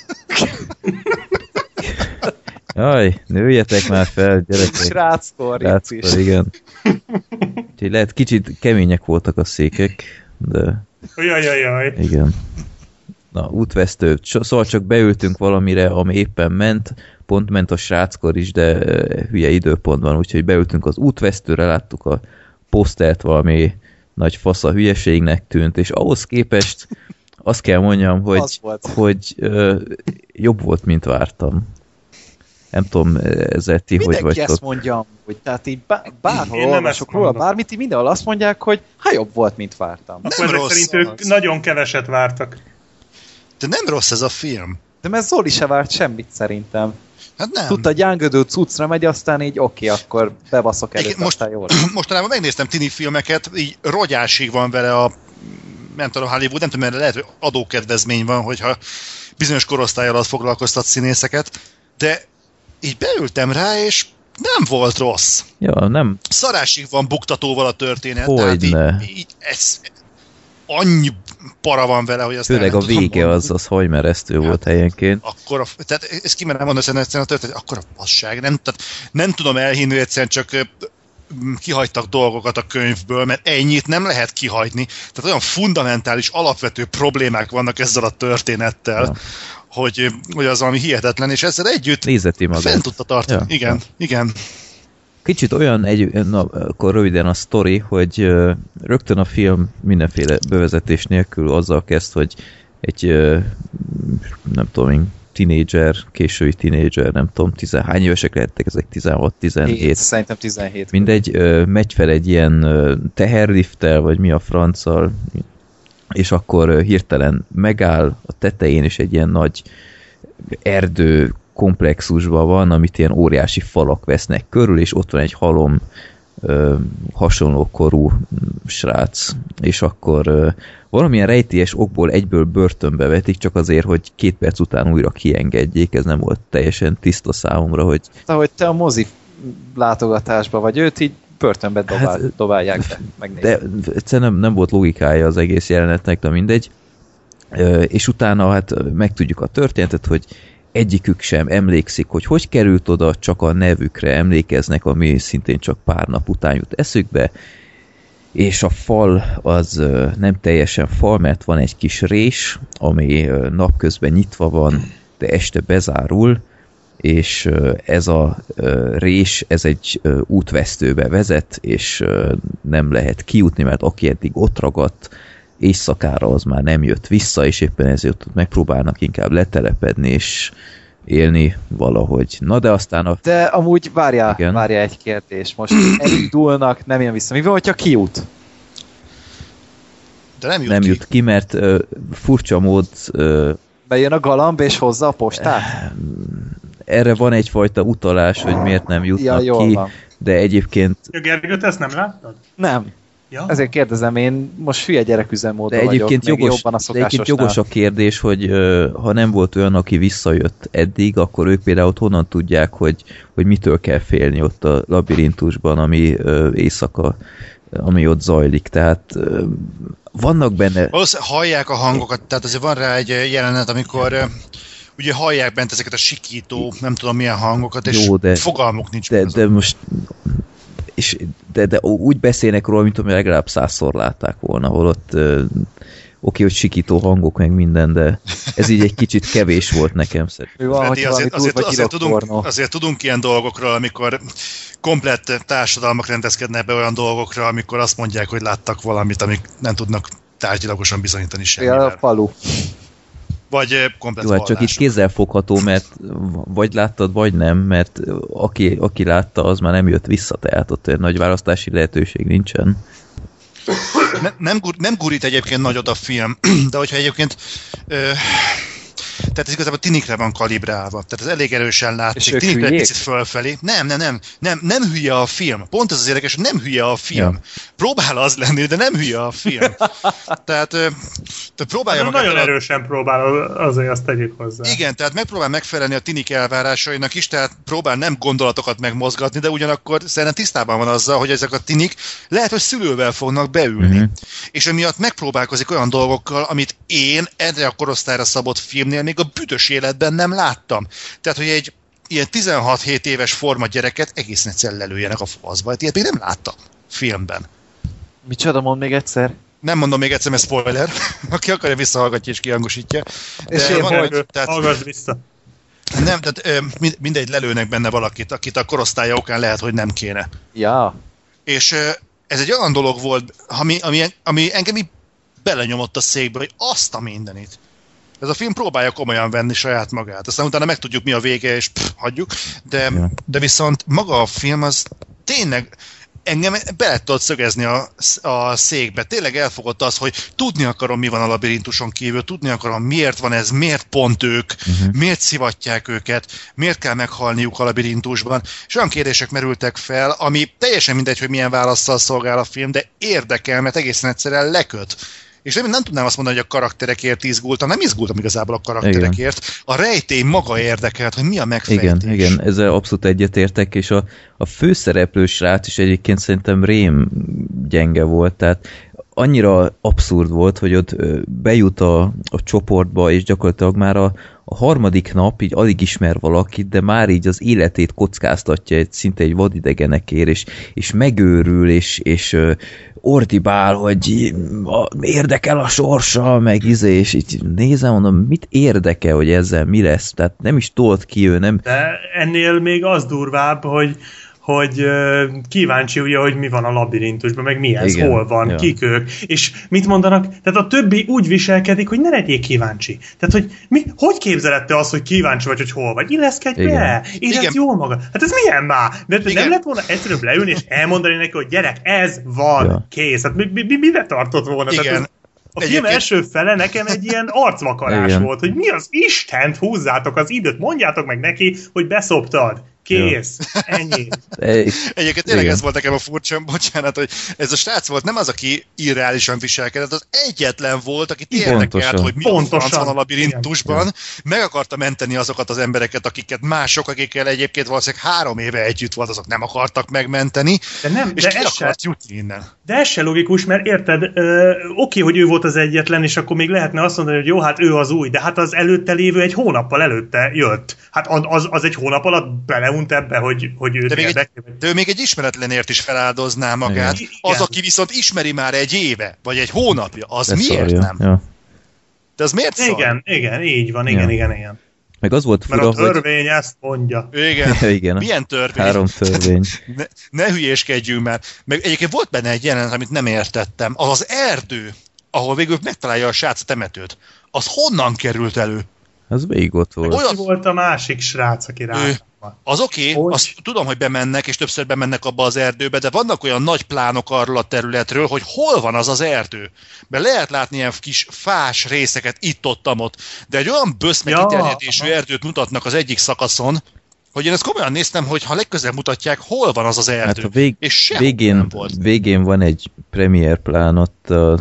Jaj, nőjetek már fel, gyerekek. Sráckor, Sráckor, igen. Úgyhogy lehet, kicsit kemények voltak a székek, de... Jajajaj. Igen. Na, útvesztő. Szóval csak beültünk valamire, ami éppen ment, pont ment a sráckor is, de hülye időpontban, úgyhogy beültünk az útvesztőre, láttuk a posztert, valami nagy fasza hülyeségnek tűnt, és ahhoz képest azt kell mondjam, hogy, hogy ö, jobb volt, mint vártam. Nem tudom, ezzel ti mindenki hogy vagytok. Mindenki ezt mondja, hogy tehát így bár, bárhol olvasok róla, bármit, így mindenhol azt mondják, hogy ha jobb volt, mint vártam. Akkor ezek szerint ők nagyon keveset vártak. De nem rossz ez a film. De mert Zoli se várt semmit szerintem. Hát nem. Tudta, gyángödő cuccra megy, aztán így oké, okay, akkor bebaszok előtt, most, aztán jól. Mostanában megnéztem tini filmeket, így rogyásig van vele a nem tudom, Hollywood, nem tudom, mert lehet, hogy adókedvezmény van, hogyha bizonyos korosztály alatt foglalkoztat színészeket, de így beültem rá, és nem volt rossz. Ja, nem. Szarásig van buktatóval a történet. Hogyne. Így, így ez, annyi para van vele, hogy azt főleg a vége az, az hajmeresztő hát, volt helyenként. Akkor a, tehát ezt kimerem mondani, hogy egyszerűen a történet, akkor a passág. Nem, tehát nem tudom elhinni, hogy egyszerűen csak kihagytak dolgokat a könyvből, mert ennyit nem lehet kihagyni. Tehát olyan fundamentális, alapvető problémák vannak ezzel a történettel, ja. hogy, hogy az valami hihetetlen, és ezzel együtt nézeti magát. Fent tudta tartani. Ja. Igen, ja. igen. Kicsit olyan, egy, na, akkor röviden a sztori, hogy uh, rögtön a film mindenféle bevezetés nélkül azzal kezd, hogy egy uh, nem tudom én, tinédzser, késői tinédzser, nem tudom, tizenhány évesek lehettek, ezek tizenhat tizenhét. Szerintem tizenhét. Mindegy, uh, megy fel egy ilyen uh, teherlifttel, vagy mi a franccal, és akkor uh, hirtelen megáll a tetején, és egy ilyen nagy erdő komplexusban van, amit ilyen óriási falak vesznek körül, és ott van egy halom ö, hasonló korú srác, és ö, valamilyen rejtélyes okból egyből börtönbe vetik, csak azért, hogy két perc után újra kiengedjék, ez nem volt teljesen tiszta számomra, hogy... Ahogy te a mozi látogatásba vagy, őt így börtönbe dobál, hát, dobálják be, megnézni. De egyszerűen nem, nem volt logikája az egész jelenetnek, de mindegy. És utána hát megtudjuk a történetet, hogy egyikük sem emlékszik, hogy hogy került oda, csak a nevükre emlékeznek, ami szintén csak pár nap után jut eszükbe, és a fal az nem teljesen fal, mert van egy kis rés, ami napközben nyitva van, de este bezárul, és ez a rés, ez egy útvesztőbe vezet, és nem lehet kijutni, mert aki eddig ott ragadt, éjszakára az már nem jött vissza, és éppen ezért megpróbálnak inkább letelepedni, és élni valahogy. Na de aztán a... De amúgy várjál, várjál egy kérdés. Most elindulnak, nem jön vissza. Mi van, hogyha kijut? De nem jut nem ki. jut ki, mert uh, furcsa mód... Uh, Bejön a galamb és hozza a postát? Erre van egyfajta utalás, hogy miért nem jutnak ja, ki, van. De egyébként... Ja, Gergőt, ezt nem láttad? Nem. Ja. Ezért kérdezem, én most hülye gyereküzemmódon vagyok, egyébként jogos, jobban a de egyébként jogos a kérdés, hogy uh, ha nem volt olyan, aki visszajött eddig, akkor ők például honnan tudják, hogy, hogy mitől kell félni ott a labirintusban, ami uh, éjszaka, ami ott zajlik. Tehát uh, vannak benne... Valószínűleg hallják a hangokat, tehát azért van rá egy jelenet, amikor uh, ugye hallják bent ezeket a sikító, nem tudom milyen hangokat, és jó, de, fogalmuk nincs. De, de most... És de, de úgy beszélnek róla, mint hogy legalább százszor látták volna, holott uh, oké, okay, hogy sikító hangok, meg minden, de ez így egy kicsit kevés volt nekem szerintem. Van, azért, azért, azért, azért, tudunk, azért tudunk ilyen dolgokról, amikor komplett társadalmak rendezkednek be olyan dolgokra, amikor azt mondják, hogy láttak valamit, amik nem tudnak tárgyilagosan bizonyítani semmivel. Ja, a falu. Vagy komplet jó, hát csak itt kézzelfogható, mert vagy láttad, vagy nem, mert aki, aki látta, az már nem jött vissza, tehát ott egy nagy választási lehetőség nincsen. Ne, nem, nem gurít egyébként nagyot a film, de hogyha egyébként ö, tehát ez igazából tinikre van kalibrálva, tehát ez elég erősen látszik, tinikre egy picit fölfelé. Nem, nem, nem, nem, nem hülye a film. Pont ez az érdekes, hogy nem hülye a film. Ja. Próbál az lenni, de nem hülye a film. tehát, tehát próbálja hát, nagyon erősen a... próbál, azért azt tegyük hozzá. Igen, tehát megpróbál megfelelni a tinik elvárásainak is, tehát próbál nem gondolatokat megmozgatni, de ugyanakkor szerintem tisztában van azzal, hogy ezek a tinik lehet, hogy szülővel fognak beülni. Mm-hmm. És emiatt megpróbálkozik olyan dolgokkal, amit én erre a korosztályra szabott filmnél még a büdös életben nem láttam. Tehát, hogy egy ilyen tizenhat-hét éves forma gyereket egészen egyszerűen lelőjenek a faszba. Ilyet még nem láttam filmben. Micsoda, mond még egyszer? Nem mondom még egyszer, mert spoiler. Aki akarja, visszahallgatja és kihangosítja. És én hogy? Tehát... Hallgass vissza. Nem, tehát mindegy, lelőnek benne valakit, akit a korosztálya okán lehet, hogy nem kéne. Ja. És ez egy olyan dolog volt, ami, ami, ami engem így belenyomott a székbe, hogy azt a mindenit. Ez a film próbálja komolyan venni saját magát. Aztán utána megtudjuk, mi a vége, és pff, hagyjuk. De, ja. de viszont maga a film az tényleg engem bele tudod szögezni a, a székbe. Tényleg elfogott az, hogy tudni akarom, mi van a labirintuson kívül, tudni akarom, miért van ez, miért pont ők, uh-huh. miért szivatják őket, miért kell meghalniuk a labirintusban. És olyan kérdések merültek fel, ami teljesen mindegy, hogy milyen válasszal szolgál a film, de érdekel, mert egészen egyszerűen leköt. És nem, nem tudnám azt mondani, hogy a karakterekért izgultam, nem izgultam igazából a karakterekért. Igen. A rejtély maga érdekelt, hogy mi a megfejtés. Igen, igen, ezzel abszolút egyetértek, és a, a főszereplő srác is egyébként szerintem rém gyenge volt, tehát annyira abszurd volt, hogy ott bejut a, a csoportba, és gyakorlatilag már a, a harmadik nap így alig ismer valakit, de már így az életét kockáztatja egy, szinte egy vadidegenekért, és, és megőrül, és, és ordibál, hogy érdekel a sorsa, meg izé, és így nézem, mondom, mit érdekel, hogy ezzel mi lesz? Tehát nem is tolt ki ő, nem... De ennél még az durvább, hogy hogy uh, kíváncsi ugye, hogy mi van a labirintusban, meg mi ez, igen, hol van, ja. kik ők, és mit mondanak, tehát a többi úgy viselkedik, hogy ne legyél kíváncsi. Tehát, hogy mi, hogy képzeled te azt, hogy kíváncsi vagy, hogy hol vagy? Illeszkedj be, érezd jól magad. Hát ez milyen már? De igen. Nem lett volna egyszerűbb leülni, és elmondani neki, hogy gyerek, ez van, ja. kész. Hát mi, mi, mi, mire tartott volna? Igen. Tehát ez, a film Egyébként... első fele nekem egy ilyen arcvakarás igen. volt, hogy mi az Istent húzzátok az időt, mondjátok meg neki, hogy beszoptad. Kész. Ennyi. Egyébként tényleg ez volt nekem a furcsa, bocsánat, hogy ez a srác volt nem az, aki irreálisan viselkedett, az egyetlen volt, aki érdekelt, hogy mi Pontosan. a franc van a labirintusban, igen. Meg akarta menteni azokat az embereket, akiket mások, akikkel egyébként valószínűleg három éve együtt volt, azok nem akartak megmenteni, de nem, és de ki akart se, jutni innen. De ez se logikus, mert érted, ö, oké, hogy ő volt az egyetlen, és akkor még lehetne azt mondani, hogy jó, hát ő az új, de hát az előtte lévő egy hónappal előtte jött. Hát az, az egy hónap alatt beleunt ebbe, hogy, hogy őt de, még egy, de ő még egy ismeretlenért is feláldozná magát. Igen. Az, aki viszont ismeri már egy éve, vagy egy hónapja, az de miért szarja. nem? Ja. De az miért szar? Igen, igen, így van, igen, ja. igen, igen. Meg az volt fura, mert a törvény hogy... ezt mondja. Igen. igen. Milyen törvény? Három törvény. ne, ne hülyéskedjünk már. Meg egyébként volt benne egy jelenet, amit nem értettem. Az az erdő, ahol végül megtalálja a srác a temetőt. Az honnan került elő? Az végig ott volt. Olyan volt a másik srác, aki rá. Az oké, okay, azt tudom, hogy bemennek, és többször bemennek abba az erdőbe, de vannak olyan nagy plánok arról a területről, hogy hol van az az erdő. Mert lehet látni ilyen kis fás részeket itt-ott-ott, de egy olyan böszmekiterjedésű ja. erdőt mutatnak az egyik szakaszon, hogy én ezt komolyan néztem, hogy ha legközelebb mutatják, hol van az az erdő. Hát a vég, és végén, nem volt. Végén van egy premier plán ott, uh,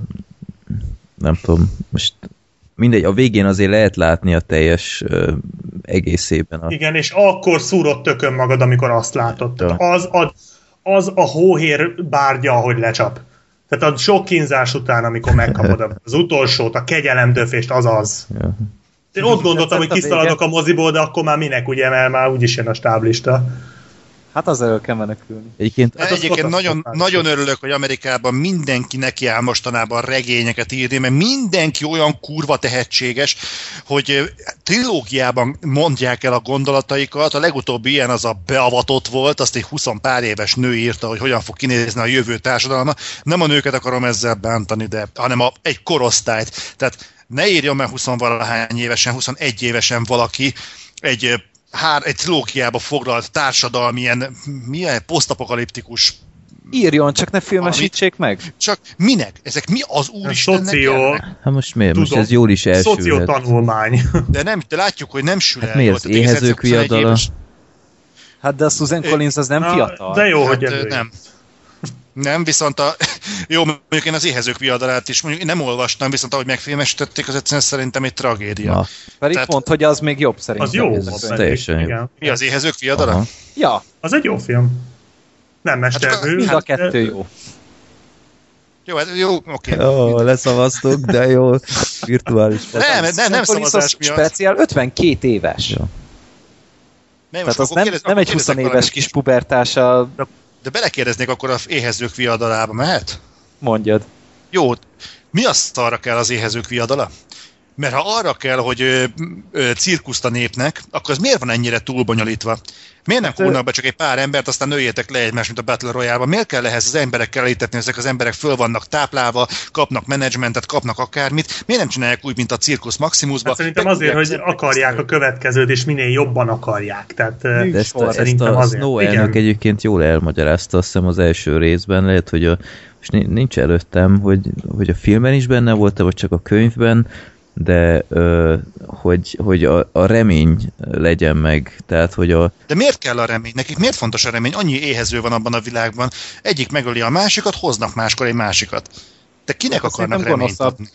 nem tudom, most mindegy, a végén azért lehet látni a teljes uh, egészében. A... Igen, és akkor szúrott tökön magad, amikor azt látod. Ja. Az, az, az a hóhér bárgya, ahogy lecsap. Tehát a sok kínzás után, amikor megkapod az utolsót, a kegyelemdöfést, az az. Ja. Én ott gondoltam, hogy kiszaladok a moziból, de akkor már minek, ugye, mert már úgyis jön a stáblista. Hát az elő kell menekülni. Egyébként, hát egyébként nagyon, nagyon örülök, hogy Amerikában mindenki neki áll mostanában regényeket írni, mert mindenki olyan kurva tehetséges, hogy trilógiában mondják el a gondolataikat. A legutóbbi ilyen az a Beavatott volt, azt egy húsz pár éves nő írta, hogy hogyan fog kinézni a jövő társadalma. Nem a nőket akarom ezzel bántani, de hanem a, egy korosztályt. Tehát ne írjon már húsz-valahány évesen, huszonegy évesen valaki egy Hár, egy trilógiába foglalt társadalmi, ilyen, milyen posztapokaliptikus... Írjon, csak ne filmesítsék meg. Csak minek? Ezek mi az úristennek Szoció... Hát most miért? Most ez jól is elsülhet. Szociotanulmány. De nem, de látjuk, hogy nem sül el. Hát miért? Éhezők viadala? Hát de a Susan Collins az nem Na, fiatal. De jó, hát, hogy előjön. Nem. Nem, viszont a... Jó, mondjuk én az Éhezők viadalát is mondjuk nem olvastam, viszont ahogy megfilmesítették, az egyszerűen szerintem egy tragédia. Na. Pedig Tehát... pont, hogy az még jobb szerintem. Az jó. Teljesen jó. Mi az Éhezők viadala? Aha. Ja. Az egy jó film. Nem mestermű. Hát, mind a kettő jó. Jó, hát jó, oké. Okay. Oh, leszavaztuk, de jó. Virtuális. Nem, nem, nem, nem szavazás miatt. Speciál ötvenkét éves. Ja. Nem, Tehát az nem, kérdez, nem egy húsz éves kis pubertása. De belekérdeznék akkor az Éhezők viadalába, mehet? Mondjad. Jó, mi azt arra kell az Éhezők viadala? Mert ha arra kell, hogy ö, ö, cirkuszt a népnek, akkor ez miért van ennyire túlbonyolítva? Miért nem kúrnak be csak egy pár embert, aztán nőjétek le egymást, mint a Battle Royale-ban? Miért kell ehhez az emberekkel elítetni, ezek az emberek föl vannak táplálva, kapnak menedzsmentet, kapnak akármit? Miért nem csinálják úgy, mint a Circus Maximusban? Hát szerintem azért, hogy akarják a következőt, és minél jobban akarják. Tehát, de ezt a, ezt a Snow elnök egyébként jól elmagyarázta, azt hiszem az első részben, lehet, hogy a, és nincs előttem, hogy, hogy a filmben is benne volt, vagy csak a könyvben, de ö, hogy, hogy a, a remény legyen meg, tehát hogy a... De miért kell a remény? Nekik miért fontos a remény? Annyi éhező van abban a világban. Egyik megöli a másikat, hoznak máskor egy másikat. De kinek hát akarnak reményt adni?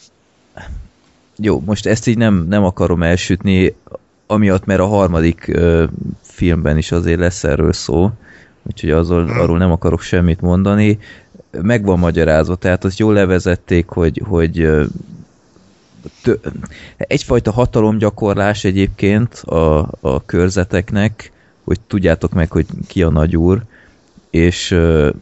Jó, most ezt így nem, nem akarom elsütni, amiatt, mert a harmadik ö, filmben is azért lesz erről szó, úgyhogy azról, hmm. arról nem akarok semmit mondani. Meg van magyarázva, tehát azt jól levezették, hogy, hogy egyfajta hatalomgyakorlás egyébként a, a körzeteknek, hogy tudjátok meg, hogy ki a nagyúr, és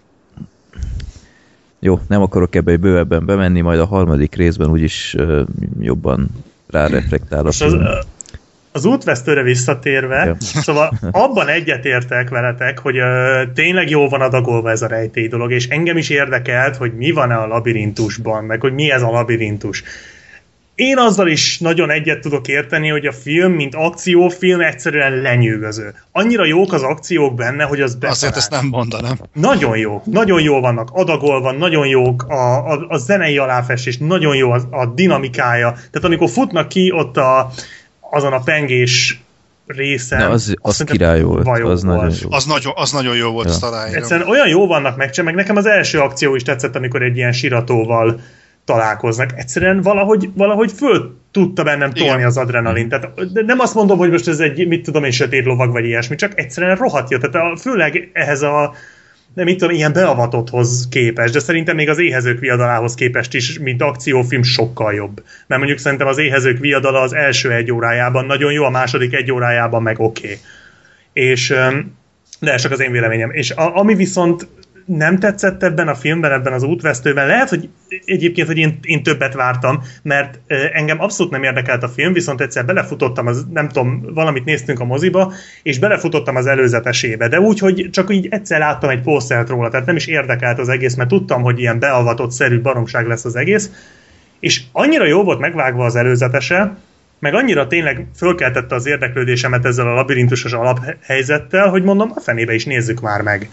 jó, nem akarok ebbe bővebben bemenni, majd a harmadik részben úgyis jobban ráreflektálok. Az, az útvesztőre visszatérve, ja. Szóval abban egyetértek veletek, hogy uh, tényleg jól van adagolva ez a rejtély dolog, és engem is érdekelt, hogy mi van-e a labirintusban, meg hogy mi ez a labirintus. Én azzal is nagyon egyet tudok érteni, hogy a film, mint akciófilm egyszerűen lenyűgöző. Annyira jók az akciók benne, hogy az betalál. Azért ezt nem mondanám. Nagyon jó, nagyon jól vannak adagolva, nagyon jók a, a, a zenei aláfestés, nagyon jó a, a dinamikája. Tehát amikor futnak ki ott a, azon a pengés része. Na, az, az király volt, az nagyon jó. Az nagyon, az nagyon jó volt, ja. Azt aláírom. Egyszerűen olyan jó vannak megcsinálva, meg nekem az első akció is tetszett, amikor egy ilyen siratóval találkoznak. Egyszerűen valahogy, valahogy föl tudta bennem tolni igen. Az adrenalin. Tehát, de nem azt mondom, hogy most ez egy, mit tudom én, sötét lovag vagy ilyesmi, csak egyszerűen rohadt jó. Tehát a, főleg ehhez a nem mit tudom, ilyen beavatotthoz képest, de szerintem még az Éhezők viadalához képest is, mint akciófilm sokkal jobb. Mert mondjuk szerintem az Éhezők viadala az első egy órájában nagyon jó, a második egy órájában meg oké. Okay. És de ez csak az én véleményem. És a, ami viszont nem tetszett ebben a filmben, ebben az útvesztőben, lehet, hogy egyébként, hogy én, én többet vártam, mert engem abszolút nem érdekelt a film, viszont egyszer belefutottam, az, nem tudom, valamit néztünk a moziba, és belefutottam az előzetesébe, de úgy, hogy csak így egyszer láttam egy posztert róla, tehát nem is érdekelt az egész, mert tudtam, hogy ilyen beavatott-szerű baromság lesz az egész, és annyira jó volt megvágva az előzetese, meg annyira tényleg fölkeltette az érdeklődésemet ezzel a labirintusos alaphelyzettel, hogy mondom, a fenébe is nézzük már meg.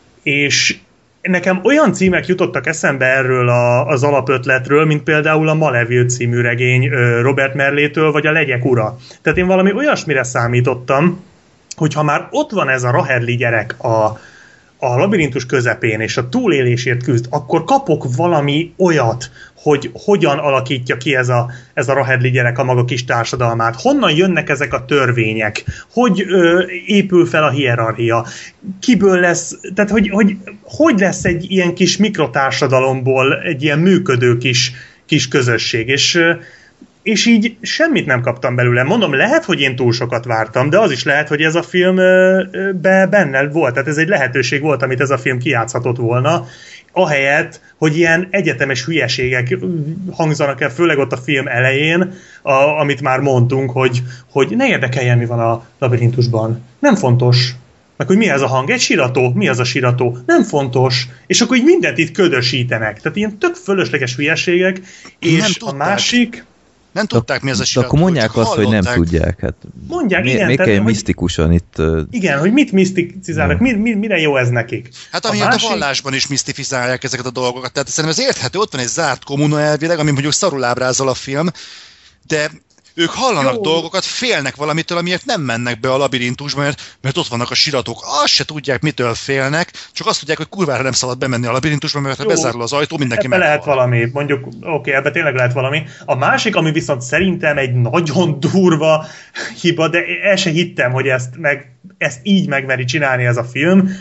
És nekem olyan címek jutottak eszembe erről a, az alapötletről, mint például a Maleville című regény Robert Merlétől, vagy a Legyek ura. Tehát én valami olyasmire számítottam, hogy ha már ott van ez a Rahedli gyerek a, a labirintus közepén, és a túlélésért küzd, akkor kapok valami olyat, hogy hogyan alakítja ki ez a, ez a Rahedli gyerek a maga kis társadalmát, honnan jönnek ezek a törvények, hogy ö, épül fel a hierarchia, kiből lesz, tehát hogy, hogy, hogy lesz egy ilyen kis mikrotársadalomból egy ilyen működő kis, kis közösség, és, és így semmit nem kaptam belőle. Mondom, lehet, hogy én túl sokat vártam, de az is lehet, hogy ez a film be, benne volt, tehát ez egy lehetőség volt, amit ez a film kijátszhatott volna, ahelyett, hogy ilyen egyetemes hülyeségek hangzanak el, főleg ott a film elején, a, amit már mondtunk, hogy, hogy ne érdekeljen, mi van a labirintusban. Nem fontos. Meg hogy mi ez a hang? Egy sirató? Mi az a sirató? Nem fontos. És akkor így mindent itt ködösítenek. Tehát ilyen tök fölösleges hülyeségek, és a másik... Nem tudták, mi az a sirató. Akkor mondják azt, hogy nem tudják. Hát mondják, mi, igen. Még kell hogy, misztikusan itt... Uh... Igen, hogy mit miszticizálnak, mi, mi, mire jó ez nekik. Hát amiért a, másik... a vallásban is misztifizálják ezeket a dolgokat. Tehát szerintem ez érthető, ott van egy zárt kommuna elvileg, ami mondjuk szarul ábrázol a film, de ők hallanak jó. dolgokat, félnek valamitől, amiért nem mennek be a labirintusba, mert, mert ott vannak a siratok. Azt se tudják, mitől félnek, csak azt tudják, hogy kurvára nem szabad bemenni a labirintusba, mert ha bezárul az ajtó, mindenki meghal. Lehet valami, mondjuk, oké, okay, ebbe tényleg lehet valami. A másik, ami viszont szerintem egy nagyon durva hiba, de el se hittem, hogy ezt, meg, ezt így megmeri csinálni ez a film.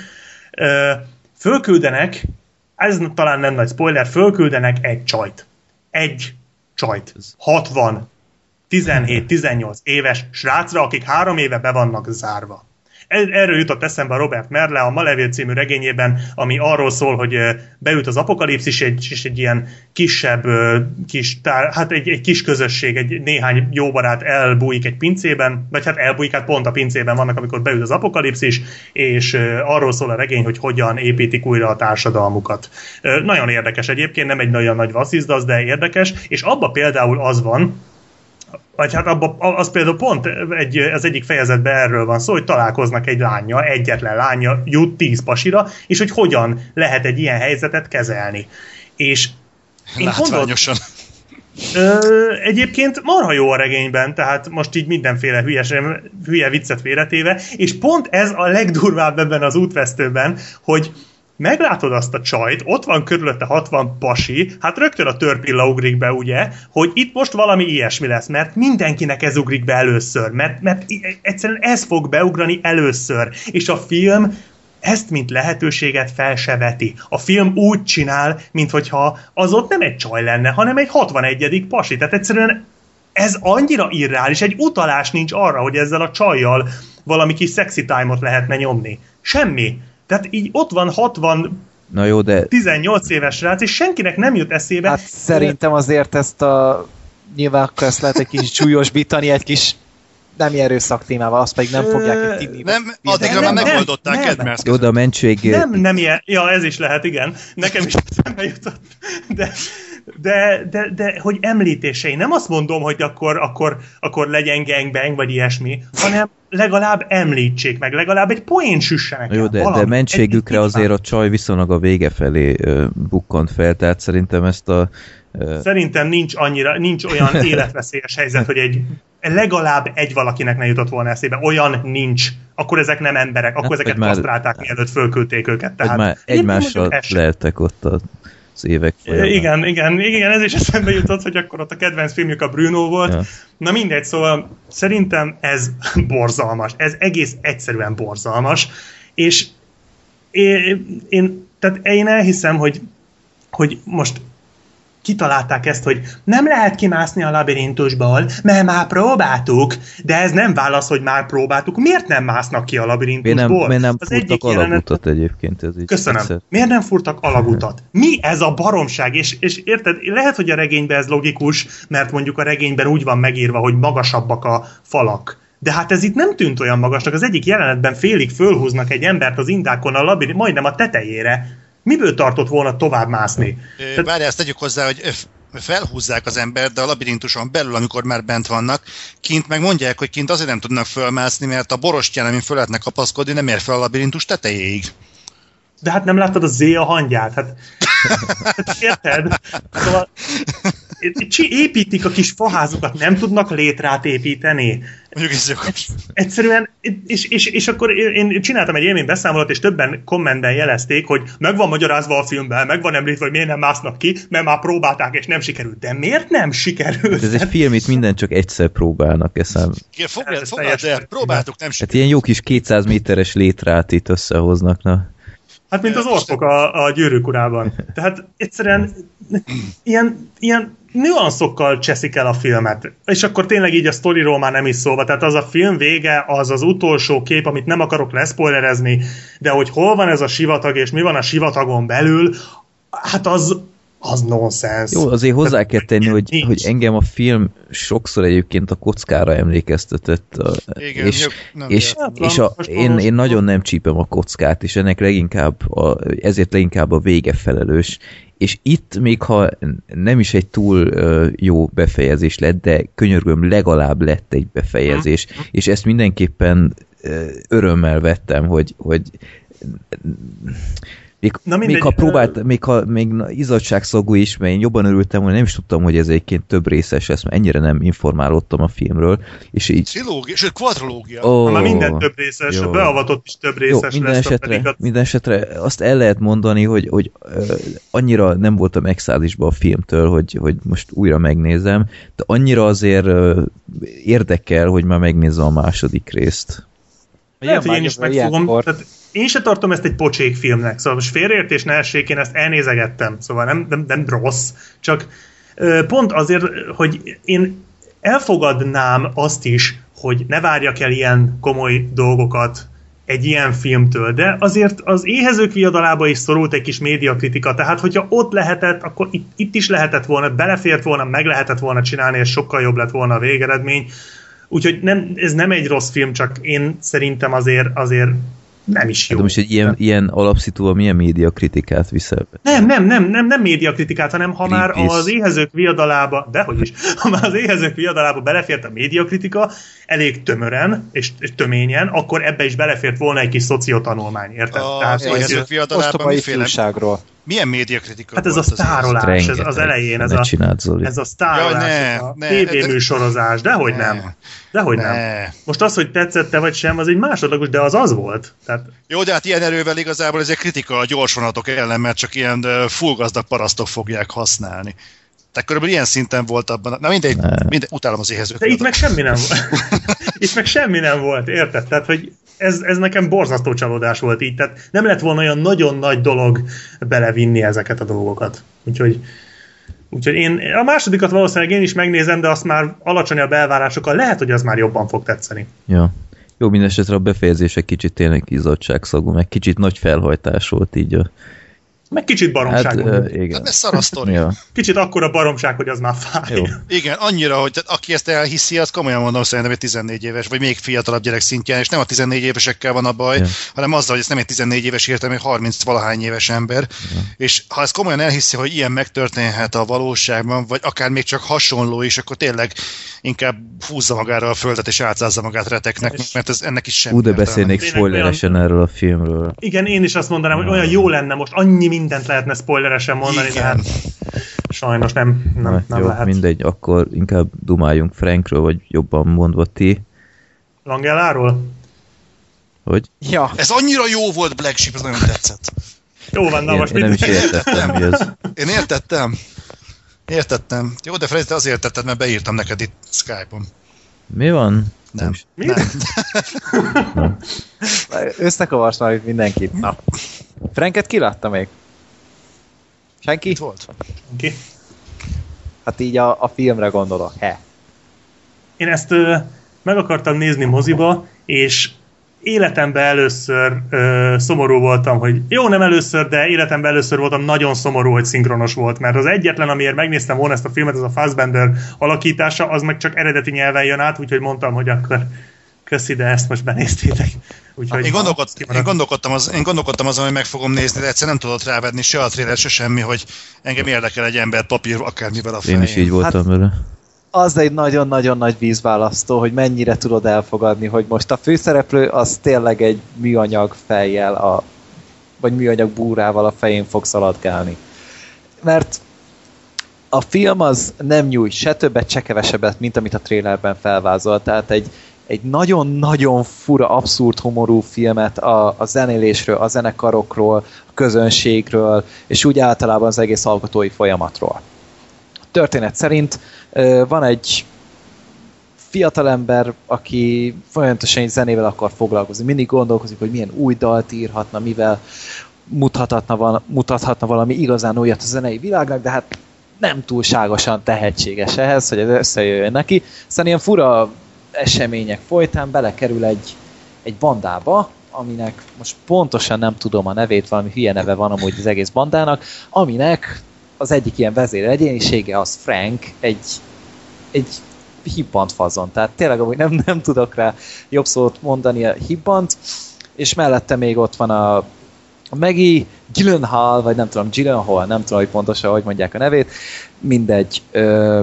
Fölküldenek, ez talán nem nagy spoiler, fölküldenek egy csajt. Egy csajt. hatvan tizenhét-tizennyolc éves srácra, akik három éve be vannak zárva. Erről jutott eszembe a Robert Merle a Maleville című regényében, ami arról szól, hogy beüt az apokalipszis, és egy ilyen kisebb, kis tár, hát egy, egy kis közösség, egy néhány jó barát elbújik egy pincében, vagy hát elbújik, hát pont a pincében vannak, amikor beüt az apokalipszis, és arról szól a regény, hogy hogyan építik újra a társadalmukat. Nagyon érdekes egyébként, nem egy nagyon nagy vasszizdasz, de érdekes, és abba például az van, vagy hát abba, az például pont egy, az egyik fejezetben erről van szó, hogy találkoznak egy lánya, egyetlen lánya jut tíz pasira, és hogy hogyan lehet egy ilyen helyzetet kezelni. És én látványosan. Gondolt, ö, egyébként marha jó a regényben, tehát most így mindenféle hülyes, hülye viccet félretéve, és pont ez a legdurvább ebben az útvesztőben, hogy meglátod azt a csajt, ott van körülötte hatvan pasi, hát rögtön a törpilla ugrik be, ugye, hogy itt most valami ilyesmi lesz, mert mindenkinek ez ugrik be először, mert, mert egyszerűen ez fog beugrani először, és a film ezt mint lehetőséget fel se veti. A film úgy csinál, minthogyha az ott nem egy csaj lenne, hanem egy hatvanegyedik pasi, tehát egyszerűen ez annyira irreális, egy utalás nincs arra, hogy ezzel a csajjal valami kis sexy time-ot lehetne nyomni. Semmi. Tehát így ott van hatvan Na jó, de... tizennyolc éves srác, és senkinek nem jut eszébe. Hát szerintem azért ezt a... Nyilván akkor ezt lehet egy kis súlyosbítani, egy kis nem erőszak témával, azt pedig nem fogják egy tinni. Nem, addigra már megoldották Edmers. Jó, de a mentség... Nem, nem ilyen. Ja, ez is lehet, igen. Nekem is eszembe jutott. De, de, de, de, hogy említései. Nem azt mondom, hogy akkor, akkor, akkor legyen gangbang, vagy ilyesmi, hanem legalább említsék meg, legalább egy poén süssenek. Jó, de, de mentségükre egy, azért a csaj viszonylag a vége felé uh, bukkant fel, tehát szerintem ezt a... Uh... Szerintem nincs annyira, nincs olyan életveszélyes helyzet, hogy egy legalább egy valakinek ne jutott volna eszébe. Olyan nincs. Akkor ezek nem emberek. Akkor hát, ezeket kasztrálták, mielőtt fölküldték őket. Tehát már egymással leltek ott a az évek folyamán. Igen, igen, igen, ez is eszembe jutott, hogy akkor ott a kedvenc filmjük a Bruno volt. Ja. Na mindegy, szóval szerintem ez borzalmas. Ez egész egyszerűen borzalmas. És én, én, tehát én elhiszem, hogy, hogy most kitalálták ezt, hogy nem lehet kimászni a labirintusból, mert már próbáltuk, de ez nem válasz, hogy már próbáltuk. Miért nem másznak ki a labirintusból? Miért nem, miért nem furtak alagutat egyébként? Ez így Köszönöm. Egyszer. Miért nem furtak alagutat? Mi ez a baromság? És, és érted, lehet, hogy a regényben ez logikus, mert mondjuk a regényben úgy van megírva, hogy magasabbak a falak. De hát ez itt nem tűnt olyan magasnak. Az egyik jelenetben félig fölhúznak egy embert az indákon a labirint, majdnem a tetejére. Miből tartott volna tovább mászni? Tehát... Várjál, ezt tegyük hozzá, hogy felhúzzák az embert, de a labirintuson belül, amikor már bent vannak, kint meg mondják, hogy kint azért nem tudnak fölmászni, mert a borostyán, amin föl lehetnek kapaszkodni, nem ér fel a labirintus tetejéig. De hát nem láttad a zé a hangyát? Hát, hát érted? Szóval építik a kis faházukat, nem tudnak létrát építeni. Egyszerűen, és, és, és akkor én csináltam egy élmény beszámolót, és többen kommentben jelezték, hogy meg van magyarázva a filmben, meg van említve, hogy miért nem másznak ki, mert már próbálták, és nem sikerült. De miért nem sikerült? Ez egy film, itt mindent csak egyszer próbálnak, eszem. Foglald, foglald el, próbáltuk, nem sikerült. Hát ilyen jó kis kétszáz méteres létrát itt összehoznak, na. Hát, mint az orkok a, a Gyűrűk urában. Tehát egyszerűen ilyen, ilyen nüanszokkal cseszik el a filmet. És akkor tényleg így a sztoriról már nem is szólva. Tehát az a film vége, az az utolsó kép, amit nem akarok leszpoilerezni, de hogy hol van ez a sivatag, és mi van a sivatagon belül, hát az... az nonsens. Jó, azért hozzá kell tenni, hogy, hogy engem a film sokszor egyébként a kockára emlékeztetett. A, igen, és jó, nem és, és a, én, én nagyon nem csípem a kockát, és ennek leginkább a, ezért leginkább a vége felelős. És itt, még ha nem is egy túl uh, jó befejezés lett, de könyörgöm, legalább lett egy befejezés, hmm. és ezt mindenképpen uh, örömmel vettem, hogy, hogy Még, Na mindegy, még ha próbált, még ha még izzadságszagú is, mert én jobban örültem, hogy nem is tudtam, hogy ez egyébként több részes lesz, mert ennyire nem informálódtam a filmről. És így... Trilógia, sőt, kvadrológia. Oh, már minden több részes, jó. A beavatott is több részes jó, minden lesz. Esetre, a... Minden esetre azt el lehet mondani, hogy, hogy uh, annyira nem voltam extázisban a filmtől, hogy, hogy most újra megnézem, de annyira azért uh, érdekel, hogy már megnézem a második részt. Lehet, hogy én is megfogom. Én se tartom ezt egy pocsék filmnek, szóval most félreértés ne essék, én ezt elnézegettem, szóval nem, nem, nem rossz, csak ö, pont azért, hogy én elfogadnám azt is, hogy ne várjak el ilyen komoly dolgokat egy ilyen filmtől, de azért az Éhezők viadalába is szorult egy kis médiakritika, tehát hogyha ott lehetett, akkor itt, itt is lehetett volna, belefért volna, meg lehetett volna csinálni, és sokkal jobb lett volna a végeredmény. Úgyhogy nem, ez nem egy rossz film, csak én szerintem azért, azért nem is jó. Hát most egy ilyen, ilyen alapszitúval milyen médiakritikát viszel? Nem, nem, nem, nem, nem médiakritikát, hanem ha már az Éhezők viadalába, dehogy is, ha már az Éhezők viadalába belefért a médiakritika elég tömören és, és töményen, akkor ebbe is belefért volna egy kis szociotanulmány, érted? A, Tehát, az Éhezők viadalában miféle... Milyen médiakritika? Hát ez a sztárolás, ez az elején, ez a, ez a sztárolás, ja, a tévéműsorozás, dehogy ne, nem. Dehogy ne. nem. Most az, hogy tetszette vagy sem, az egy másodlagos, de az az volt. Tehát... Jó, de hát ilyen erővel igazából ez egy kritika a gyorsvonatok ellen, mert csak ilyen full gazdag parasztok fogják használni. Tehát körülbelül ilyen szinten volt abban. Na mindegy, mindegy utálom az Éhezők. De itt meg semmi nem volt. Itt meg semmi nem volt, érted? Tehát, hogy ez, ez nekem borzasztó csalódás volt így. Tehát nem lett volna olyan nagyon nagy dolog belevinni ezeket a dolgokat. Úgyhogy, úgyhogy én a másodikat valószínűleg én is megnézem, de azt már alacsonyabb elvárásokkal lehet, hogy az már jobban fog tetszeni. Ja. Jó, mindesetre a befejezések kicsit tényleg izzadságszagú, meg kicsit nagy felhajtás volt így a... Meg kicsit baromság. Hát, uh, igen. Hát ez szar sztori. Ja. Kicsit akkora baromság, hogy az már fáj. Jó. Igen, annyira, hogy aki ezt elhiszi, az komolyan mondom, szerintem egy tizennégy éves, vagy még fiatalabb gyerek szintjén, és nem a tizennégy évesekkel van a baj, ja. hanem azzal, hogy ez nem egy tizennégy éves értem, egy harminc valahány éves ember. Ja. És ha ezt komolyan elhiszi, hogy ilyen megtörténhet a valóságban, vagy akár még csak hasonló is, akkor tényleg inkább húzza magára a földet, és átszázza magát reteknek, és mert ez ennek is semmi. Úgy, de beszélnék spoileresen olyan... erről a filmről. Igen, én is azt mondanám, hogy olyan jó lenne most, annyi mindent lehetne spoileresen mondani, de hát Sajnos nem, nem, Na, nem jó, lehet. mindegy, akkor inkább dumáljunk Frankről, vagy jobban mondva ti. Langelláról? Hogy? Ja. Ez annyira jó volt, Black Sheep, ez nagyon tetszett. Jó van, na Én, most én nem is mit? értettem, mi ez. Én értettem. Értettem. Jó, de Freddy, te azért értetted, mert beírtam neked itt Skype-on. Mi van? Nem. Mi? Nem. Összekavars már itt mindenkit. Na. Franket ki látta még? Senki? Itt volt. Ki? Hát így a, a filmre gondolok. He. Én ezt ö, meg akartam nézni moziba, és életemben először ö, szomorú voltam, hogy jó, nem először, de életemben először voltam nagyon szomorú, hogy szinkronos volt, mert az egyetlen, amiért megnéztem volna ezt a filmet, az a Fassbender alakítása, az meg csak eredeti nyelven jön át, úgyhogy mondtam, hogy akkor köszi, de ezt most benéztétek. Úgyhogy Én, gondolkod, én, gondolkodtam az, én gondolkodtam azon, hogy meg fogom nézni, de egyszer nem tudott rávedni se a trailer, se semmi, hogy engem érdekel egy ember papír akármivel a fején. Én is így voltam Hát- vele. Az egy nagyon-nagyon nagy vízválasztó, hogy mennyire tudod elfogadni, hogy most a főszereplő az tényleg egy műanyag fejjel, a, vagy műanyag búrával a fején fog szaladgálni. Mert a film az nem nyújt se többet, se kevesebbet, mint amit a trailerben felvázolt. Tehát egy, egy nagyon-nagyon fura, abszurd humorú filmet a, a zenélésről, a zenekarokról, a közönségről, és úgy általában az egész alkotói folyamatról. A történet szerint ö, van egy fiatalember, aki folyamatosan egy zenével akar foglalkozni. Mindig gondolkozik, hogy milyen új dalt írhatna, mivel mutathatna, val- mutathatna valami igazán újat a zenei világnak, de hát nem túlságosan tehetséges ehhez, hogy ez összejöjjön neki. Aztán ilyen fura események folytán belekerül egy, egy bandába, aminek most pontosan nem tudom a nevét, valami hülye neve van amúgy az egész bandának, aminek az egyik ilyen vezér egyénisége az Frank, egy, egy hibbant fazon. Tehát tényleg amúgy nem, nem tudok rá jobb szót mondani a hibbant, és mellette még ott van a, a Maggie Gyllenhaal, vagy nem tudom, Gyllenhaal, nem tudom, hogy pontosan hogy mondják a nevét, mindegy. Ö,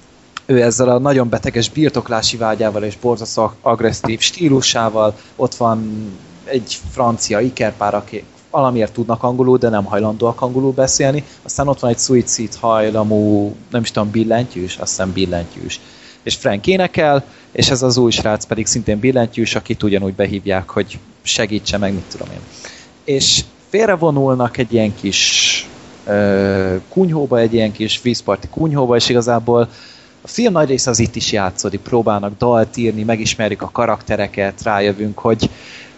ő ezzel a nagyon beteges birtoklási vágyával és borzasztó agresszív stílusával, ott van egy francia ikerpár, aki valamiért tudnak angolul, de nem hajlandóak angolul beszélni, aztán ott van egy szuicid hajlamú, nem is tudom, billentyűs, azt hiszem billentyűs. És Frank énekel, és ez az új srác pedig szintén billentyűs, akit ugyanúgy behívják, hogy segítse meg, mit tudom én. És félrevonulnak egy ilyen kis ö, kunyhóba, egy ilyen kis vízparti kunyhóba, és igazából a film nagy része az itt is játszódik, próbálnak dalt írni, megismerjük a karaktereket, rájövünk, hogy,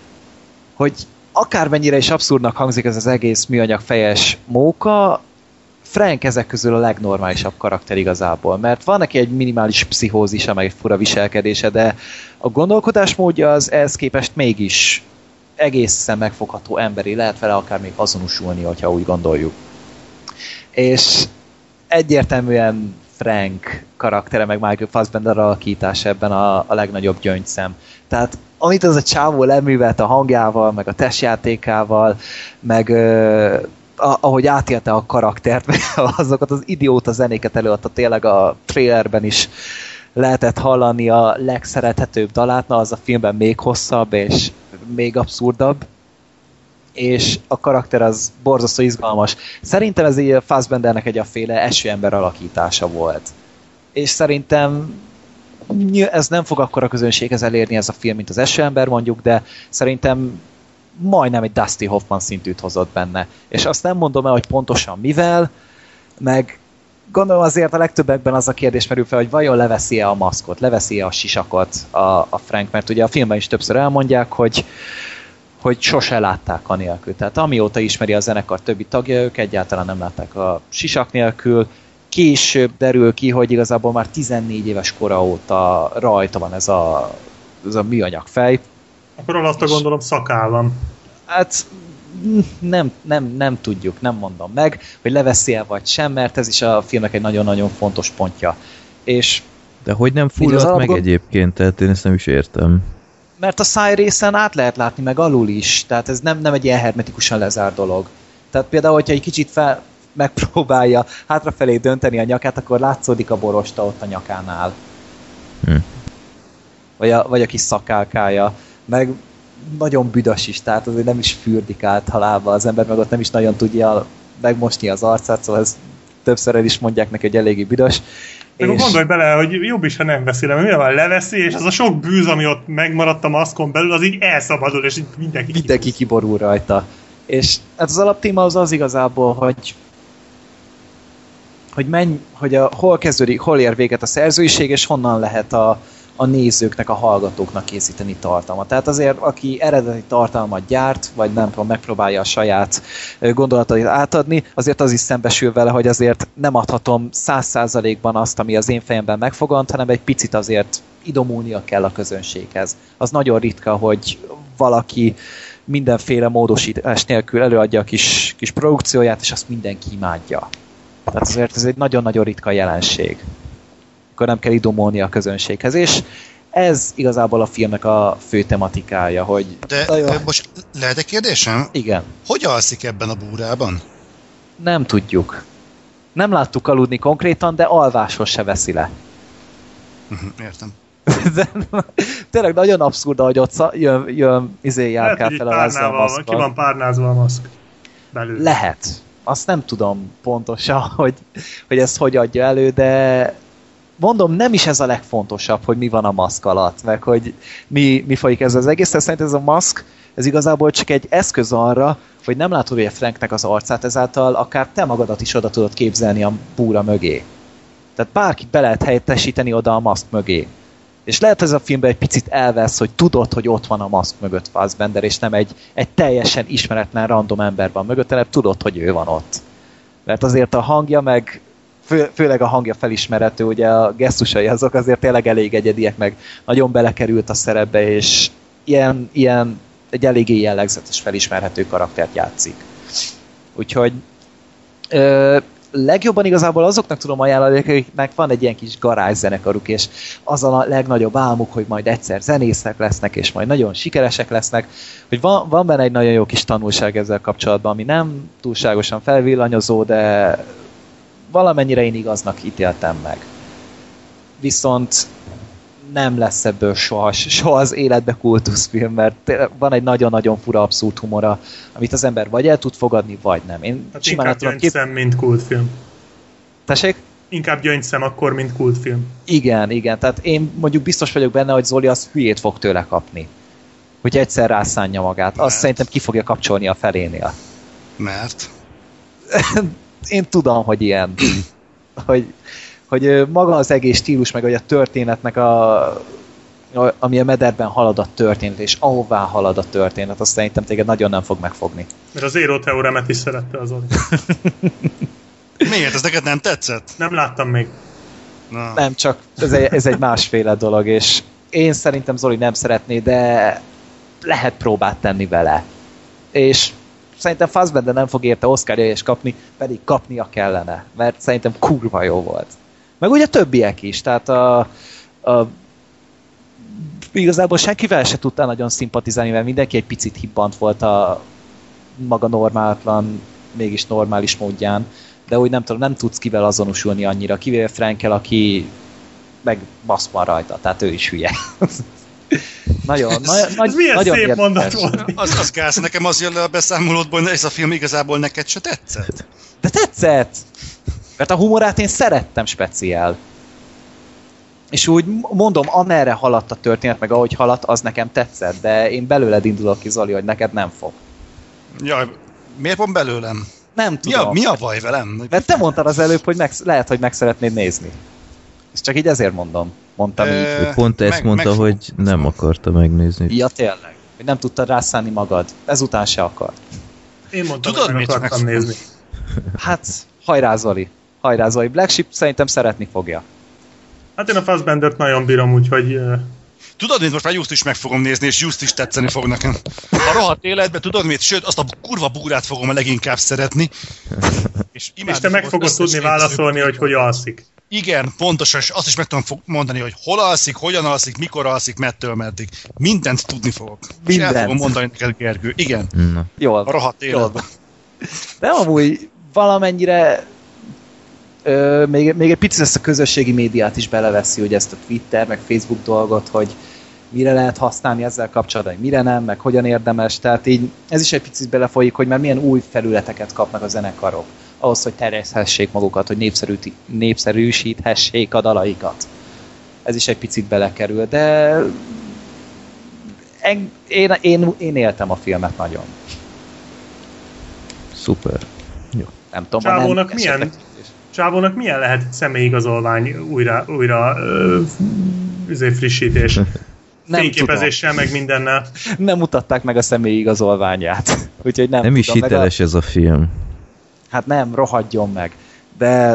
hogy akármennyire is abszurdnak hangzik ez az egész műanyag fejes móka, Frank ezek közül a legnormálisabb karakter igazából, mert van neki egy minimális pszichózisa, meg egy fura viselkedése, de a gondolkodásmódja az ehhez képest mégis egészen megfogható emberi, lehet vele akár még azonosulni, hogyha úgy gondoljuk. És egyértelműen Frank karaktere, meg Michael Fassbender alakítása ebben a, a legnagyobb gyöngyszem. Tehát amit az a csávó leművelt a hangjával, meg a testjátékával, meg ö, a, ahogy átélte a karaktert, meg azokat az idióta zenéket előadta, tényleg a trailerben is lehetett hallani a legszerethetőbb dalát, na az a filmben még hosszabb és még abszurdabb, és a karakter az borzasztó izgalmas. Szerintem ez egy Fassbendernek egy aféle esőember alakítása volt. És szerintem ez nem fog akkora közönséghez elérni ez a film, mint az esőember mondjuk, de szerintem majdnem egy Dusty Hoffman szintűt hozott benne. És azt nem mondom el, hogy pontosan mivel, meg gondolom azért a legtöbbekben az a kérdés merül fel, hogy vajon leveszi-e a maszkot, leveszi-e a sisakot a, a Frank, mert ugye a filmben is többször elmondják, hogy hogy sose látták a nélkül. Tehát amióta ismeri a zenekar többi tagja, ők egyáltalán nem látták a sisak nélkül. Később derül ki, hogy igazából már tizennégy éves kora óta rajta van ez a, ez a műanyag fej. Akkor azt gondolom szakál van. Hát nem, nem, nem tudjuk, nem mondom meg, hogy leveszi-e vagy sem, mert ez is a filmnek egy nagyon-nagyon fontos pontja. És de hogy nem fulladt meg alapgond... egyébként, tehát én ezt nem is értem. Mert a szájrészen át lehet látni, meg alul is. Tehát ez nem, nem egy ilyen hermetikusan lezárt dolog. Tehát például, hogyha egy kicsit fel, megpróbálja hátrafelé dönteni a nyakát, akkor látszódik a borosta ott a nyakánál. Hm. Vagy, a, vagy a kis szakálkája. Meg nagyon büdös is, tehát azért nem is fürdik általában az ember, meg ott nem is nagyon tudja megmosni az arcát, szóval ez többször el is mondják neki, hogy eléggé büdös. Meg és... gondolj bele, hogy jobb is, ha nem veszi le, mert mire van, leveszi, és az a sok bűz, ami ott megmaradt a maszkon belül, az így elszabadul, és így mindenki, mindenki kiborul rajta. És hát az alaptéma az az igazából, hogy hogy, menj, hogy a, hol kezdődik, hol ér véget a szerzőiség, és honnan lehet a, a nézőknek, a hallgatóknak készíteni tartalmat. Tehát azért, aki eredeti tartalmat gyárt, vagy nem tudom, megpróbálja a saját gondolatait átadni, azért az is szembesül vele, hogy azért nem adhatom száz százalékban azt, ami az én fejemben megfogant, hanem egy picit azért idomulnia kell a közönséghez. Az nagyon ritka, hogy valaki mindenféle módosítás nélkül előadja a kis, kis produkcióját, és azt mindenki imádja. Tehát azért ez egy nagyon-nagyon ritka jelenség. Akkor nem kell idomolni a közönséghez, és ez igazából a filmnek a fő tematikája, hogy... De nagyon... most lehet egy kérdésem? Igen. Hogy alszik ebben a búrában? Nem tudjuk. Nem láttuk aludni konkrétan, de alváshoz se veszi le. Értem. De, tényleg nagyon abszurd, hogy ott jön, jön izé járkál fel a ezzel a maszkkal. Ki van párnázva a maszk belül. Lehet. Azt nem tudom pontosan, hogy, hogy ezt hogy adja elő, de mondom, nem is ez a legfontosabb, hogy mi van a maszk alatt, meg hogy mi, mi folyik ez az egész. Szerint ez a maszk, ez igazából csak egy eszköz arra, hogy nem látod ugye Franknek az arcát, ezáltal akár te magadat is oda tudod képzelni a búra mögé. Tehát bárkit be lehet helyettesíteni oda a maszk mögé. És lehet ez a filmben egy picit elvesz, hogy tudod, hogy ott van a maszk mögött Fassbender, és nem egy, egy teljesen ismeretlen random ember van mögött, hanem tudod, hogy ő van ott. Mert azért a hangja, meg fő, főleg a hangja felismerhető, ugye a gesztusai azok azért tényleg elég egyediek, meg nagyon belekerült a szerepbe, és ilyen, ilyen egy eléggé jellegzetes felismerhető karaktert játszik. Úgyhogy ö, legjobban igazából azoknak tudom ajánlani, akiknek van egy ilyen kis garázszenekaruk, és az a legnagyobb álmuk, hogy majd egyszer zenészek lesznek, és majd nagyon sikeresek lesznek, hogy van, van benne egy nagyon jó kis tanulság ezzel kapcsolatban, ami nem túlságosan felvillanyozó, de valamennyire én igaznak ítéltem meg. Viszont nem lesz ebből soha, soha az életbe kultuszfilm, mert van egy nagyon-nagyon fura abszurd humora, amit az ember vagy el tud fogadni, vagy nem. Én hát inkább gyöngyszem, kép... mint kultfilm. Tessék? Inkább gyöngyszem akkor, mint kultfilm. Igen, igen. Tehát én mondjuk biztos vagyok benne, hogy Zoli az hülyét fog tőle kapni. Hogy egyszer rászánja magát. Mert? Azt szerintem ki fogja kapcsolni a felénél. Mert? Én tudom, hogy ilyen. hogy... hogy maga az egész stílus, meg hogy a történetnek a, a ami a mederben halad a történet, és ahová halad a történet, azt szerintem téged nagyon nem fog megfogni. Mert az Zero Theoremet is szerette az Zoli. Miért? Ez neked nem tetszett? Nem láttam még. Na. Nem, csak ez egy, ez egy másféle dolog, és én szerintem Zoli nem szeretné, de lehet próbát tenni vele. És szerintem Fassbender nem fog érte Oscar-díjat kapni, pedig kapnia kellene, mert szerintem kurva jó volt. Meg ugye többiek is, tehát a, a, igazából senkivel se tudtál nagyon szimpatizálni, mert mindenki egy picit hibbant volt a maga normálatlan, mégis normális módján, de úgy nem tudom, nem tudsz kivel azonosulni annyira, kivéve Frankel, aki meg maszk van rajta, tehát ő is hülye. Nagyon, ez, nagy, ez nagy, milyen nagyon szép érdekes. mondat volt. Az, az gáz, nekem az jön le a beszámolódból, hogy ez a film igazából neked se tetszett. De tetszett! Mert a humorát én szerettem speciál. És úgy mondom, amerre haladt a történet, meg ahogy haladt, az nekem tetszett, de én belőled indulok ki, Zoli, hogy neked nem fog. Jaj, miért pont belőlem? Nem tudom. Mi a, mi a baj velem? Mert te mondtad az előbb, hogy meg, lehet, hogy meg szeretnéd nézni. És csak így ezért mondom. Mondtam e, így. Pont ezt meg, mondta, meg hogy nem akarta megnézni. Ja, tényleg. Hogy nem tudtad rászállni magad. Ezután se akart. Én mondtam, tudod, hogy meg akartam nézni. Hát, hajrá Zoli. Hajrá Zoli. Black Sheep szerintem szeretni fogja. Hát én a Fassbendert nagyon bírom, úgyhogy... Uh... Tudod, mit most már Just is meg fogom nézni, és Just is tetszeni fog nekem. A rohadt életben, tudod mit? Sőt, azt a kurva búrát fogom a leginkább szeretni. És, és te meg fogod tudni válaszolni, hogy hogy alszik. Igen, pontosan, és azt is meg tudom mondani, hogy hol alszik, hogyan alszik, mikor alszik, mettől meddig. Mindent tudni fogok. Mindent. És el fogom mondani neked, Gergő. Igen. Na. Jól. A rohadt életben. De amúgy valamennyire ö, még, még egy picit ezt a közösségi médiát is beleveszi, hogy ezt a Twitter, meg Facebook dolgot, hogy mire lehet használni ezzel kapcsolatban, mire nem, meg hogyan érdemes. Tehát így ez is egy picit belefolyik, hogy már milyen új felületeket kapnak a zenekarok. ahhoz, hogy terjeszthessék magukat, hogy népszerű, népszerűsíthessék a dalaikat. Ez is egy picit belekerül, de én, én, én, én éltem a filmet nagyon. Szuper. Jó. Nem tudom, Csávónak nem, milyen, esetleg... Csávónak milyen lehet személyigazolvány újra, újra ö, frissítés? Fényképezéssel, meg mindennel. Nem mutatták meg a személyigazolványát. Úgyhogy nem, nem is tudom, hiteles a... ez a film. Hát nem, rohadjon meg. De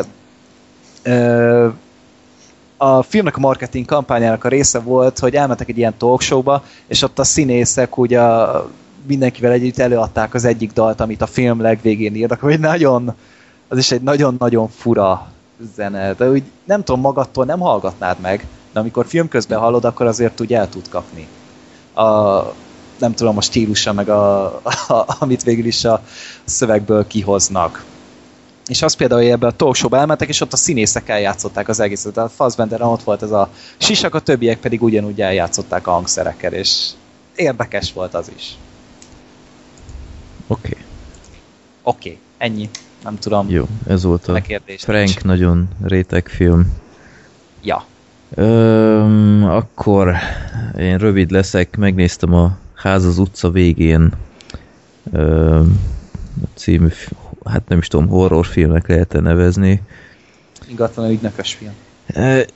ö, a filmnek a marketing kampányának a része volt, hogy elmentek egy ilyen talkshowba, és ott a színészek ugye mindenkivel együtt előadták az egyik dalt, amit a film legvégén írnak, hogy nagyon, az is egy nagyon-nagyon fura zene, de úgy nem tudom, magadtól nem hallgatnád meg, de amikor film közben hallod, akkor azért úgy el tud kapni. A, nem tudom, a stílusa, meg a, a, amit végül is a szövegből kihoznak. És az például, hogy ebbe a talkshowba elmentek, és ott a színészek eljátszották az egészet. Tehát Fassbenderen ott volt ez a sisak, a többiek pedig ugyanúgy eljátszották a hangszerekkel, és érdekes volt az is. Oké. Okay. Oké, okay, ennyi. Nem tudom. Jó, ez volt a Frank nincs. Nagyon réteg film. Ja. Öm, akkor én rövid leszek, megnéztem a Ház az utca végén öm, című, hát nem is tudom, horrorfilmnek lehet-e nevezni. Ingatlan ügynökös film. E,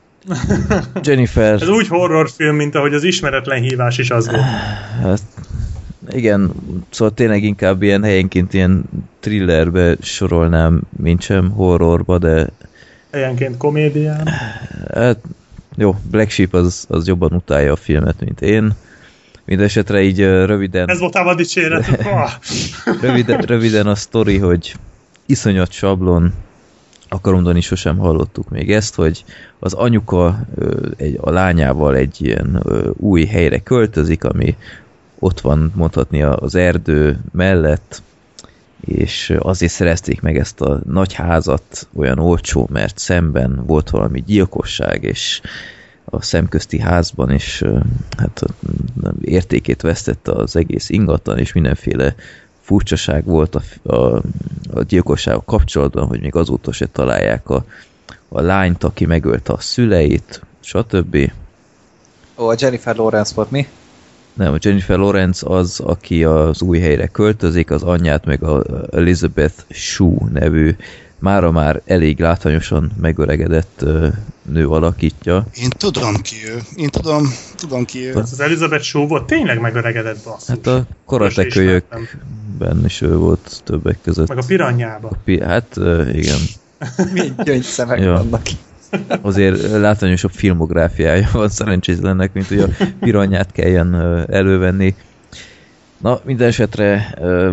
Jennifer... Ez úgy horrorfilm, mint ahogy az Ismeretlen hívás is az volt. Hát, igen, szóval tényleg inkább ilyen helyenként ilyen thrillerbe sorolnám, mint sem horrorba, de... Helyenként komédián. Hát, jó, Black Sheep az, az jobban utálja a filmet, mint én. Mindenesetre így uh, röviden... Ez volt a dicséret. röviden, röviden a sztori, hogy iszonyat sablon, Akarondon sosem hallottuk még ezt, hogy az anyuka uh, egy, a lányával egy ilyen uh, új helyre költözik, ami ott van mondhatni az erdő mellett, és azért szerezték meg ezt a nagy házat olyan olcsó, mert szemben volt valami gyilkosság, és a szemközti házban, és hát értékét vesztette az egész ingatlan, és mindenféle furcsaság volt a, a, a gyilkosságok kapcsolatban, hogy még azóta se találják a, a lányt, aki megölte a szüleit, stb. Ó, a Jennifer Lawrence volt mi? Nem, a Jennifer Lawrence az, aki az új helyre költözik, az anyját meg a Elizabeth Shue nevű, mára már elég látványosan megöregedett nő alakítja. Én tudom ki ő. Én tudom, tudom ki ő. Az Elizabeth Shue volt tényleg megöregedett, basszus. Hát a karatekölyökben is ő volt többek között. Meg a piranyába. Pi- hát igen. Milyen gyöngyszemek ja. vannak. Azért látványosabb filmográfiája van szerencsétlennek, mint hogy a piranyát kelljen elővenni. Na, minden esetre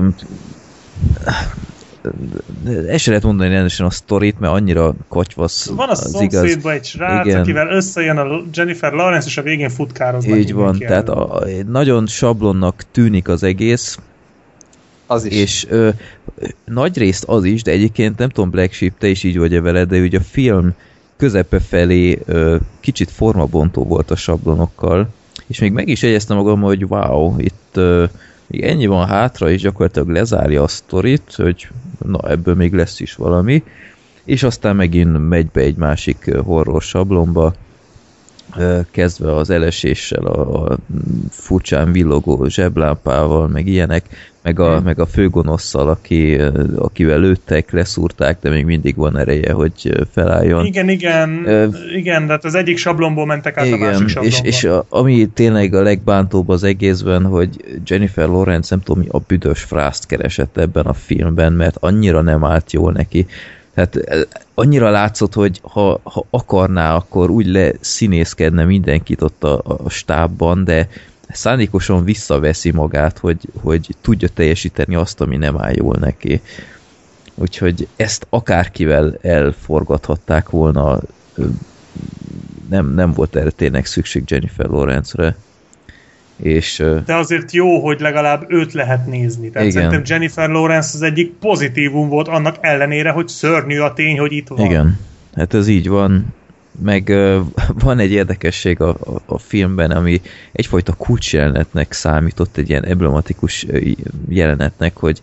ezt se lehet mondani rendesen a sztorit, mert annyira kotyvasz. Van a szomszédban egy srác, igen, akivel összejön a Jennifer Lawrence, és a végén futkároznak. Így van, tehát a, a, nagyon sablonnak tűnik az egész. Az is. És ö, nagy részt az is, de egyébként nem tudom, Black Sheep, te is így vagy-e veled, de ugye a film közepe felé ö, kicsit formabontó volt a sablonokkal, és még meg is jegyeztem magam, hogy wow, itt ö, még ennyi van hátra, és gyakorlatilag lezárja a sztorit, hogy na, ebből még lesz is valami, és aztán megint megy be egy másik horror sablonba, ö, kezdve az eleséssel, a, a furcsán villogó zseblámpával, meg ilyenek, meg a, hmm. meg a főgonosszal, aki, akivel lőttek, leszúrták, de még mindig van ereje, hogy felálljon. Igen, igen, uh, igen, de az egyik sablonból mentek át igen, a másik sablonba. És, és a, ami tényleg a legbántóbb az egészben, hogy Jennifer Lawrence, nem tudom, mi a büdös frászt keresett ebben a filmben, mert annyira nem állt jól neki. Tehát annyira látszott, hogy ha, ha akarná, akkor úgy leszínészkedne mindenkit ott a, a stábban, de szándékosan visszaveszi magát, hogy, hogy tudja teljesíteni azt, ami nem áll jól neki. Úgyhogy ezt akárkivel elforgathatták volna, nem, nem volt erre tényleg szükség Jennifer Lawrence-re. És, de azért jó, hogy legalább őt lehet nézni. Tehát igen. Szerintem Jennifer Lawrence az egyik pozitívum volt annak ellenére, hogy szörnyű a tény, hogy itt van. Igen, hát ez így van. Meg uh, van egy érdekesség a, a, a filmben, ami egyfajta kulcsjelenetnek számított, egy ilyen emblematikus jelenetnek, hogy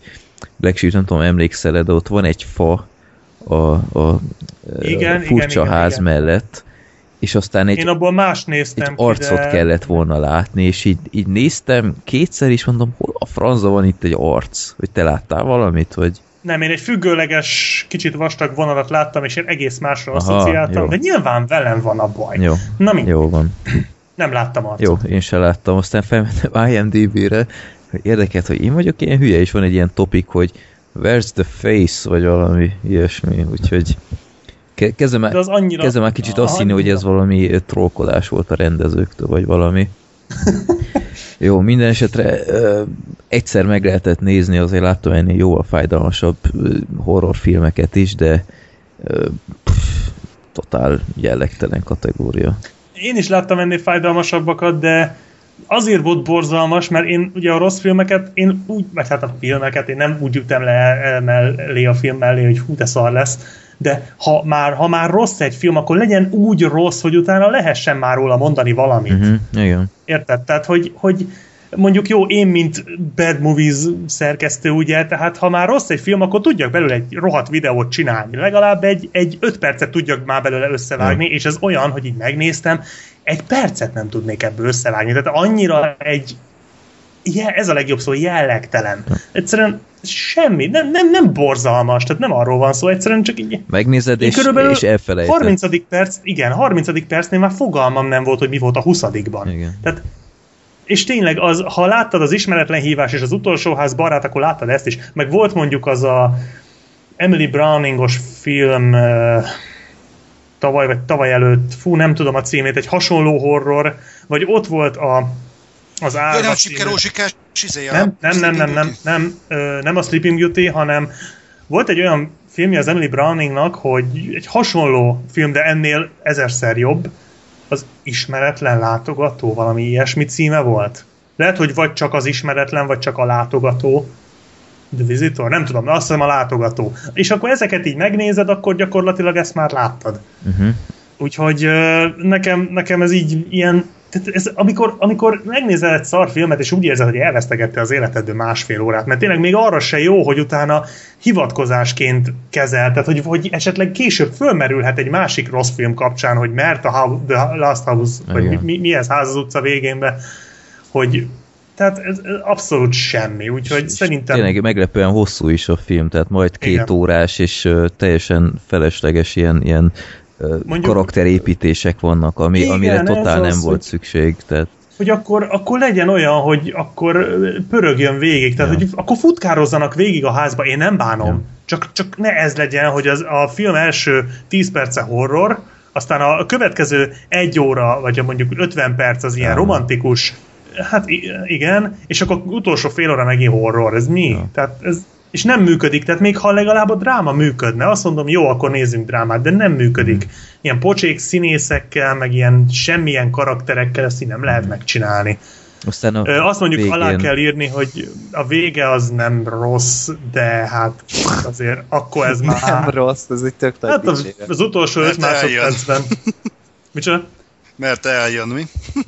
Black Sheep, nem tudom, emlékszel, de ott van egy fa a, a igen, furcsa igen, ház igen, mellett, és aztán egy, Én abból más néztem egy arcot de... kellett volna látni, és így, így néztem kétszer, és mondom, hol a francba van itt egy arc? Hogy te láttál valamit, vagy... Nem, én egy függőleges, kicsit vastag vonalat láttam, és én egész másra Aha, asszociáltam, jó. de nyilván velem van a baj. Jó, Na mindegy. jó van. Nem láttam arcot. Jó, én se láttam, aztán felmentem I M D B-re, érdekelt, hogy én vagyok ilyen hülye, és van egy ilyen topik, hogy Where's the face, vagy valami ilyesmi, úgyhogy kezdem már, annyira... kezdem már kicsit azt hinni, hogy ez valami trollkodás volt a rendezőktől, vagy valami. Jó, minden esetre uh, egyszer meg lehetett nézni, azért láttam ennél jóval fájdalmasabb uh, horrorfilmeket is, de uh, pff, totál jellegtelen kategória. Én is láttam ennél fájdalmasabbakat, de azért volt borzalmas, mert én ugye a rossz filmeket, én úgy, mert hát a filmeket, én nem úgy jutam le mellé a film mellé, hogy hú, de szar lesz, de ha már, ha már rossz egy film, akkor legyen úgy rossz, hogy utána lehessen már róla mondani valamit. Uh-huh, igen. Érted? Tehát, hogy, hogy mondjuk jó, én, mint Bad Movies szerkesztő, ugye, tehát ha már rossz egy film, akkor tudjak belőle egy rohadt videót csinálni. Legalább egy, egy öt percet tudjak már belőle összevágni, uh-huh. és ez olyan, hogy így megnéztem, egy percet nem tudnék ebből összevágni. Tehát annyira egy, ez a legjobb szó, jellegtelen. Egyszerűen semmi, nem, nem, nem borzalmas, tehát nem arról van szó, egyszerűen csak így... Megnézed és, és elfelejted. harmincadik perc, igen, harmincadik percnél már fogalmam nem volt, hogy mi volt a huszadikban. Igen. Tehát, és tényleg, az, ha láttad az Ismeretlen hívás és az Utolsó ház barát, akkor láttad ezt is. Meg volt mondjuk az a Emily Browningos film uh, tavaly vagy tavaly előtt, fú, nem tudom a címét, egy hasonló horror, vagy ott volt a az árva nem, címe. Rózsikás, izéja, nem, nem, nem, nem, nem, nem, nem, nem a Sleeping Beauty, hanem volt egy olyan filmje az Emily Browningnak, hogy egy hasonló film, de ennél ezerszer jobb, az Ismeretlen látogató, valami ilyesmi címe volt. Lehet, hogy vagy csak az Ismeretlen, vagy csak a látogató. The Visitor, nem tudom, azt hiszem a látogató. És akkor ezeket így megnézed, akkor gyakorlatilag ezt már láttad. Uh-huh. Úgyhogy nekem, nekem ez így ilyen, tehát ez, amikor, amikor megnézel egy szar filmet, és úgy érzed, hogy elvesztegette az életedből másfél órát, mert tényleg még arra se jó, hogy utána hivatkozásként kezel, tehát hogy, hogy esetleg később fölmerülhet egy másik rossz film kapcsán, hogy mert a How, The Last House, vagy mi, mi, mi ez, Ház az utca végénbe, hogy tehát ez, ez abszolút semmi, úgyhogy és szerintem... Tényleg meglepően hosszú is a film, tehát majd két igen. órás, és uh, teljesen felesleges ilyen, ilyen mondjuk, karakterépítések vannak, ami, igen, amire totál nem az, volt hogy, szükség. Tehát... Hogy akkor, akkor legyen olyan, hogy akkor pörögjön végig, tehát ja. hogy akkor futkározzanak végig a házba, én nem bánom. Ja. Csak, csak ne ez legyen, hogy az, a film első tíz perce horror, aztán a következő egy óra, vagy mondjuk ötven perc az ilyen ja. romantikus, hát igen, és akkor utolsó fél óra megint horror, ez mi? Ja. Tehát ez és nem működik, tehát még ha legalább a dráma működne, azt mondom, jó, akkor nézzünk drámát, de nem működik. Ilyen pocsék színészekkel, meg ilyen semmilyen karakterekkel ezt így nem lehet megcsinálni. Aztán azt mondjuk végén... alá kell írni, hogy a vége az nem rossz, de hát azért akkor ez már... Nem rossz, ez egy tök nagy hát az, az utolsó öt másodpercben. Micsoda? Mert eljön, mi?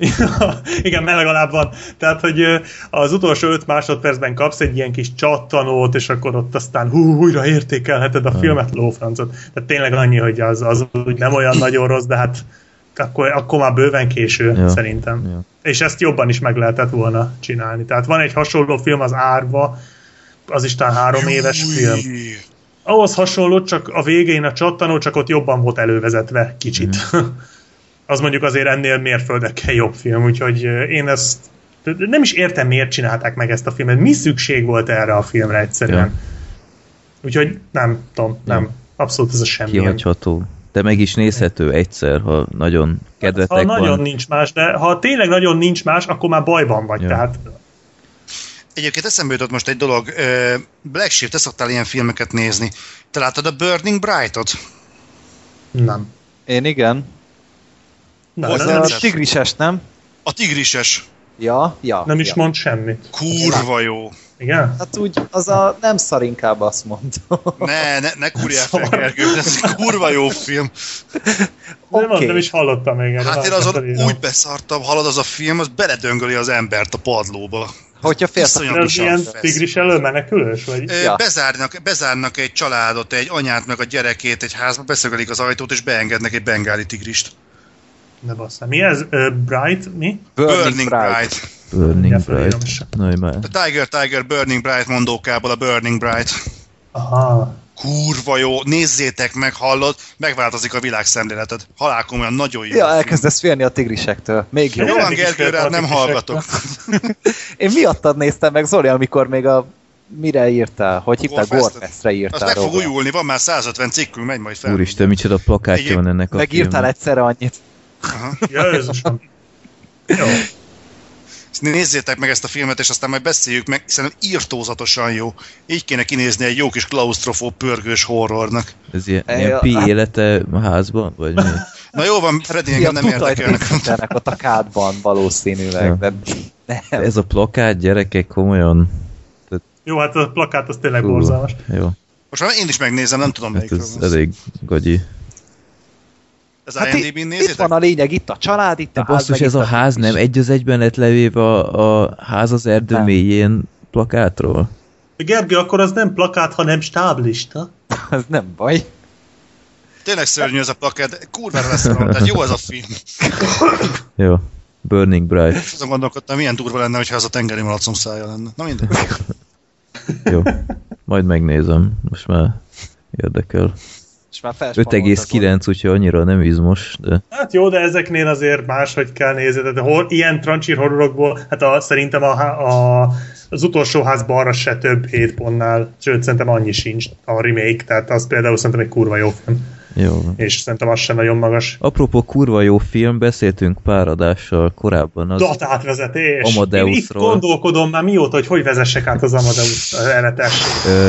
Igen, mert legalább van. Tehát, hogy az utolsó öt másodpercben kapsz egy ilyen kis csattanót, és akkor ott aztán hú, újra értékelheted a filmet, lófrancot. Tehát tényleg annyi, hogy az, az úgy nem olyan nagyon rossz, de hát akkor, akkor már bőven késő, ja. szerintem. Ja. És ezt jobban is meg lehetett volna csinálni. Tehát van egy hasonló film, az Árva, az is talán három éves film. Ahhoz hasonló, csak a végén a csattanó, csak ott jobban volt elővezetve kicsit. Mm. Az mondjuk azért ennél mérföldekkel jobb film, úgyhogy én ezt nem is értem, miért csinálták meg ezt a filmet. Mi szükség volt erre a filmre egyszerűen? Ja. Úgyhogy nem tudom, nem. Ja. Abszolút ez a semmi. Kihagyható. De meg is nézhető egyszer, ha nagyon kedvetek ha van. Ha nagyon nincs más, de ha tényleg nagyon nincs más, akkor már bajban vagy. Ja. Tehát... Egyébként eszembe jutott most egy dolog. Black Sheep, te szoktál ilyen filmeket nézni. Te láttad a Burning Bright-ot? Nem. Én igen. Na, az nem a is. tigrises, nem? A tigrises. Ja, ja. Nem is ja. mond semmit. Kurva jó. Igen? Hát úgy, az a nem szar, inkább azt mondta. Ne, ne, ne kurjál fel, Gergő, ez egy kurva jó film. Okay. Nem, nem is hallottam még. Hát én azon úgy beszartam, hallod, az a film, az beledöngöli az embert a padlóba. Hogyha félsz, akkor az ilyen tigris elől menekülős? Vagy? Ja. Bezárnak, bezárnak egy családot, egy anyát meg a gyerekét egy házba, beszögelik az ajtót, és beengednek egy bengáli tigrist. Ne basszám. Mi ez? Uh, Bright? Mi? Burning, Burning Bright. Bright. Burning Bright. A Tiger, Tiger, Burning Bright mondókából a Burning Bright. Aha. Kurva jó, nézzétek meg, hallod, megváltozik a világszemléleted. Halálkomolyan nagyon jó. Ja, elkezdesz félni a tigrisektől. Még jó. Jó van, Gergő, rád nem hallgatok. Én miattad néztem meg, Zoli, amikor még a mire írtál? Hogy hívtál? Gorefestre írtál. Az meg fog újulni, van már százötven cikkünk, megy majd fel. Úristen, micsoda plakátja van ennek a Megírtál filmnek. Egyszerre annyit. Aha. Ja, Jézusom. Jó. Nézzétek meg ezt a filmet, és aztán majd beszéljük meg, hiszen írtózatosan jó. Így kéne kinézni egy jó kis klaustrofób pörgős horrornak. Ez ilyen, ilyen pi élete a házban? Vagy mi? Na jó van, Freddy, engem nem érdekelnek. A takádban valószínűleg, ja. De nem. Ez a plakát, gyerekek, komolyan... Jó, hát a plakát az tényleg borzalmas. Jó. Most már én is megnézem, nem tudom hát melyikről ez elég gagyi. Ez hát I M D B-n nézitek? Itt van a lényeg, itt a család, itt de a ház. Basszus, ez a ház nem egy az egyben lett levéve a, a ház az erdő mélyén plakátról? Gergő, akkor az nem plakát, hanem stáblista. Ez nem baj. Tényleg szörnyű ez a plakát, de kurvára lesz róla, tehát jó ez a film. Jó. Burning Bright. És azon gondolkodtam, milyen durva lenne, hogyha az a tengeri malacom szája lenne. Na mindegy. Jó. Majd megnézem. Most már érdekel. öt egész kilenc, úgyhogy annyira nem izmos, de... Hát jó, de ezeknél azért máshogy kell nézni. De hor, ilyen trancsír horrorokból, hát a, szerintem a, a, az utolsó ház balra se több hét pontnál, sőt, szerintem annyi sincs a remake, tehát az például szerintem egy kurva jó film. Jó. És szerintem az sem nagyon magas. Apropó kurva jó film, beszéltünk pár adással korábban az datátvezetés. Amadeusról. Én itt gondolkodom már mióta, hogy hogy vezessek át az Amadeus eletes.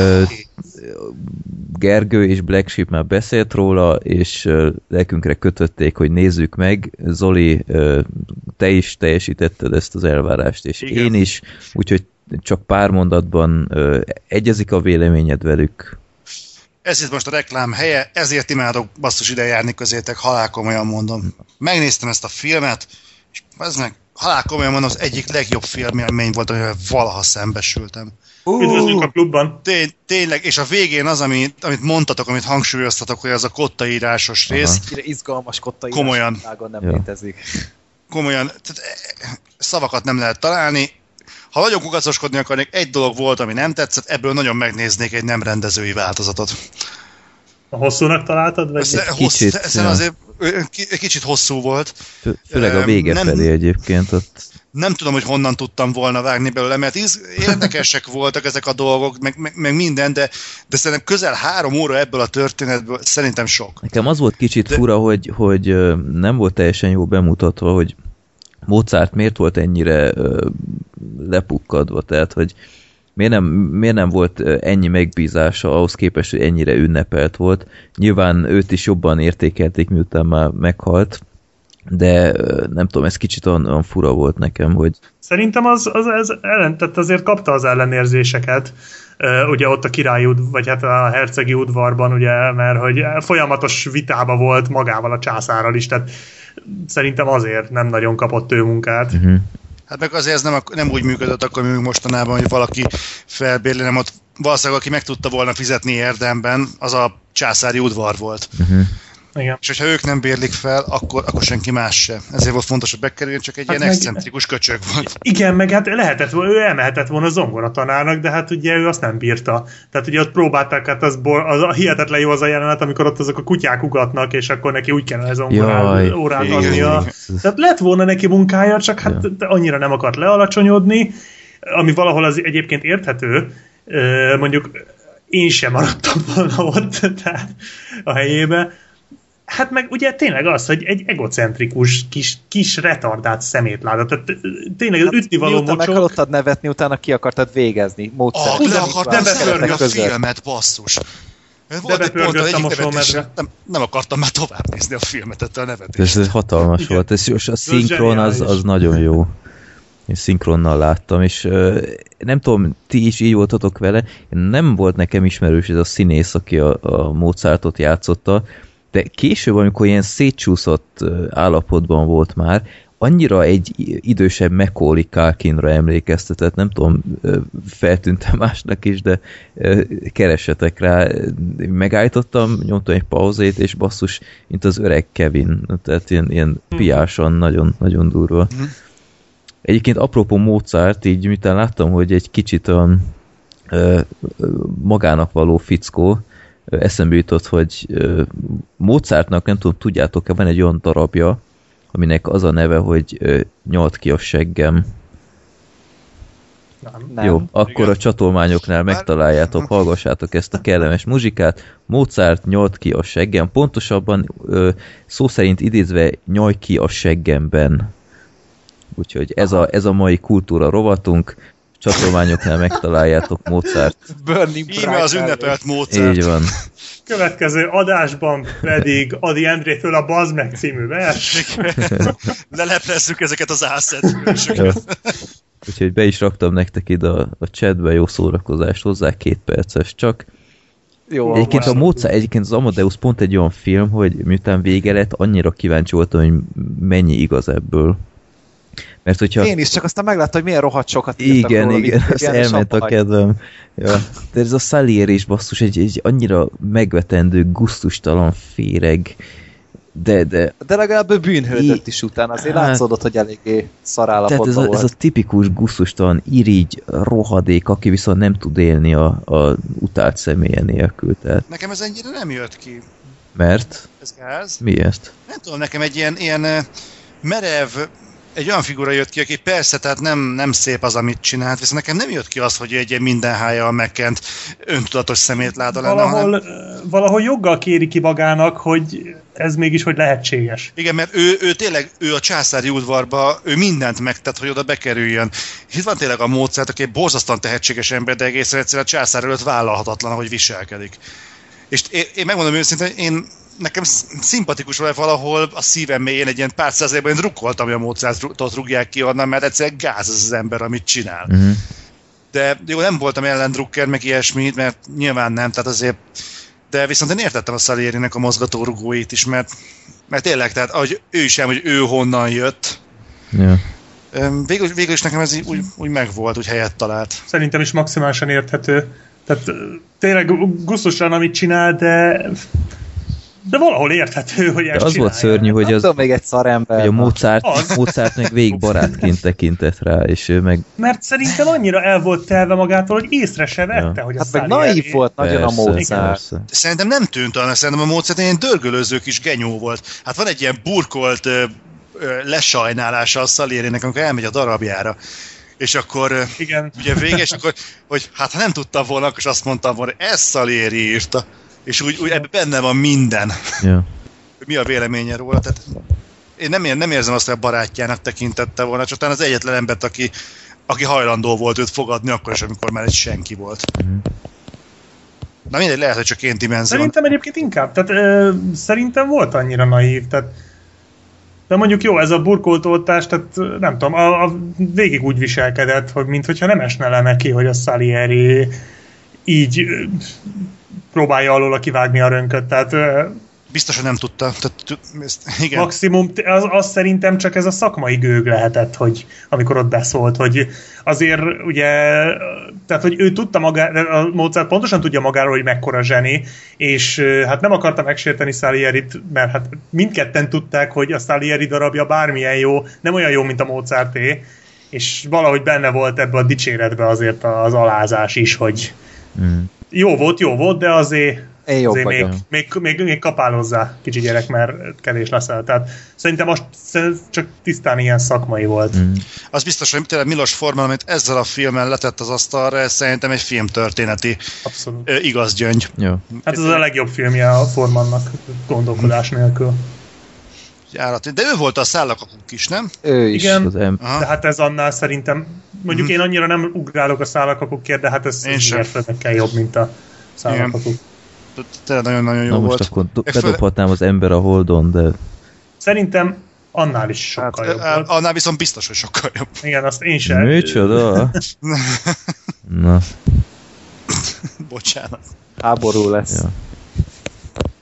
Gergő és Black Sheep már beszélt róla, és lelkünkre kötötték, hogy nézzük meg. Zoli, te is teljesítetted ezt az elvárást, és igen. Én is, úgyhogy csak pár mondatban egyezik a véleményed velük. Ez itt most a reklám helye, ezért imádok basszus ide járni közétek, halálkomolyan mondom. Megnéztem ezt a filmet, és ez meg halálkomolyan mondom, az egyik legjobb filmélmény volt, amivel valaha szembesültem. Uh, Üdvözlünk a klubban! Tény, tényleg, és a végén az, amit, amit mondtatok, amit hangsúlyoztatok, hogy az a kottaírásos rész. Aha. Izgalmas kottaírás. Komolyan. Nem ja. létezik. Komolyan. Tehát, szavakat nem lehet találni. Ha nagyon kukacoskodni akarnék, egy dolog volt, ami nem tetszett, ebből nagyon megnéznék egy nem rendezői változatot. A hosszúnak találtad? Vagy ez, kicsit. Ez ja. azért kicsit hosszú volt. Fő, főleg a vége nem, felé egyébként. Ott... Nem tudom, hogy honnan tudtam volna vágni belőle, mert iz, érdekesek voltak ezek a dolgok, meg, meg, meg minden, de, de szerintem közel három óra ebből a történetből szerintem sok. Nekem az volt kicsit de... fura, hogy, hogy nem volt teljesen jó bemutatva, hogy Mozart miért volt ennyire uh, lepukkadva, tehát, hogy miért nem, miért nem volt ennyi megbízása ahhoz képest, hogy ennyire ünnepelt volt. Nyilván őt is jobban értékelték, miután már meghalt, de uh, nem tudom, ez kicsit olyan, olyan fura volt nekem, hogy... Szerintem az, az, az ellen, tehát azért kapta az ellenérzéseket, uh, ugye ott a királyi udvar, vagy hát a hercegi udvarban, ugye, mert hogy folyamatos vitába volt magával a császárral is, tehát szerintem azért nem nagyon kapott ő munkát. Uh-huh. Hát meg azért ez nem, nem úgy működött akkor, mint mostanában, hogy valaki felbérli, nem ott valószínűleg, aki meg tudta volna fizetni érdemben, az a császári udvar volt. Uh-huh. Igen. És hogyha ők nem bérlik fel, akkor, akkor senki más se. Ezért volt fontos, hogy bekerüljön, csak egy hát ilyen excentrikus köcsög volt. Igen, meg hát lehetett, ő elmehetett volna zongoratanárnak, de hát ugye ő azt nem bírta. Tehát ugye ott próbálták, hát az, az a hihetetlen jó az a jelenet, amikor ott azok a kutyák ugatnak, és akkor neki úgy kellene zongorát órát adnia. Tehát lett volna neki munkája, csak hát ja. annyira nem akart lealacsonyodni, ami valahol az egyébként érthető. Mondjuk én sem maradtam volna ott tehát a helyébe. Hát meg ugye tényleg az, hogy egy egocentrikus, kis, kis retardált szemétláda. Tehát tényleg hát ütni való mocsok... meg hallottad nevetni, utána ki akartad végezni. Módszerek. Ah, le akartam beförni a filmet, basszus. Volt egy pont, egyik nevetés, nem, nem akartam már tovább nézni a filmet ettől a nevetést. Ez hatalmas igen. volt. Ez, a szinkron az, az nagyon jó. Én szinkronnal láttam, és uh, nem tudom, ti is így voltatok vele. Nem volt nekem ismerős ez a színész, aki a, a Mozartot játszotta, de később, amikor ilyen szétcsúszott állapotban volt már, annyira egy idősebb Macaulay Culkinra emlékeztetett, nem tudom, feltűntem másnak is, de keressetek rá. Megállítottam, nyomtam egy pauzét, és basszus, mint az öreg Kevin, tehát ilyen, ilyen piásan, nagyon, nagyon durva. Egyébként apropó Mozart, így miután láttam, hogy egy kicsit olyan magának való fickó, eszembe jutott, hogy Mozartnak, nem tudom, tudjátok-e, van egy olyan darabja, aminek az a neve, hogy Nyalt ki a seggem. Nem. Jó, akkor Igen. a csatolmányoknál megtaláljátok, hallgassátok ezt a kellemes muzsikát. Mozart Nyalt ki a seggem, pontosabban szó szerint idézve Nyalj ki a seggemben. Úgyhogy ez a, ez a mai kultúra rovatunk, csatolmányoknál megtaláljátok Mozart. Burning Íme az ünnepelt Mozart. Így van. Következő adásban pedig Adi Endrétől a Bazd meg című vers. Leleplezzük ezeket az álszedősöket. Úgyhogy be is raktam nektek ide a, a chatbe, jó szórakozást hozzá, két perces csak. Jó, Egyébként a most- Mozart, egyébként az Amadeus pont egy olyan film, hogy miután vége lett, annyira kíváncsi voltam, hogy mennyi igaz ebből. Mert hogyha... Én is, csak aztán megláttam, hogy milyen rohadt sokat írtak Igen, róla, igen, az igen, és elment a abba kedvem. Ja. De ez a Salieri is basszus, egy, egy annyira megvetendő, gusztustalan féreg, de, de De legalább ő bűnhődött is utána, azért Hát- látszódott, hogy eléggé tehát szarállapotban ez a, volt. ez a tipikus gusztustalan, irigy, rohadék, aki viszont nem tud élni a, a utált személye nélkül. Tehát, Nekem ez ennyire nem jött ki. mert Ez gáz. mi ezt? Nem tudom, nekem egy ilyen, ilyen eh, merev, egy olyan figura jött ki, aki persze, tehát nem, nem szép az, amit csinált, viszont nekem nem jött ki az, hogy egy ilyen mindenhájjal megkent öntudatos szemétláda lenne, hanem... Valahol, valahol joggal kéri ki magának, hogy ez mégis hogy lehetséges. Igen, mert ő, ő tényleg, ő a császári udvarba, ő mindent megtett, hogy oda bekerüljön. Itt van tényleg a Mozart, aki egy borzasztóan tehetséges ember, de egészen egyszerűen a császár előtt vállalhatatlan, ahogy viselkedik. És én, én megmondom őszintén, én nekem szimpatikus volt valahol a szívem mélyén egy ilyen pár százalékban, én drukkoltam, hogy a Mozartot rúgják ki onnan, mert egyszerűen gáz az az ember, amit csinál. Uh-huh. De jó, nem voltam ellendrukker, meg ilyesmi, mert nyilván nem, tehát azért... De viszont én értettem a Salierinek a mozgatórugóit is, mert, mert tényleg, tehát ahogy ő is sem, hogy ő honnan jött. Ja. Végül, végül is nekem ez így úgy, úgy megvolt, úgy helyet talált. Szerintem is maximálisan érthető. Tehát ö, tényleg gusztusan, amit csinál, de de valahol érthető, hogy De ezt az volt csinálja. szörnyű, hogy, Nem az, tudom, még egy szarember. hogy a na. Mozart, Az. Mozart meg végig barátként tekintett rá, és ő meg Mert szerintem annyira el volt telve magától, hogy észre se vette, Ja. hogy a Hát meg Salieri- naív volt nagyon a persze, Mozart. persze. Szerintem nem tűnt olyan, szerintem a Mozart egy dörgölőző kis genyó volt. Hát van egy ilyen burkolt ö, ö, lesajnálása a Salierinek, amikor elmegy a darabjára. És akkor ö, Igen. ugye vége, és akkor, hogy hát ha nem tudtam volna, akkor azt mondtam volna, hogy ez Salieri írta. És úgy, úgy ebben benne van minden. Ja. Mi a véleménye róla. Tehát én nem, ér, nem érzem azt, hogy a barátjának tekintette volna, csak talán az egyetlen embert, aki, aki hajlandó volt őt fogadni, akkor is, amikor már egy senki volt. Mhm. Na mindegy, lehet, hogy csak én dimenzió. Szerintem egyébként inkább. Tehát ö, szerintem volt annyira naív. Tehát, de mondjuk jó, ez a burkoltoltás, tehát ö, nem tudom, a, a végig úgy viselkedett, hogy mintha nem esne le neki, hogy a Salieri így ö, próbálja alól kivágni a rönköt. Tehát ö, Biztos, hogy nem tudta. Tehát, ezt, igen. maximum, az, az szerintem csak ez a szakmai gőg lehetett, hogy amikor ott beszólt, hogy azért ugye, tehát hogy ő tudta magáról, a Mozart pontosan tudja magáról, hogy mekkora zseni, és hát nem akarta megsérteni Salierit, mert hát mindketten tudták, hogy a Salieri darabja bármilyen jó, nem olyan jó, mint a Mozarté, és valahogy benne volt ebbe a dicséretbe azért az alázás is, hogy Mm. jó volt, jó volt, de azért Én jobb azért még, vagyok. még, még, még kapálozzá, kicsi gyerek, mert kevés leszel. Tehát szerintem most csak tisztán ilyen szakmai volt. Mm. Az biztos, hogy tényleg Milos Forman, amit ezzel a filmmel letett az asztalra, ez szerintem egy filmtörténeti Abszolút. ö, igaz gyöngy. Ja. Hát ez a legjobb filmje a Formannak, gondolkodás nélkül. Állati. De ő volt a Szállakakuk is, nem? Ő is. Igen, Az em- Aha. de hát ez annál szerintem, mondjuk én annyira nem ugrálok a szálakakukért, de hát ez Én sem. mérföldekkel jobb, mint a szálakakuk. Tényleg nagyon-nagyon jó Na most volt. akkor do- Meg föl- bedobhatnám az ember a Holdon, de Szerintem annál is sokkal Hát, jobb ö, volt. annál viszont biztos, hogy sokkal jobb. Igen, azt én sem. micsoda? Na, Bocsánat. Háború lesz. ja.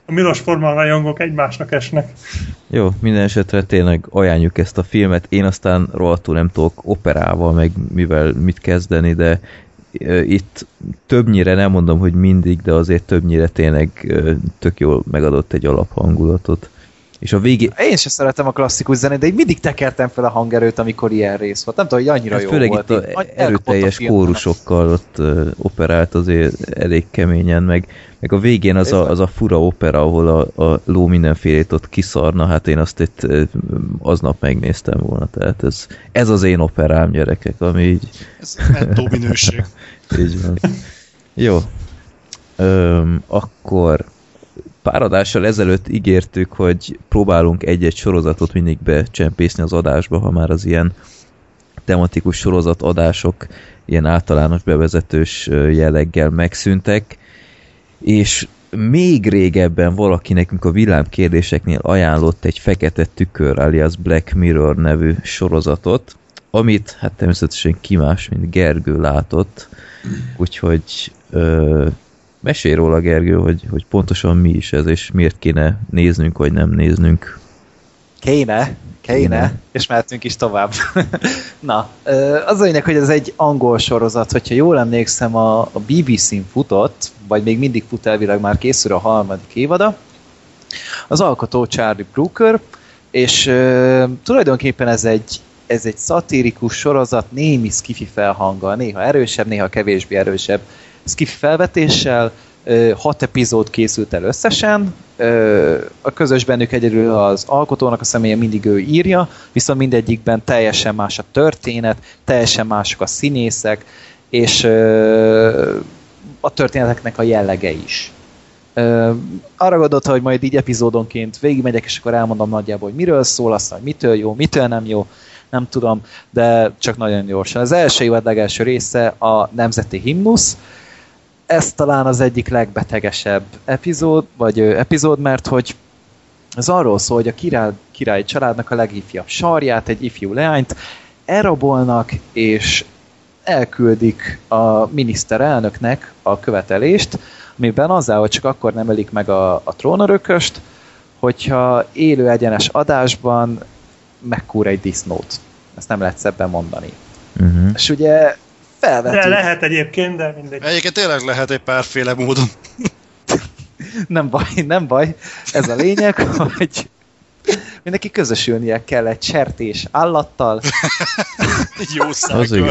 A Milos Forman rajongók egymásnak esnek. Jó, minden esetre tényleg ajánljuk ezt a filmet. Én aztán rohadtul nem tudok operával, meg mivel mit kezdeni, de itt többnyire, nem mondom, hogy mindig, de azért többnyire tényleg tök jól megadott egy alaphangulatot. És a végé... Én sem szeretem a klasszikus zenét, de így mindig tekertem fel a hangerőt, amikor ilyen rész volt. Nem tudom, hogy annyira hát jó főleg volt. Főleg itt a erőteljes kórusokkal ott uh, operált azért elég keményen, meg, meg a végén az a, az a fura opera, ahol a, a ló mindenfélét ott kiszarna, hát én azt itt uh, aznap megnéztem volna, tehát ez, ez az én operám, gyerekek, ami így... Ez nettó minőség. Így van. Jó. Öm, akkor pár adással ezelőtt ígértük, hogy próbálunk egy-egy sorozatot mindig becsempészni az adásba, ha már az ilyen tematikus sorozat adások ilyen általános bevezetős jelleggel megszűntek, és még régebben valaki nekünk a villámkérdéseknél ajánlott egy Fekete Tükör alias Black Mirror nevű sorozatot, amit hát természetesen ki más, mint Gergő látott, úgyhogy ö, mesélj róla, Gergő, hogy, hogy pontosan mi is ez, és miért kéne néznünk, vagy nem néznünk. Kéne, kéne, kéne. És mehetünk is tovább. Na, az a lényeg, hogy ez egy angol sorozat, hogyha jól emlékszem, a, a bé bé cén futott, vagy még mindig fut, elvileg már készül a harmadik évada. Az alkotó Charlie Brooker, és uh, tulajdonképpen ez egy, ez egy szatirikus sorozat, némi skifi felhanggal, néha erősebb, néha kevésbé erősebb skifi felvetéssel, hat epizód készült el összesen, a közös bennük egyedül az alkotónak a személye, mindig ő írja, viszont mindegyikben teljesen más a történet, teljesen mások a színészek, és a történeteknek a jellege is. Arra gondoltam, hogy majd így epizódonként végigmegyek, és akkor elmondom nagyjából, hogy miről szól, aztán, hogy mitől jó, mitől nem jó, nem tudom, de csak nagyon gyorsan. Az első évad legelső része a Nemzeti Himnusz. Ez talán az egyik legbetegesebb epizód, vagy ö, epizód, mert hogy ez arról szól, hogy a király, királyi családnak a legifjabb sarját, egy ifjú leányt elrabolnak, és elküldik a miniszterelnöknek a követelést, amiben azzal, hogy csak akkor nem elik meg a, a trónörököst, hogyha élő egyenes adásban megkúr egy disznót. Ezt nem lehet szebben mondani. Uh-huh. És ugye felvetünk... De lehet egyébként, de mindegy. Egyébként tényleg lehet egy párféle módon. Nem baj, nem baj. Ez a lényeg, hogy mindenki közösülnie kell egy sertés állattal. Jó szájkör.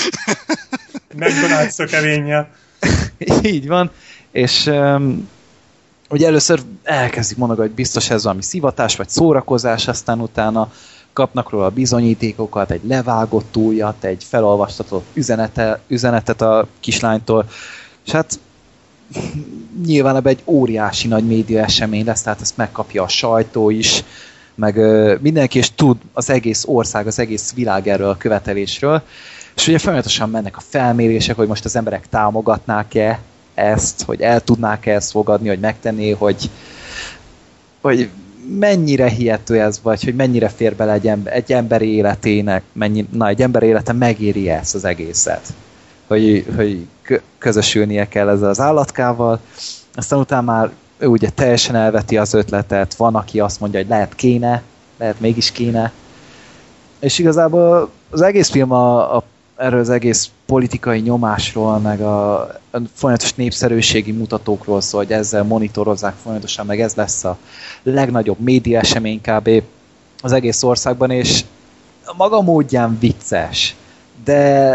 McDonald's szökevénnyel. Így van. És um, ugye először elkezdik mondogatni, hogy biztos ez valami szivatás, vagy szórakozás, aztán utána kapnak róla bizonyítékokat, egy levágott ujjat, egy felolvastatott üzenete, üzenetet a kislánytól, és hát nyilván ebben egy óriási nagy média esemény lesz, tehát ezt megkapja a sajtó is, meg ö, mindenki is tud, az egész ország, az egész világ erről a követelésről, és ugye folyamatosan mennek a felmérések, hogy most az emberek támogatnák-e ezt, hogy el tudnák-e ezt fogadni, hogy megtenné, hogy, hogy mennyire hihető ez, vagy hogy mennyire fér bele egy, ember, egy ember életének, mennyi, na, egy ember élete megéri ezt az egészet, hogy, hogy közösülnie kell ezzel az állatkával, aztán utána már ő ugye teljesen elveti az ötletet, van, aki azt mondja, hogy lehet kéne, lehet mégis kéne, és igazából az egész film a, a, erről az egész politikai nyomásról, meg a, a folyamatos népszerűségi mutatókról szól, hogy ezzel monitorozzák folyamatosan, meg ez lesz a legnagyobb média esemény kb. Az egész országban, és maga módján vicces, de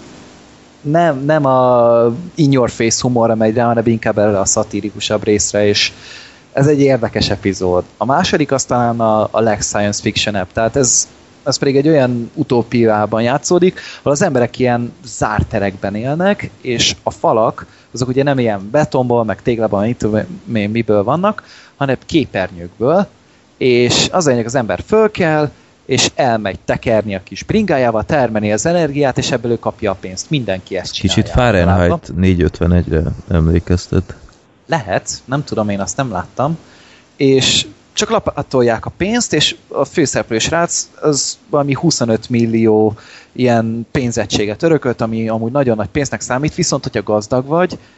nem, nem a in your face humorra megy rá, hanem inkább erre a szatirikusabb részre, és ez egy érdekes epizód. A második aztán a, a leg science fiction-ebb, tehát ez, ez pedig egy olyan utópiában játszódik, ahol az emberek ilyen zárt terekben élnek, és a falak, azok ugye nem ilyen betonból, meg téglában, itt miből vannak, hanem képernyőkből, és az lényeg, az ember föl kell, és elmegy tekerni a kis bringájával, termelni az energiát, és ebből ő kapja a pénzt. Mindenki ezt csinálja. Kicsit Fahrenheit négyszázötvenegyre emlékeztet. Lehet, nem tudom, én azt nem láttam. És csak lapátolják a pénzt, és a főszereplő srác az valami huszonöt millió ilyen pénzegységet örökölt, ami amúgy nagyon nagy pénznek számít, viszont hogyha gazdag vagy,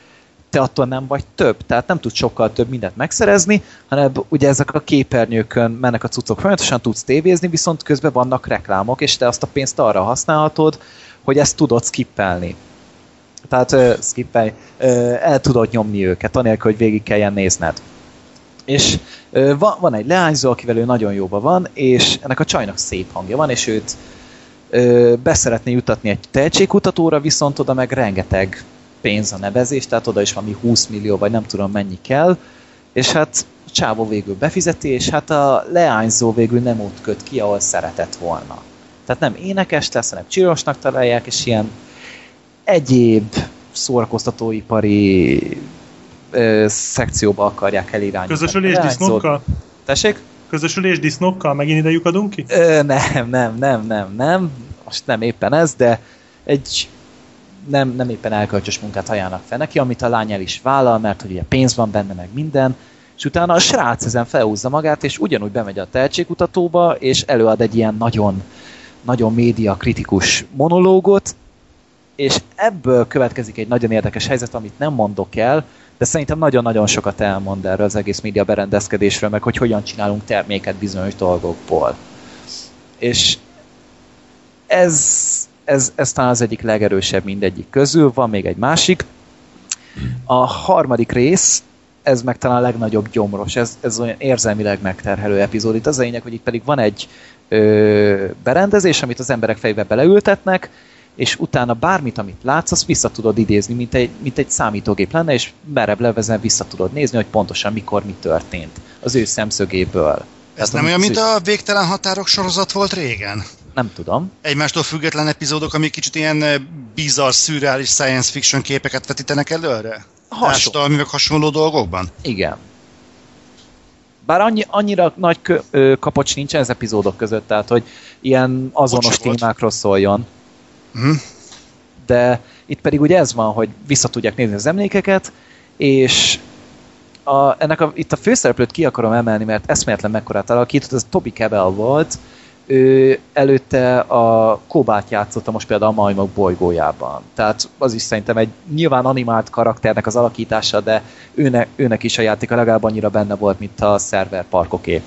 te attól nem vagy több, tehát nem tudsz sokkal több mindent megszerezni, hanem ugye ezek a képernyőkön mennek a cuccok folyamatosan, tudsz tévézni, viszont közben vannak reklámok, és te azt a pénzt arra használhatod, hogy ezt tudod skippelni. Tehát uh, skippelj, uh, el tudod nyomni őket, anélkül, hogy végig kelljen nézned. És uh, van, van egy leányzó, akivel ő nagyon jóban van, és ennek a csajnak szép hangja van, és őt uh, beszeretné jutatni egy tehetségkutatóra, viszont oda meg rengeteg pénz a nevezés, tehát oda is valami húsz millió, vagy nem tudom mennyi kell, és hát a csávó végül befizeti, és hát a leányzó végül nem úgy köt ki, ahol szeretett volna. Tehát nem énekes lesz, hanem csirosnak találják, és ilyen egyéb szórakoztatóipari ö, szekcióba akarják elirányítani. Közösülés disznókkal? Tessék? Közösülés disznókkal? Megint ide lyukadunk ki? Ö, nem, nem, nem, nem, nem. Most nem éppen ez, de egy nem, nem éppen elkölcsös munkát ajánlnak fel neki, amit a lány el is vállal, mert hogy ugye pénz van benne, meg minden, és utána a srác ezen felhúzza magát, és ugyanúgy bemegy a tehetségkutatóba, és előad egy ilyen nagyon, nagyon média kritikus monológot, és ebből következik egy nagyon érdekes helyzet, amit nem mondok el, de szerintem nagyon-nagyon sokat elmond erről az egész média berendezkedésről, meg hogy hogyan csinálunk terméket bizonyos dolgokból. És ez, ez, ez talán az egyik legerősebb mindegyik közül, van még egy másik. A harmadik rész, ez meg talán a legnagyobb gyomros, ez, ez olyan érzelmileg megterhelő epizód. Itt az a lényeg, hogy itt pedig van egy ö, berendezés, amit az emberek fejbe beleültetnek, és utána bármit, amit látsz, azt vissza tudod idézni, mint egy, mint egy számítógép lenne, és merebb levezen vissza tudod nézni, hogy pontosan mikor mi történt az ő szemszögéből. Ez nem olyan, mint a Végtelen határok sorozat volt régen? Nem tudom. Egymástól független epizódok, amik kicsit ilyen bizarr, szürreális science fiction képeket vetítenek előre? Társadalmi, meg hasonló dolgokban? Igen. Bár annyi, annyira nagy kö, ö, kapocs nincsen az epizódok között, tehát hogy ilyen azonos témákról szóljon. Uh-huh. De itt pedig ugye ez van, hogy vissza tudják nézni az emlékeket, és a, ennek a, itt a főszereplőt ki akarom emelni, mert eszméletlen mekkorát alakított, ez Toby Kebbell volt, ő előtte a Kóbát játszotta most például a Majmok bolygójában. Tehát az is szerintem egy nyilván animált karakternek az alakítása, de őnek, őnek is a játéka legalább annyira benne volt, mint a Server Parkoké.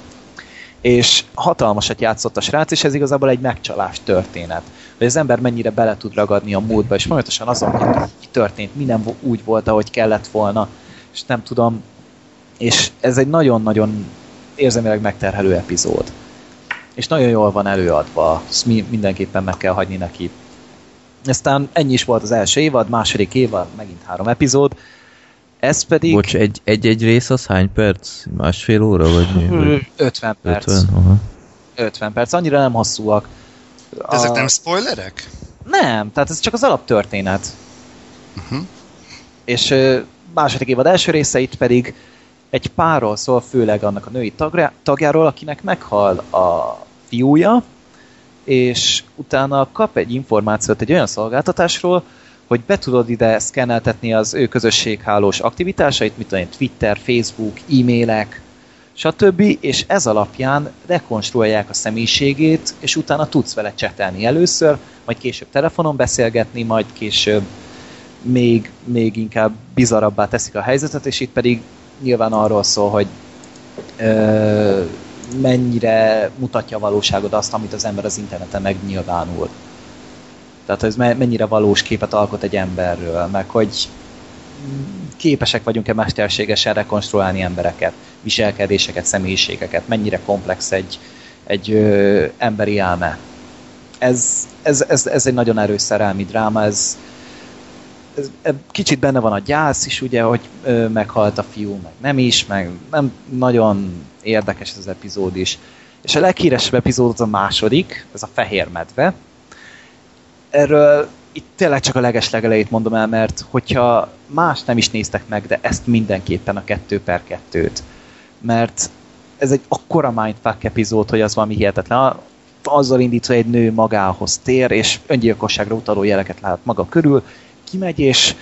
És hatalmasat játszott a srác, és ez igazából egy megcsalás történet. Hogy az ember mennyire bele tud ragadni a múltba, és folyamatosan azon, hogy történt, minden úgy volt, ahogy kellett volna, és nem tudom. És ez egy nagyon-nagyon érzelmileg megterhelő epizód. És nagyon jól van előadva, ezt mindenképpen meg kell hagyni neki. Aztán ennyi is volt az első évad, második évad, megint három epizód. Ez pedig... Bocs, egy, egy-egy rész az hány perc? Másfél óra? Vagy mi? ötven perc. ötven, aha. ötven perc, annyira nem hosszúak. De ezek a... nem spoilerek? Nem, tehát ez csak az alaptörténet. Uh-huh. És uh, második évad első része itt pedig egy párról szól, főleg annak a női tagra, tagjáról, akinek meghal a fiúja, és utána kap egy információt egy olyan szolgáltatásról, hogy be tudod ide szkenneltetni az ő közösséghálós aktivitásait, mint olyan Twitter, Facebook, e-mailek, stb. És ez alapján rekonstruálják a személyiségét, és utána tudsz vele csetelni először, majd később telefonon beszélgetni, majd később még, még inkább bizarabbá teszik a helyzetet, és itt pedig nyilván arról szól, hogy ö, mennyire mutatja a valóságod azt, amit az ember az interneten megnyilvánul. Tehát ez mennyire valós képet alkot egy emberről, meg hogy képesek vagyunk-e mesterségesen rekonstruálni embereket, viselkedéseket, személyiségeket, mennyire komplex egy, egy ö, emberi elme. Ez, ez, ez, ez egy nagyon erős szerelmi dráma, ez, ez, ez kicsit benne van a gyász is, ugye, hogy ö, meghalt a fiú, meg nem is, meg nem nagyon érdekes ez az epizód is. És a leghíresebb epizód az a második, ez a Fehér medve. Erről itt tényleg csak a legeslegelejét mondom el, mert hogyha más nem is néztek meg, de ezt mindenképpen a kettő per kettőt. Mert ez egy akkora mindfuck epizód, hogy az valami hihetetlen. Azzal indít, hogy egy nő magához tér, és öngyilkosságra utaló jeleket lát maga körül, kimegy, és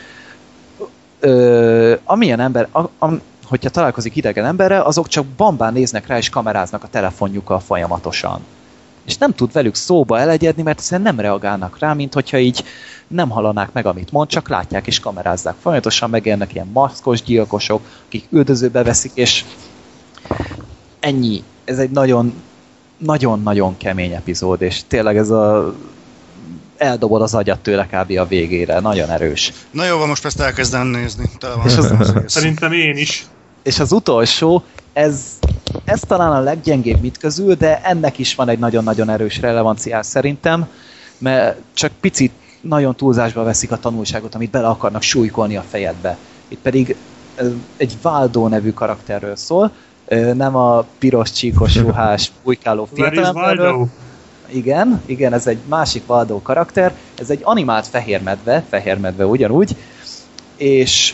ö, amilyen ember, a, a, hogyha találkozik idegen emberrel, azok csak bambán néznek rá, és kameráznak a telefonjukkal folyamatosan. és nem tud velük szóba elegyedni, mert egyszerűen nem reagálnak rá, mint hogyha így nem hallanák meg, amit mond, csak látják és kamerázzák. Folyamatosan megjelennek ilyen maszkos gyilkosok, akik üldözőbe veszik, és ennyi. Ez egy nagyon nagyon-nagyon kemény epizód, és tényleg ez a eldobod az agyat tőle kb. A végére. Nagyon erős. Na jó, van, most ezt elkezdem nézni. Tele van. És az, Szerintem én is. És az utolsó, ez, ez talán a leggyengébb mit közül, de ennek is van egy nagyon-nagyon erős relevanciás szerintem, mert csak picit nagyon túlzásba veszik a tanulságot, amit bele akarnak súlykolni a fejedbe. Itt pedig egy Waldo nevű karakterről szól, nem a piros, csíkos, ruhás, bujkáló fiatalemberről. Igen, igen, ez egy másik Waldo karakter, ez egy animált fehérmedve, fehérmedve ugyanúgy, és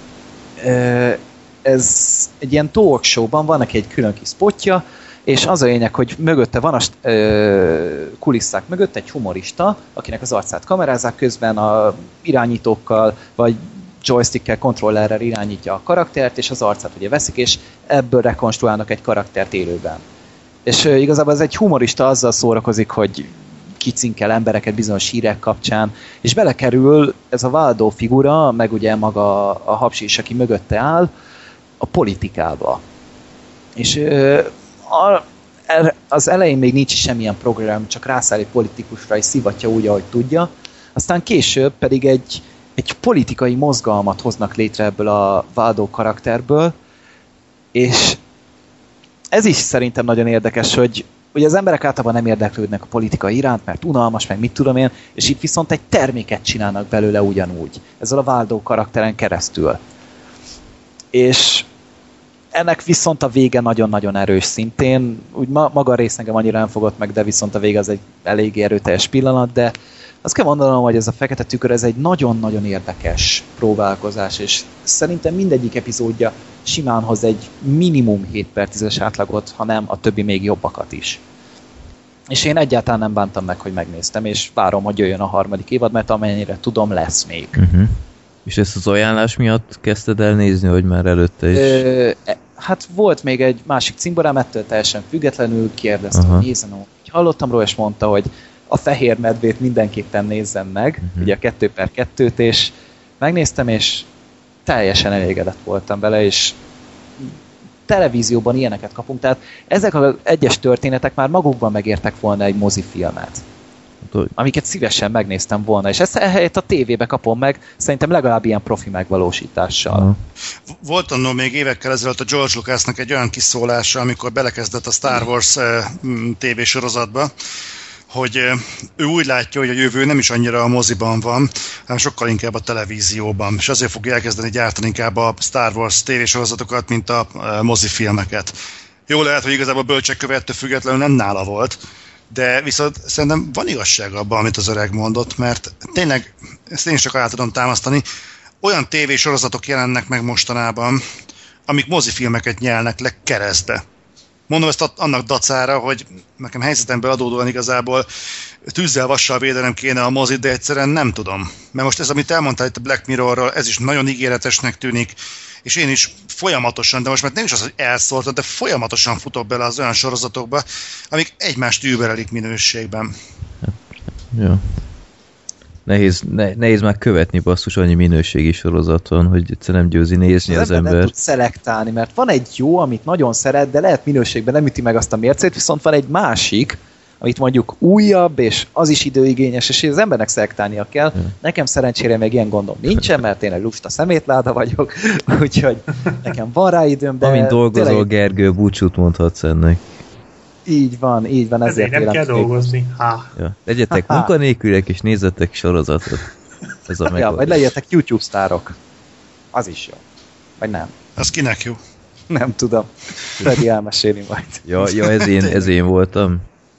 ez egy ilyen talk show-ban van neki egy külön kis spotja, és az a lényeg, hogy mögötte van a kulisszák mögött egy humorista, akinek az arcát kamerázzák, közben a irányítókkal, vagy joystickkel, kontrollerrel irányítja a karaktert, és az arcát ugye veszik, és ebből rekonstruálnak egy karaktert élőben. És uh, igazából ez egy humorista azzal szórakozik, hogy kicinkel embereket bizonyos hírek kapcsán, és belekerül ez a Waldo figura, meg ugye maga a Hapsi is, aki mögötte áll, a politikába. És uh, a, az elején még nincs semmilyen program, csak rászáll egy politikusra, és szivatja úgy, ahogy tudja. Aztán később pedig egy egy politikai mozgalmat hoznak létre ebből a Waldo karakterből, és ez is szerintem nagyon érdekes, hogy ugye az emberek általában nem érdeklődnek a politika iránt, mert unalmas, meg mit tudom én, és itt viszont egy terméket csinálnak belőle ugyanúgy, ezzel a Waldo karakteren keresztül. És ennek viszont a vége nagyon-nagyon erős szintén, úgy ma, maga a rész engem annyira nem fogott meg, de viszont a vége az egy elég erőteljes pillanat, de azt kell mondanom, hogy ez a Fekete Tükör, ez egy nagyon-nagyon érdekes próbálkozás, és szerintem mindegyik epizódja simán hoz egy minimum hét per tízes átlagot, hanem a többi még jobbakat is. És én egyáltalán nem bántam meg, hogy megnéztem, és várom, hogy jöjjön a harmadik évad, mert amennyire tudom, lesz még. Uh-huh. És ezt az ajánlás miatt kezdted el nézni, hogy már előtte is? Ö, hát volt még egy másik cimborám, ettől teljesen függetlenül kérdezte, uh-huh. hogy nézem, hogy hallottam róla, és mondta, hogy a Fehér Medvét mindenképpen nézzem meg, uh-huh. ugye a kettő per kettőt, és megnéztem, és teljesen elégedett voltam vele, és televízióban ilyeneket kapunk, tehát ezek az egyes történetek már magukban megértek volna egy mozifilmet, amiket szívesen megnéztem volna, és ezt ehelyett a tévébe kapom meg, szerintem legalább ilyen profi megvalósítással. Uh-huh. Volt annól még évekkel ezelőtt a George Lucasnak egy olyan kiszólása, amikor belekezdett a Star Wars tévésorozatba, hogy ő úgy látja, hogy a jövő nem is annyira a moziban van, hanem sokkal inkább a televízióban, és azért fogja elkezdeni gyártani inkább a Star Wars tévésorozatokat, mint a mozifilmeket. Jó lehet, hogy igazából bölcsek követtől függetlenül nem nála volt, de viszont szerintem van igazság abban, amit az öreg mondott, mert tényleg, ezt én is csak alá tudom támasztani, olyan tévésorozatok jelennek meg mostanában, amik mozifilmeket nyelnek le keresztbe. Mondom ezt annak dacára, hogy nekem helyzetemből adódóan igazából tűzzel, vassal védenem kéne a mozit, de egyszerűen nem tudom. Mert most ez, amit elmondtál itt a Black Mirrorról, ez is nagyon ígéretesnek tűnik, és én is folyamatosan, de most már nem is az, hogy elszóltam, de folyamatosan futok bele az olyan sorozatokba, amik egymást überelik minőségben. Ja. Nehéz, ne, nehéz már követni basszus annyi minőségi sorozat van, hogy egyszer nem győzi nézni az, az ember. Nem tud szelektálni, mert van egy jó, amit nagyon szeret, de lehet minőségben nem üti meg azt a mércét, viszont van egy másik, amit mondjuk újabb, és az is időigényes, és az embernek szelektálnia kell. Ja. Nekem szerencsére még ilyen gondom nincsen, mert én egy lusta szemétláda vagyok, úgyhogy nekem van rá időm, de... Amint dolgozol, tényleg... Gergő, búcsút mondhatsz ennek. Így van, így van. Ezért, ezért nem kell dolgozni. Há. Ja. Legyetek munkanélküliek, és nézzetek sorozatot. Ez a ja, vagy legyetek YouTube sztárok. Az is jó. Vagy nem. Az kinek jó? Nem tudom. Freddy elmeséli majd. Ja, ja ez, én, ez én voltam.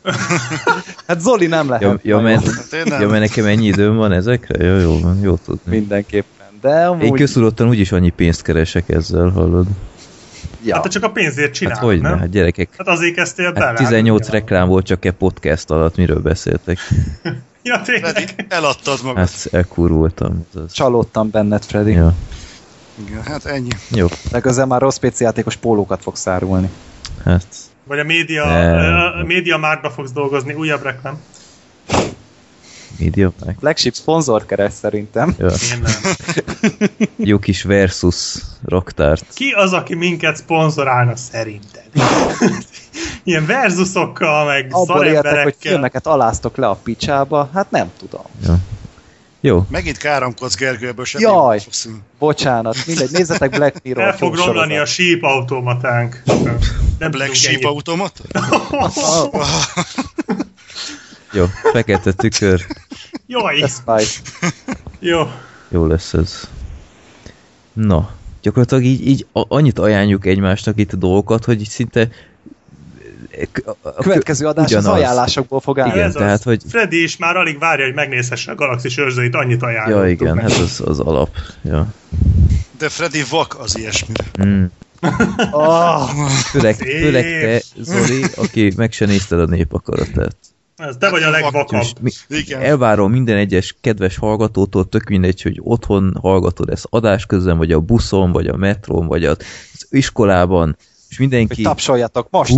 Hát Zoli nem lehet. Ja, ja, mert, ja, mert nekem ennyi időm van ezekre? Ja, jó van, jó tudni. Mindenképpen. De amúgy... Én köztudottan úgyis annyi pénzt keresek ezzel, hallod? Ja. Hát te csak a pénzért csinálod, hát hogy nem? Hát gyerekek. Hát azért kezdtél bele. Hát tizennyolc reklám volt csak egy podcast alatt, miről beszéltek. Ja, tényleg. Eladtad magad. Hát elkurultam. Csalódtam benned, Freddy. Ja. Igen, hát ennyi. Jó. Legközelebb már rossz pé cé játékos pólókat fogsz árulni. Hát... Vagy a média, a média márkba fogsz dolgozni, újabb reklám. Média márk? Flagship szponzorkereszt szerintem. Ja. Én nem. Jó kis versus raktárt. Ki az, aki minket szponzorálna szerinted? Ilyen versusokkal, meg abból értek, hogy szaremberekkel. filmeket aláztok le a picsába, hát nem tudom. Ja. Jó. Megint káromkodsz Gergőből, sem. Jaj, bocsánat, mindegy, nézzetek Black Mirror. El fog romlani a síp automatánk. Nem Black Sheep automat? Jó, fekete tükör. Jaj! Ez fáj. Jó. Jó lesz ez. Na, gyakorlatilag így, így annyit ajánljuk egymásnak itt a dolgokat, hogy szinte a következő adás ugyanaz. Az ajánlásokból fog állni. Igen, tehát, hogy... Freddy is már alig várja, hogy megnézhesse a Galaxis őrzőit, annyit ajánlottuk. Ja, igen, meg. hát az, az alap. Ja. De Freddy vak az ilyesmire. Mm. Oh, főleg, főleg te, Zoli, aki meg se nézted a Népakaratát. Ez te vagy a legvakabb. Mi, elvárom minden egyes kedves hallgatótól, tök mindegy, hogy otthon hallgatod ezt adás közben, vagy a buszon, vagy a metrón, vagy az iskolában, és mindenki... Hogy tapsoljatok most!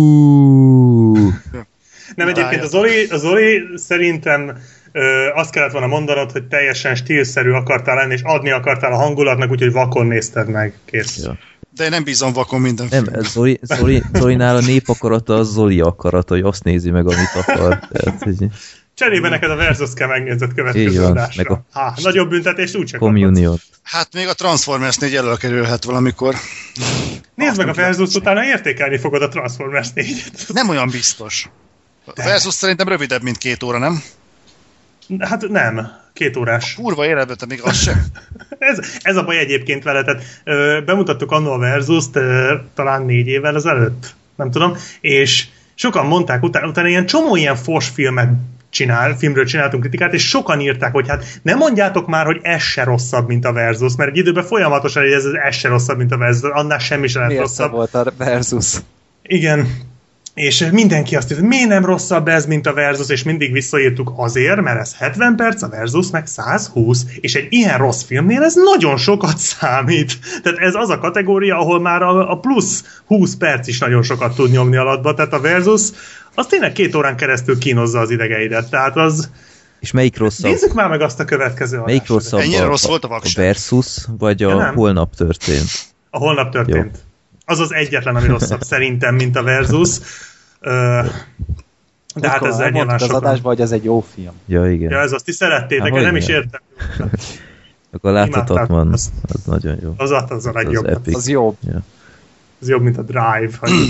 Uh. Nem, egyébként a Zoli, a Zoli szerintem ö, azt kellett volna mondanod, hogy teljesen stílszerű akartál lenni, és adni akartál a hangulatnak, úgyhogy vakon nézted meg. Kész. Ja. De én nem bízom vakon minden Nem, Zoli, Zoli, Zolinál a népakarata az Zoli akarata, hogy azt nézi meg, amit akar. Tehát, hogy... Cserébe neked a Versus kell megnézed következő van, adásra. meg a Há, nagyobb büntetést úgyse Communion. Hát még a Transformers négy előkerülhet valamikor. Nézd meg a Versus, utána értékelni fogod a Transformers négyet. Nem olyan biztos. A Versus szerintem rövidebb, mint két óra, nem? Hát nem. Két órás. Kurva életben, te még az sem. ez, ez a baj egyébként vele, tehát ö, bemutattuk annól a Versust ö, talán négy évvel ezelőtt, nem tudom, és sokan mondták, utána, utána ilyen csomó ilyen fos filmet csinál, filmről csináltunk kritikát, és sokan írták, hogy hát nem mondjátok már, hogy ez se rosszabb, mint a Versus, mert egy időben folyamatosan, hogy ez, ez se rosszabb, mint a Versus, annál semmi sem lett rosszabb. Miért volt a Versus? Igen. És mindenki azt mondja, miért nem rosszabb ez, mint a Versus, és mindig visszaírtuk azért, mert ez hetven perc, a Versus meg száz húsz, és egy ilyen rossz filmnél ez nagyon sokat számít. Tehát ez az a kategória, ahol már a, a plusz húsz perc is nagyon sokat tud nyomni alatba, tehát a Versus az tényleg két órán keresztül kínozza az idegeidet, tehát az... És melyik rosszabb? Nézzük már meg azt a következő adást. Melyik rosszabb? Ennyire a, rossz volt a a vakság. Versus, vagy a ja, Holnap történt? A Holnap történt. Jó. Az az egyetlen, ami rosszabb szerintem, mint a Versus. Uh, de hát ez egy az adásban, hogy ez egy jó film. Ja, igen. Ja, ez azt ti szerettétek, Há, nem is értem. Akkor láthatatlan, az, az nagyon jó. Az az a legjobb. Az, az jobb. Ja. Az jobb, mint a Drive.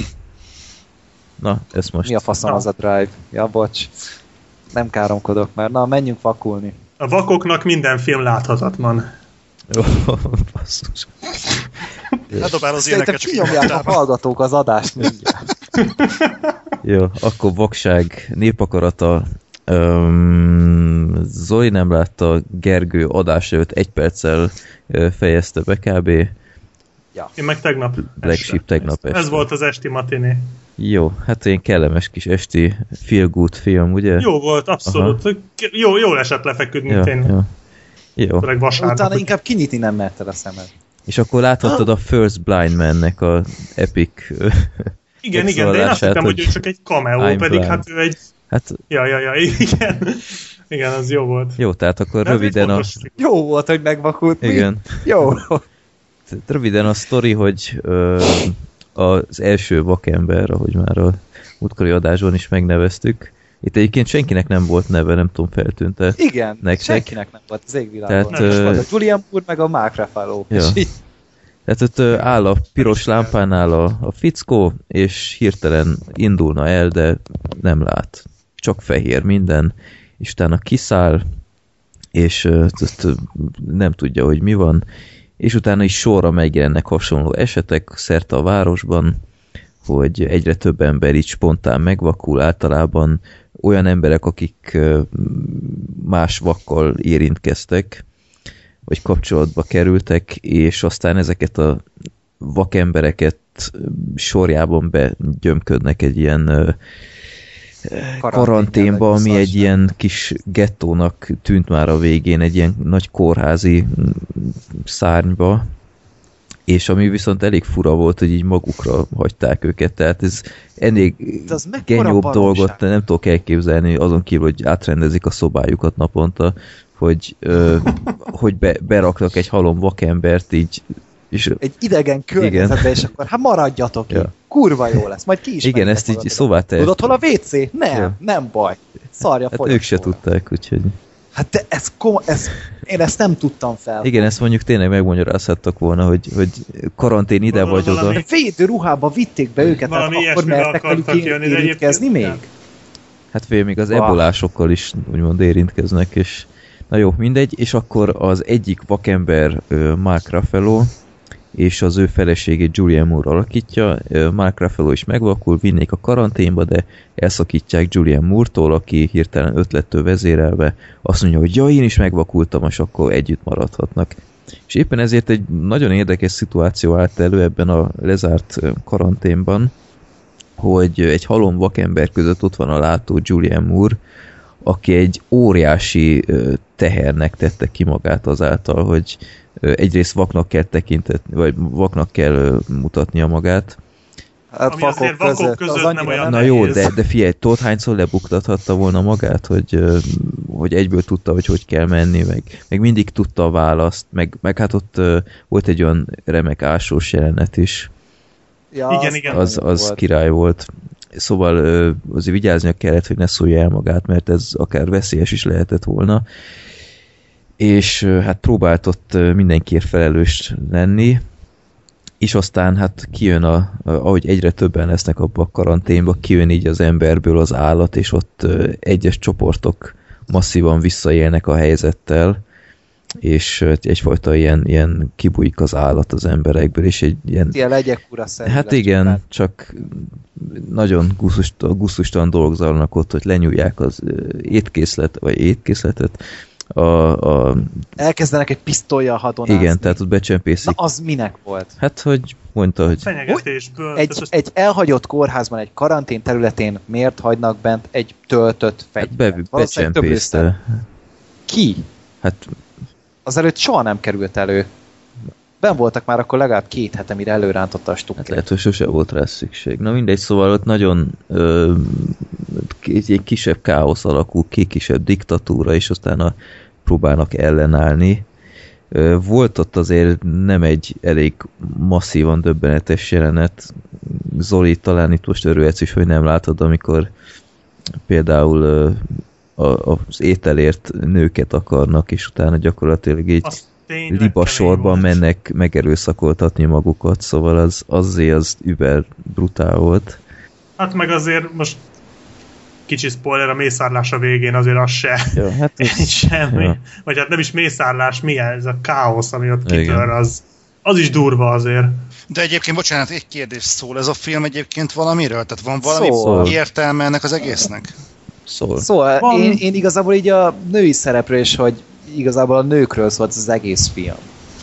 Na, ez most... Mi a faszom az a Drive? Ja, bocs. Nem káromkodok már. Na, menjünk vakulni. A vakoknak minden film láthatatlan. Jó, basszus. Ne dobál az ilyeneket, csak kinyomják a hallgatók az adást mindjárt. Jó, akkor vakság, népakarata. Um, Zoli nem látta, Gergő adás előtt egy perccel fejezte be kb. Ja. Én meg tegnap Black Sheep tegnap este. Ez volt az esti matiné. Jó, hát ilyen kellemes kis esti feel good film, ugye? Jó volt, abszolút. Jó, jól esett lefeküdni ja, tényleg. Ja. Jó. Utána inkább kinyitni nem merted a szemed. És akkor láthattad a First Blind Man-nek a epic igen, igen, de én azt hittem, hogy ő csak egy cameo, I'm pedig blind. Hát ő egy... Hát... Ja, ja, ja, igen. Igen, az jó volt. Jó, tehát akkor de röviden a... Jó volt, hogy megvakult. Igen. Jó. Röviden a sztori, hogy ö, az első vakember, ahogy már a múltkori adásban is megneveztük. Itt egyébként senkinek nem volt neve, nem tudom, feltűnt-e. Igen, nektek. Senkinek nem volt az égvilágon. Tehát, nem, uh, a Julian Moore meg a Mark Ruffalo. Ja. Tehát ott uh, áll a piros lámpánál a, a fickó, és hirtelen indulna el, de nem lát. Csak fehér minden, és utána kiszáll, és uh, nem tudja, hogy mi van, és utána is sorra megjelennek hasonló esetek szerte a városban, hogy egyre több ember így spontán megvakul, általában olyan emberek, akik más vakkal érintkeztek, vagy kapcsolatba kerültek, és aztán ezeket a vakembereket sorjában begyömködnek egy ilyen karanténba, ami egy ilyen kis gettónak tűnt már a végén, egy ilyen nagy kórházi szárnyba, és ami viszont elég fura volt, hogy így magukra hagyták őket, tehát ez ennél genyóbb dolgot nem tudok elképzelni, azon kívül, hogy átrendezik a szobájukat naponta, hogy, ö, hogy be, beraknak egy halom vakembert így. És, egy idegen környezetbe, és akkor hát maradjatok ja. Így. Kurva jó lesz, majd ki is. Igen, ezt így szóvá tehet. Tudod, hol a vé cé? Nem, ja. Nem baj. Szarja hát ők se tudták, úgyhogy... Hát de ez, kom- ez én ezt nem tudtam fel. Igen, ezt mondjuk tényleg megmagyarázhattak volna, hogy, hogy karantén ide vagy oda. Valami védő ruhába vitték be őket, valami tehát akkor mertek velük érintkezni még? Hát fél még az ebolásokkal is úgymond érintkeznek, és na jó, mindegy, és akkor az egyik vakember Mark Ruffalo, és az ő feleségét Julianne Moore alakítja. Mark Ruffalo is megvakul, vinnék a karanténba, de elszakítják Julianne Moore-tól, aki hirtelen ötlettől vezérelve azt mondja, hogy ja, én is megvakultam, és akkor együtt maradhatnak. És éppen ezért egy nagyon érdekes szituáció állt elő ebben a lezárt karanténban, hogy egy halom vakember között ott van a látó Julianne Moore, aki egy óriási tehernek tette ki magát azáltal, hogy egyrészt vaknak kell tekintetni, vagy vaknak kell mutatnia magát. Hát ami azért vakok között, között nem olyan Na nehéz. jó, de, de figyelj, tudod hányszor lebuktathatta volna magát, hogy, hogy egyből tudta, hogy hogy kell menni, meg, meg mindig tudta a választ, meg, meg hát ott volt egy olyan remek ásós jelenet is. Ja, igen, az igen. Az, az volt. király volt. Szóval azért vigyáznia kellett, hogy ne szólja el magát, mert ez akár veszélyes is lehetett volna. És hát próbált ott mindenkiért felelős lenni, és aztán hát kijön, a, ahogy egyre többen lesznek abban a karanténban, kijön így az emberből az állat, és ott egyes csoportok masszívan visszaélnek a helyzettel, és egyfajta ilyen, ilyen kibújik az állat az emberekből, és egy ilyen... Ilyen legyek ura szerint. Hát igen, csupán. Csak nagyon gusztustalan dolgok zajlanak ott, hogy lenyúlják az étkészlet, vagy étkészletet, A, a... elkezdenek egy pisztollyal hadonászni. Igen, tehát ott becsempészik. Na az minek volt? Hát, hogy mondta, hogy... Fenyegetésből. Egy, ezt... egy elhagyott kórházban, egy karantén területén miért hagynak bent egy töltött fegyvert? Hát be, becsempészte. Ki? Hát... Azelőtt soha nem került elő. Ben voltak már akkor legalább két hete, mire előrántotta a stukkét. Hát lehet, hogy sose volt rá szükség. Na mindegy, szóval ott nagyon ö, egy kisebb káosz alakul ki, kisebb diktatúra, és aztán a, próbálnak ellenállni. Ö, volt ott azért nem egy elég masszívan döbbenetes jelenet. Zoli, talán itt most örülhetsz is, hogy nem látod, amikor például ö, a, az ételért nőket akarnak, és utána gyakorlatilag így Azt liba sorban mennek megerőszakoltatni magukat, szóval az azért az über brutál volt. Hát meg azért most kicsi spoiler, a mészárlás a végén azért az se. Ja, hát ez, semmi. Ja. Vagy hát nem is mészárlás, milyen ez a káosz, ami ott kitör, az, az is durva azért. De egyébként, bocsánat, egy kérdés, szól ez a film egyébként valamiről? Tehát van valami Szól. értelme ennek az egésznek? Szól. Szóval én, én igazából így a női szerepről is, hogy igazából a nőkről szólt az egész film.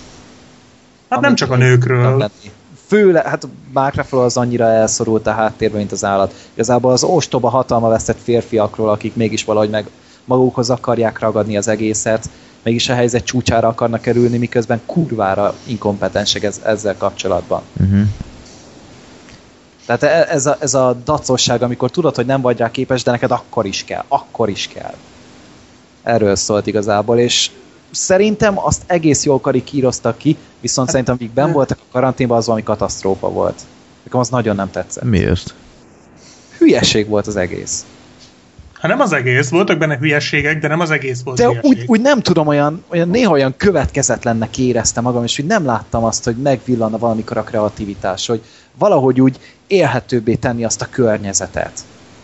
Hát nem csak a nőkről. Főle, hát Mark Ruffalo az annyira elszorult a háttérben, mint az állat. Igazából az ostoba hatalma vesztett férfiakról, akik mégis valahogy meg magukhoz akarják ragadni az egészet, mégis a helyzet csúcsára akarnak kerülni, miközben kurvára inkompetensek ez, ezzel kapcsolatban. Uh-huh. Tehát ez a, ez a dacosság, amikor tudod, hogy nem vagy rá képes, de neked akkor is kell, akkor is kell. Erről szólt igazából, és szerintem azt egész jól karikíroztak ki, viszont hát, szerintem, amíg benn voltak a karanténban, az valami katasztrófa volt. Nekem az nagyon nem tetszett. Miért? Hülyeség volt az egész. Hát nem az egész, voltak benne hülyeségek, de nem az egész volt de hülyeség. úgy, úgy nem tudom, olyan, olyan néha olyan következetlennek éreztem magam, és úgy nem láttam azt, hogy megvillanna valamikor a kreativitás, hogy valahogy úgy élhetőbbé tenni azt a környezetet.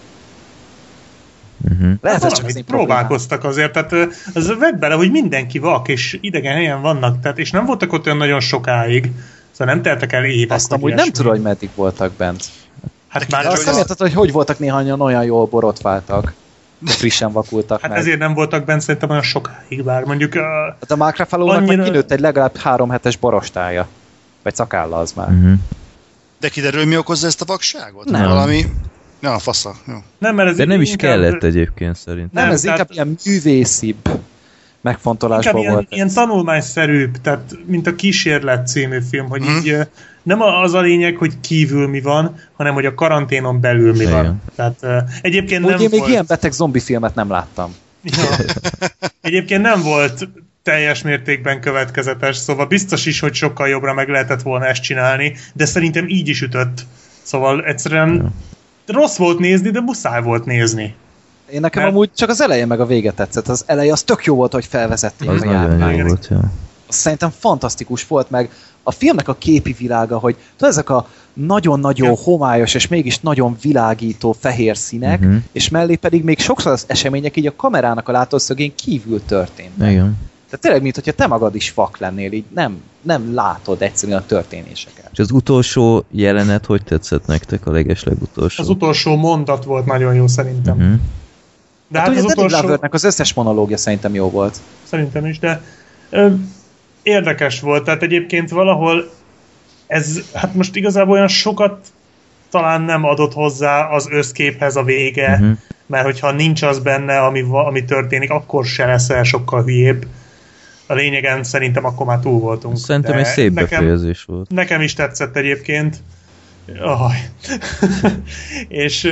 Uh-huh. Lehet, hát csak az én próbálkoztak azért, tehát az vedd bele, hogy mindenki vak, és idegen helyen vannak, tehát, és nem voltak ott olyan nagyon sokáig, szóval nem teltek el évek. Azt amúgy nem tudom, hogy meddig voltak bent. Hát már azt nem érted, hogy hogy voltak néhányan olyan jól borotváltak, frissen vakultak hát meg. ezért nem voltak bent szerintem olyan sokáig, bár mondjuk... Uh, hát a Mark Ruffalo-nak annyira... meg kinőtt egy legalább három hetes borostája. Vagy szakálla az már. Uh-huh. De kiderül, mi okozza ezt a vakságot? Nem. Valami... Ja, fasza. Jó. Nem, mert ez de nem is inkább... kellett egyébként szerintem. Nem, nem ez tehát... inkább ilyen művészibb. megfontolásból ilyen, volt. ilyen tanulmányszerűbb, tehát mint a Kísérlet című film, hogy Hmm. így nem az a lényeg, hogy kívül mi van, hanem hogy a karanténon belül mi Igen. van. Tehát uh, egyébként Úgy nem én még volt... ilyen beteg zombi filmet nem láttam. Ja. Egyébként nem volt teljes mértékben következetes, szóval biztos is, hogy sokkal jobbra meg lehetett volna ezt csinálni, de szerintem így is ütött. Szóval egyszerűen ja. rossz volt nézni, de muszáj volt nézni. Én nekem Mert... amúgy csak az eleje meg a vége tetszett. Az eleje az tök jó volt, hogy felvezették Az a nagyon járványt. jó volt, ja. Az szerintem fantasztikus volt, meg a filmnek a képi világa, hogy tudod, ezek a nagyon-nagyon Ja. homályos és mégis nagyon világító fehér színek, Mhm. és mellé pedig még sokszor az események így a kamerának a látószögén kívül történnek. Igen. Tehát tényleg, mint hogyha te magad is vak lennél, így nem, nem látod egyszerűen a történéseket. És az utolsó jelenet hogy tetszett nektek, a legeslegutolsó? Az utolsó mondat volt nagyon jó szerintem. Uh-huh. De Hát, hát hát az Danny utolsó... Glovernek az összes monológia szerintem jó volt. Szerintem is, de ö, érdekes volt. Tehát egyébként valahol ez, hát most igazából olyan sokat talán nem adott hozzá az összképhez a vége, Uh-huh. mert hogyha nincs az benne, ami, va- ami történik, akkor se leszel sokkal hülyébb. A lényegen szerintem akkor már túl voltunk. Szerintem de egy szép nekem, befejezés volt. nekem is tetszett egyébként. Oh. és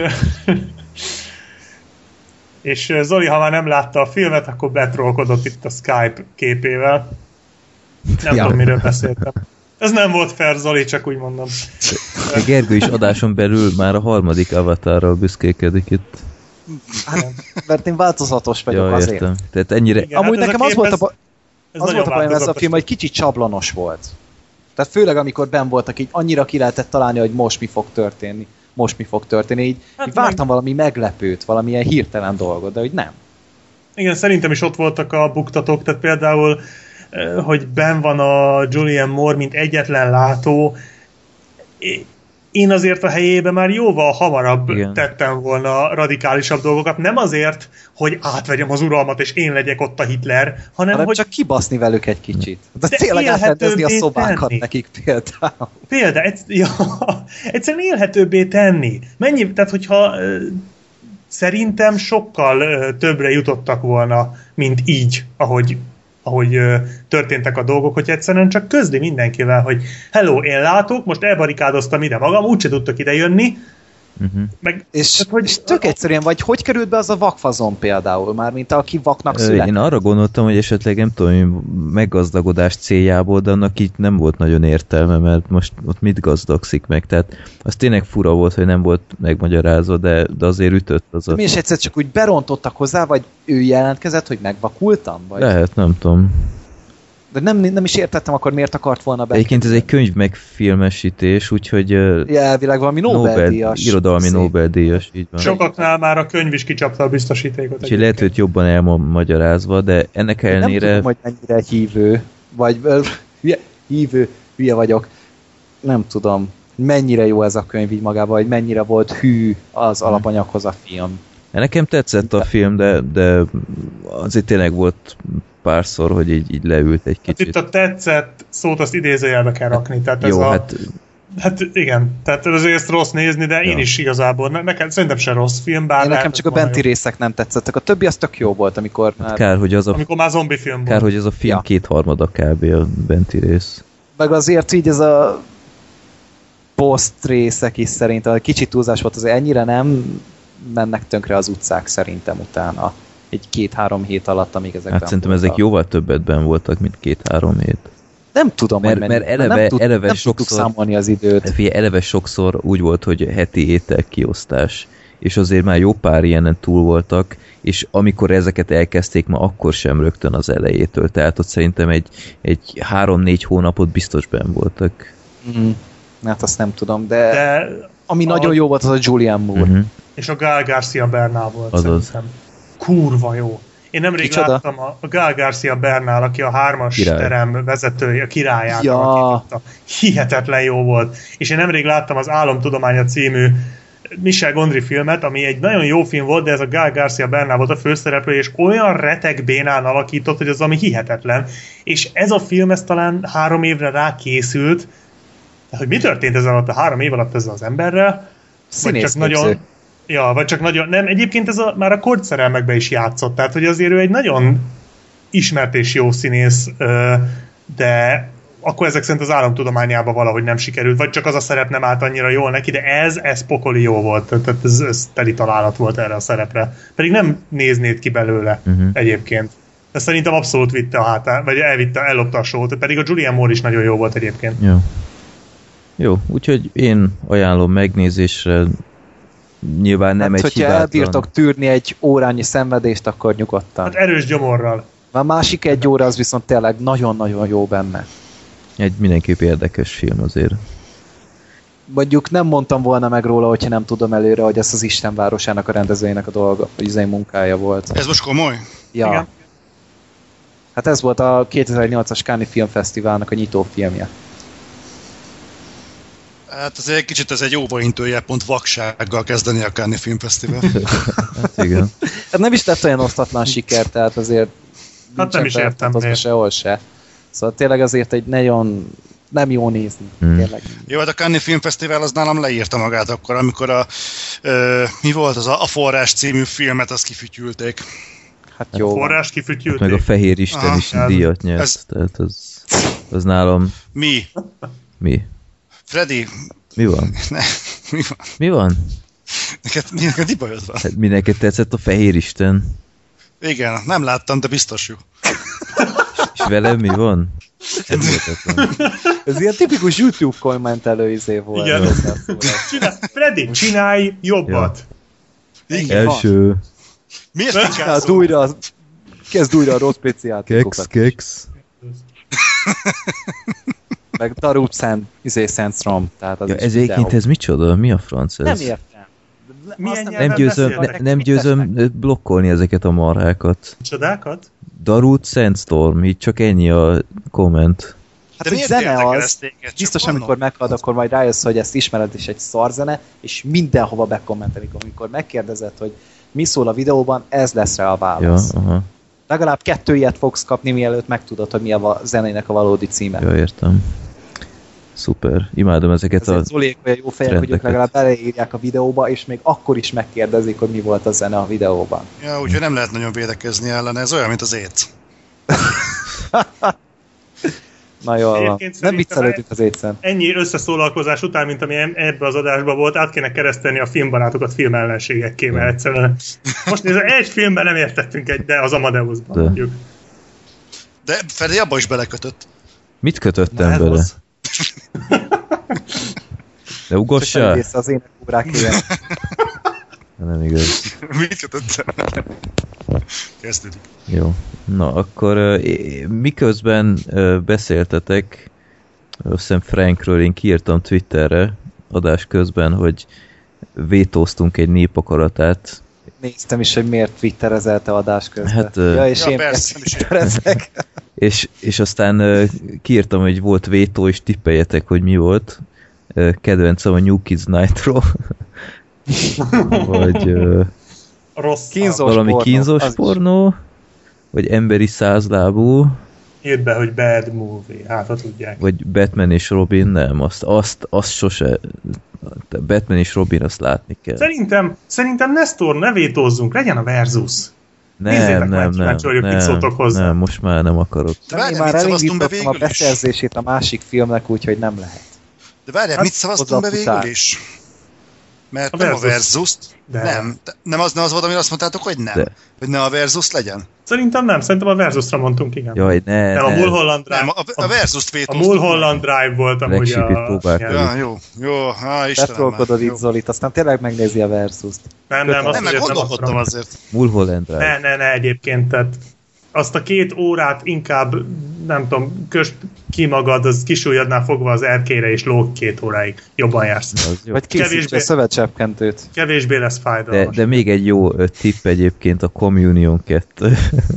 és Zoli, ha már nem látta a filmet, akkor betrollkodott itt a Skype képével. Nem Ja. tudom, miről beszéltem. Ez nem volt fair, Zoli, csak úgy mondom. A Gergő is adáson belül már a harmadik avatarral büszkékedik itt. Hát, mert én változatos vagyok Ja, azért. értem. Tehát ennyire... Igen, Amúgy hát ez nekem a az kép, volt a, ez- ba- Ez az volt a bajom ezzel a film, hogy kicsit csablonos volt. Tehát főleg amikor benn voltak, így annyira ki lehetett találni, hogy most mi fog történni. Most mi fog történni. Így, Hát így vártam meg- valami meglepőt, valamilyen hirtelen dolgot, de hogy nem. Igen, szerintem is ott voltak a buktatók, tehát például, eh, hogy benn van a Julianne Moore, mint egyetlen látó. É- Én azért a helyében már jóval hamarabb Igen. tettem volna radikálisabb dolgokat. Nem azért, hogy átvegyem az uralmat, és én legyek ott a Hitler, hanem, Hanem hogy csak kibaszni velük egy kicsit. De, De tényleg átrendezni a élhetőbbé szobákat tenni. nekik például. példa, egy, ja, egyszerűen élhetőbbé tenni. Mennyi, tehát hogyha ö, szerintem sokkal ö, többre jutottak volna, mint így, ahogy, ahogy ö, történtek a dolgok, hogy egyszerűen csak közli mindenkivel, hogy hello, én látok, most elbarikádoztam ide magam, úgyse tudtok ide jönni, Uh-huh. meg És, Tehát, hogy- és tök egyszerűen, vagy hogy került be az a vakfazon például, már mint aki vaknak Ö, született. Én arra gondoltam, hogy esetleg nem tudom, meggazdagodás céljából, de annak így nem volt nagyon értelme, mert most ott mit gazdagszik meg, tehát az tényleg fura volt, hogy nem volt megmagyarázva, de, de azért ütött az a... Mi is egyszer csak úgy berontottak hozzá, vagy ő jelentkezett, hogy megvakultam? Vagy? Lehet, nem tudom. De nem, nem is értettem akkor, miért akart volna be. Egyébként ez egy könyv megfilmesítés, úgyhogy ö, Ja, elvileg valami Nobel-díjas. irodalmi szép. Nobel-díjas, így van. sokaknál már a könyv is kicsapta a biztosítékot. Úgyhogy lehet, hogy jobban elmagyarázva, de ennek Nem ellenére... tudom, hogy mennyire hívő, vagy ö, hülye, hívő, hülye vagyok. Nem tudom, mennyire jó ez a könyv így magában, vagy mennyire volt hű az alapanyaghoz a film. Nekem tetszett a film, de, de azért tényleg volt párszor, hogy így, így leült egy Hát kicsit. itt a tetszett szót azt idézőjelbe kell rakni. Tehát ez Jó, a, hát hát igen, tehát azért ezt rossz nézni, de én Ja. is igazából, ne, nekem szerintem se rossz film, bár Én nekem lehetett csak a volna benti jobb. részek nem tetszettek. A többi az tök jó volt, amikor hát már... kár, hogy az a, Amikor már zombi film volt. kár, hogy ez a film Ja. kétharmada kb. A benti rész. Meg azért így ez a post részek is szerintem, kicsit túlzás volt, azért ennyire nem mennek tönkre az utcák szerintem utána. Egy két-három hét alatt, amíg ezekben Hát szerintem voltak. ezek jóval többet benn voltak, mint két-három hét. Nem tudom, Mert- hogy mennyi. mert eleve- nem, tud, eleve nem sokszor- tudtuk számolni az időt. Hát figyelj, eleve sokszor úgy volt, hogy heti ételkiosztás, és azért már jó pár ilyenen túl voltak, és amikor ezeket elkezdték, ma akkor sem rögtön az elejétől, tehát ott szerintem egy, egy három-négy hónapot biztos benn voltak. Mm. Hát azt nem tudom, de, de De ami a- nagyon jó volt, az a Julianne Moore. Uh-huh. és a Gal Garcia Bernal volt Azaz. szerintem. Kurva jó. Én nemrég Kicsoda? láttam a, a Gal Garcia Bernal, aki a hármas Király. terem vezetője, a királyát Ja. alakította. Hihetetlen jó volt. És én nemrég láttam az Álomtudománya című Michel Gondry filmet, ami egy nagyon jó film volt, de ez a Gal Garcia Bernal volt a főszereplő, és olyan retek bénán alakított, hogy az ami hihetetlen. És ez a film, ez talán három évre rá készült, de hogy mi történt ez alatt a három év alatt ezzel az emberrel, vagy csak nagyon... Ja, vagy csak nagyon... Nem, egyébként ez a, már a kordszerelmekben is játszott, tehát hogy azért ő egy nagyon ismert és jó színész, de akkor ezek szerint az államtudományában valahogy nem sikerült, vagy csak az a szerep nem állt annyira jól neki, de ez, ez pokoli jó volt, tehát ez, ez teli találat volt erre a szerepre. Pedig nem néznéd ki belőle uh-huh. egyébként. De szerintem abszolút vitte a hátán, vagy elvitte, ellopta a sót, pedig a Julianne Moore is nagyon jó volt egyébként. Jó, jó, úgyhogy én ajánlom megnézésre, nyilván nem hát, egy hogyha hibátlan... elbírtok tűrni egy órányi szenvedést, akkor nyugodtan. Hát erős gyomorral. A másik egy óra az viszont tényleg nagyon-nagyon jó benne. Egy mindenképp érdekes film azért. Mondjuk nem mondtam volna meg róla, hogyha nem tudom előre, hogy ez az Istenvárosának a rendezőjének a dolga, vagy az én munkája volt. Ez most komoly? Ja. Igen. Hát ez volt a kétezer-nyolcas Cannes Filmfesztiválnak a nyitófilmje. Hát azért egy kicsit ez egy óvaintője, pont vaksággal kezdeni a Cannes Filmfesztivál. Hát igen. Hát nem is lett olyan osztatlan siker, tehát azért hát nem is értem miért. Sehol se. Szóval tényleg azért egy nagyon nem jó nézni. Hmm. Tényleg. Jó, hát a Cannes Filmfesztivál az nálam leírta magát akkor, amikor a ö, mi volt az a, a Forrás című filmet, azt kifütyülték. Hát jó. A Forrás kifütyülték. Meg a Fehér Isten Aha, is díjat nyert, ez... tehát az, az nálam... Mi? Mi? Freddy? Mi van? Ne, mi van? Mi van? Neked, neked mi bajod van? Hát mi neked tetszett a Fehér Isten? Igen, nem láttam, de biztos jó. És velem mi van? Ez ilyen tipikus YouTube kommentelő izé volt. Igen. Csinál, Freddy, csinálj jobbat! Ja. Igen. Első. Miért nem hát újra, kezd újra a rossz speciáltékokat. Keks, keks. Meg Darut Szent, izé Szentstrom. Tehát az ja, ez egyébként ez micsoda? Mi a franc ez? Nem értem. Milyen nem győzöm, ne, nem győzöm blokkolni ezeket a marhákat. Csodákat? Darut Sandstorm, így csak ennyi a komment. Hát, hogy zene az, biztos amikor meghallod, akkor majd rájössz, hogy ezt ismered, és egy szarzene, és mindenhova bekommentelik. Amikor megkérdezed, hogy mi szól a videóban, ez lesz rá a válasz. Ja, aha. Legalább kettő ilyet fogsz kapni, mielőtt megtudod, hogy mi a zenének a valódi címe. Ja, értem. Szuper. Imádom ezeket ezért a Zoliék olyan jó fejek, hogy ők legalább beleírják a videóba, és még akkor is megkérdezik, hogy mi volt a zene a videóban. Ja, úgyhogy nem lehet nagyon védekezni ellene, ez olyan, mint az éc. Na jól van. Nem viccelődünk az étszen. Ennyi összeszólalkozás után, mint ami ebbe az adásban volt, át kéne keresztelni a filmbarátokat filmellenségekké, mert egyszerűen most nézve, egy filmben nem értettünk egy, de az Amadeusban de. mondjuk. De Freddy abba is belekötött. Mit kötöttem Na, bele? De ugossál? Csak az énekkórák ilyen. Nem igaz. Mit kötöttem? Kezdődik. Jó. Na, akkor uh, miközben uh, beszéltetek, azt hiszem Frankről, én kiírtam Twitterre adás közben, hogy vétóztunk egy népakaratát. Néztem is, hogy miért twitterezelte adás közben. Hát, uh, ja, és ja, én persze, twitterezek. és, és aztán uh, kiírtam, hogy volt vétó, és tippeljetek, hogy mi volt. Uh, kedvencem a New Kids Nitro. Vagy... Uh, Rossz kínzós valami pornó, kínzós pornó, vagy emberi százlábú. Írd be, hogy bad movie, hát ha tudják. Vagy Batman és Robin, nem, azt, azt, azt sose... Batman és Robin, azt látni kell. Szerintem, szerintem Nestor, ne vétózzunk, legyen a Versus. Nem, Nézzétek nem, meg, nem, vagyok, nem, mit szóltok hozzá. nem, most már nem akarok. De én várjál, már mit szavaztunk be elindítottam a végül is? beszerzését a másik filmnek, úgyhogy nem lehet. De várjál, Hát, mit szavaztunk be végül is? Mert A nem Versus. a Versus-t, De. nem. Nem az, nem az volt, amire azt mondtátok, hogy nem. De. Hogy ne a Versus legyen. Szerintem nem, szerintem a Versusra mondtunk, igen. Jaj, ne, nem, a ne. Mulholland Drive, Nem, a, a Versus-t a vétóztunk. Mulholland Drive volt amúgy Legsipit a... próbálkozunk. Ja, jó, jó, á, Istenem Betrolkodod már. itt Zolit, aztán tényleg megnézi a Versus-t. Nem, nem, azt Nem, meg azért nem gondolkodtam akarom. azért. Mulholland Drive. Ne, ne, ne, egyébként, tehát azt a két órát inkább, nem tudom, köst ki magad, az kisúlyadnál fogva az erkére, és lóg két óráig. Jobban jársz. Az jó. Vagy készíts Kevésbé- a szövetcsepkentőt. Kevésbé lesz De, fájdalmas. de még egy jó ö, tipp egyébként, a Communion kettő.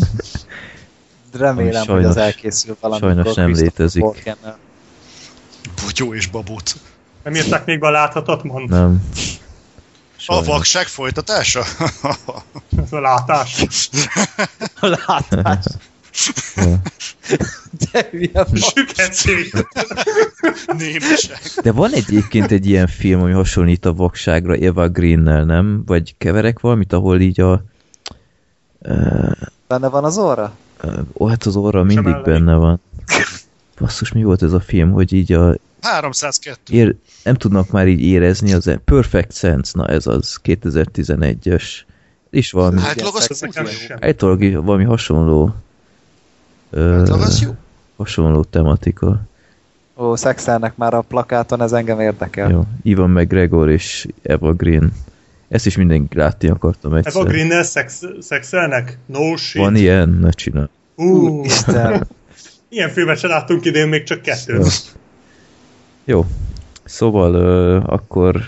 Remélem, Sajnos- hogy az elkészül valamikor. sajnos nem Christopher létezik. Walkennel. Botyó és babót. Nem írták még be a láthatatlan? Nem. A Sajnos. vakság folytatása? Ez a látás. A látás. Ja. De milyen van. Süketség. Némesek. De van egyébként egy ilyen film, ami hasonlít a vakságra Eva Greennel, nem? Vagy keverek valamit, ahol így a... Uh, Benne van az óra? Ó, hát az orra mindig elleni. benne van. Basszus, mi volt ez a film, hogy így a... háromszázkettő. Ér, nem tudnak már így érezni az... Perfect Sense, na ez az, kétezer-tizenegyes. És valami... Átlag az Ezek kurva sem. jó. Általában valami hasonló... Ö, Átlag az jó. hasonló tematika. Ó, szexelnek már a plakáton, ez engem érdekel. Jó. Ivan McGregor és Eva Green. Ezt is mindenki látni akartam egyszer. Eva Green-nel szex, szexelnek? No shit. Van ilyen? Ne csinál. Uh, Isten. ilyen filmet se láttunk idén, még csak kettőt. Jó. Jó. Szóval ö, akkor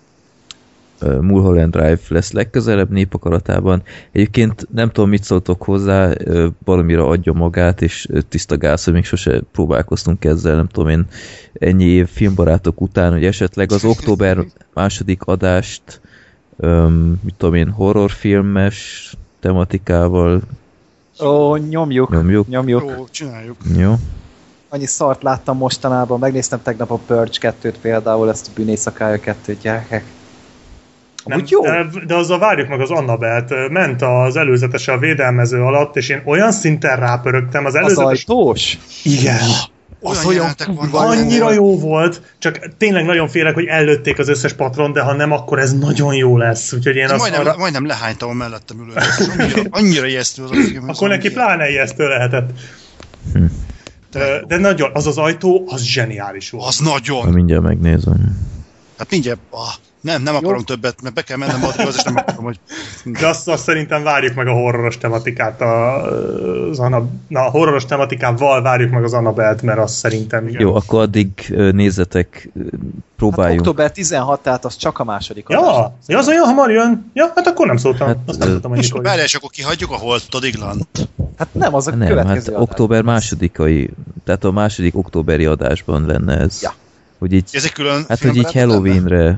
ö, Mulholland Drive lesz legközelebb népakaratában. Egyébként nem tudom, mit szóltok hozzá, ö, valamire adja magát, és ö, tiszta gáz, hogy még sose próbálkoztunk ezzel, nem tudom én, ennyi év filmbarátok után, hogy esetleg az október második adást öm, mit tudom én, horrorfilmes tematikával Ó, nyomjuk. nyomjuk. Nyomjuk. Jó, csináljuk. Jó. Annyi szart láttam mostanában, megnéztem tegnap a Purge kettőt például, ezt a bűnészakája kettőt, gyerekek. Nem, Amúgy jó. de, de azzal várjuk meg az Annabelt. Ment az előzetese a védelmező alatt, és én olyan szinten rápörögtem az Az előzetes... ajtós? Igen. Olyan olyan jelenetek kurva vannak. Annyira jó volt, csak tényleg nagyon félek, hogy ellőtték az összes patron, de ha nem, akkor ez nagyon jó lesz. Úgyhogy én Én azt majdnem, arra... majdnem lehánytam a mellettem ülőt. Annyira, annyira ijesztő az a film. Akkor neki pláne ijesztő lehetett. Hm. De, de nagyon, az az ajtó, az zseniális volt. Az Na, nagyon. mindjárt megnézem. Hát mindjárt, ah, nem, nem akarom Jó. többet, mert be kell mennem Adrihoz, és nem akarom, hogy... De azt, azt szerintem várjuk meg a horroros tematikát. A, az Anna, na, a horroros tematikával várjuk meg az Annabelt, mert azt szerintem... Igen. Jó, akkor addig ö, nézzetek, ö, Hát próbáljunk. október tizenhatodika, tehát az csak a második adás. Ja, ja, az olyan hamar jön. Ja, hát akkor nem szóltam. Hát, azt nem ö, tudtam, hogy És mikor jön. várjál, és akkor kihagyjuk a Holtodiglan. Hát nem, az a Nem, hát következő adás. október másodikai, tehát a második októberi adásban lenne ez. Ja. Hogy így, Ez egy külön hát hogy így filmbarát lenne? Halloweenre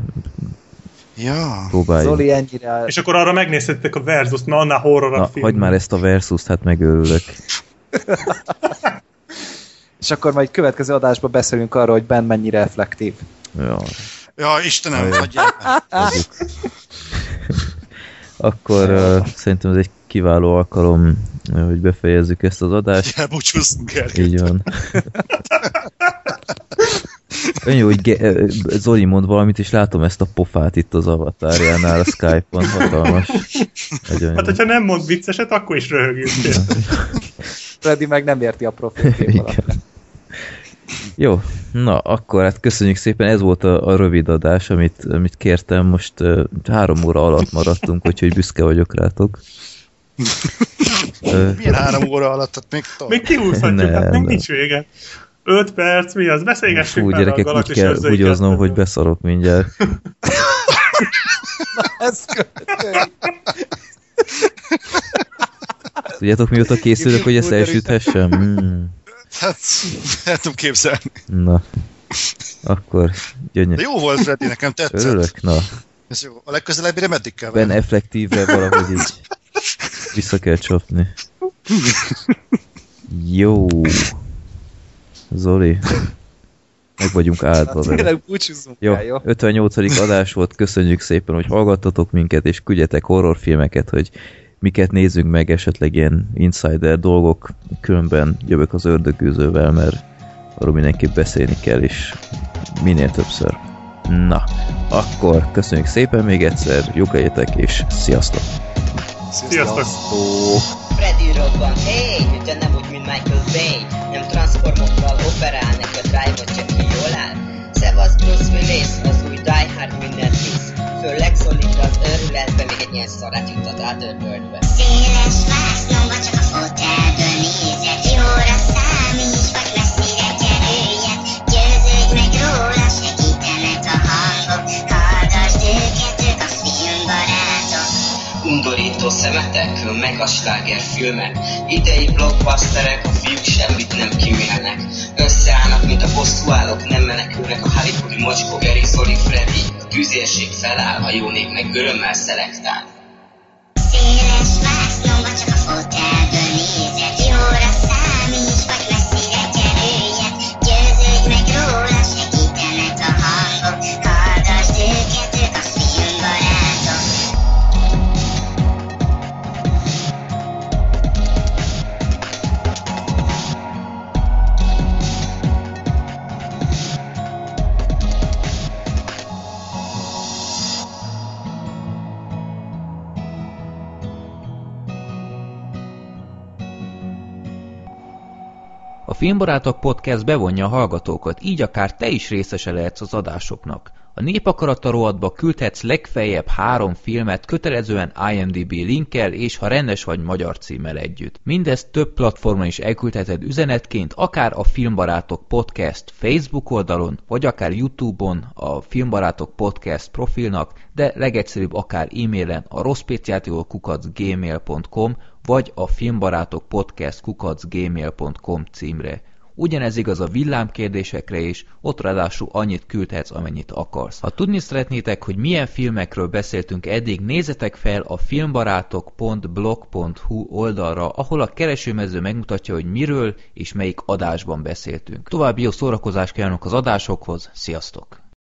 Ja. próbáljuk. Zoli ennyire... És akkor arra megnéztétek a Versus-t, mert annál horror Na, film. hagyd már ezt a versus, hát megőrülök. És akkor majd következő adásban beszélünk arról, hogy Ben mennyire reflektív. Ja, Ja, Istenem, Ajaj. hagyjál be. hagyjuk. Akkor uh, szerintem ez egy kiváló alkalom, uh, hogy befejezzük ezt az adást. Elbúcsúzzunk el. Így van. Olyan jó, hogy Ge- ö, Zoli mond valamit, és látom ezt a pofát itt az avatárjánál a Skype-on, hatalmas. Nagyon Hát, jó. hogyha nem mond vicceset, akkor is röhögjünk. Freddy meg nem érti a profilkép Igen. alatt. Jó, na akkor hát köszönjük szépen, ez volt a, a rövid adás, amit, amit kértem, most uh, három óra alatt maradtunk, úgyhogy büszke vagyok rátok. Ö, Milyen három óra alatt, tehát még tovább. Még kihúzhatjuk, Nem, hát még nem. nincs vége. Öt perc, mi az? Beszélgessünk Fú, már a gyerekek, úgy Galaktis kell őrzői húgyoznom, hogy kettőből. beszarok mindjárt. Ez követő. Tudjátok, mióta készülök, hogy ezt elsüthessem? Hmm. Hát, el tudom képzelni. Na, akkor De gyönyörű. jó volt, Freddy, nekem tetszett. Örülök? Na, Ez jó. A legközelebbire meddig kell Ben venni? effektívre valahogy így vissza kell csapni. Jó. Zoli. Meg vagyunk áldva Hát vele. tényleg búcsúzzunk Jó, el, jó? ötvennyolcadik adás volt, köszönjük szépen, hogy hallgattatok minket, és küldjetek horrorfilmeket, hogy miket nézzünk meg, esetleg ilyen insider dolgok, különben jövök az ördögűzővel, mert arról mindenképp beszélni kell, és minél többször. Na, akkor köszönjük szépen még egyszer, jók legyetek, és sziasztok! Sziasztok! Freddy robban, hey, hogyha nem úgy, mint Michael Bay. Nem transformokkal operál, neki a drive-ot csak ki jól áll. Szevasz Bruce Willis, az új Die Hard mindent visz. Főleg szólít az őrületbe, még egy ilyen szarát juttat át örbördbe. Széles vásznomba csak a fotelből nézek. Jóra számíts, vagy messzire kerüljek. Győződj meg róla, segítenek a hangok. Hallgasd őket, ők a filmbarátok. Undorító szemetek, meg a slágerfilmek. Idei blockbusterek, a fiúk semmit nem kimélnek. Összeállnak, mint a bosszúállók, nem menekülnek a Hollywoodi mocskó, Geri, Zoli, Freddy. A tűzérség feláll, a jó nép meg örömmel szelektál. Széles vásznomba csak a fotelből nézek. Jóra számíts, vagy messzire kerüljek. Győződj meg róla, segítenek a hangok. Hallgasd őket, ők a filmbarátok. Filmbarátok Podcast bevonja a hallgatókat, így akár te is részese lehetsz az adásoknak. A Népakarata rovatba küldhetsz legfeljebb három filmet kötelezően IMDb linkkel és ha rendes vagy magyar címmel együtt. Mindezt több platformon is elküldheted üzenetként, akár a Filmbarátok Podcast Facebook oldalon, vagy akár YouTube-on a Filmbarátok Podcast profilnak, de legegyszerűbb akár e-mailen a rosszpéciától kukac gmail pont com vagy a Filmbarátok Podcast kukac gmail pont com címre. Ugyanez igaz a villámkérdésekre is, ott ráadásul annyit küldhetsz, amennyit akarsz. Ha tudni szeretnétek, hogy milyen filmekről beszéltünk eddig, nézzetek fel a filmbarátok pont blog pont hu oldalra, ahol a keresőmező megmutatja, hogy miről és melyik adásban beszéltünk. További jó szórakozást kívánok az adásokhoz, sziasztok!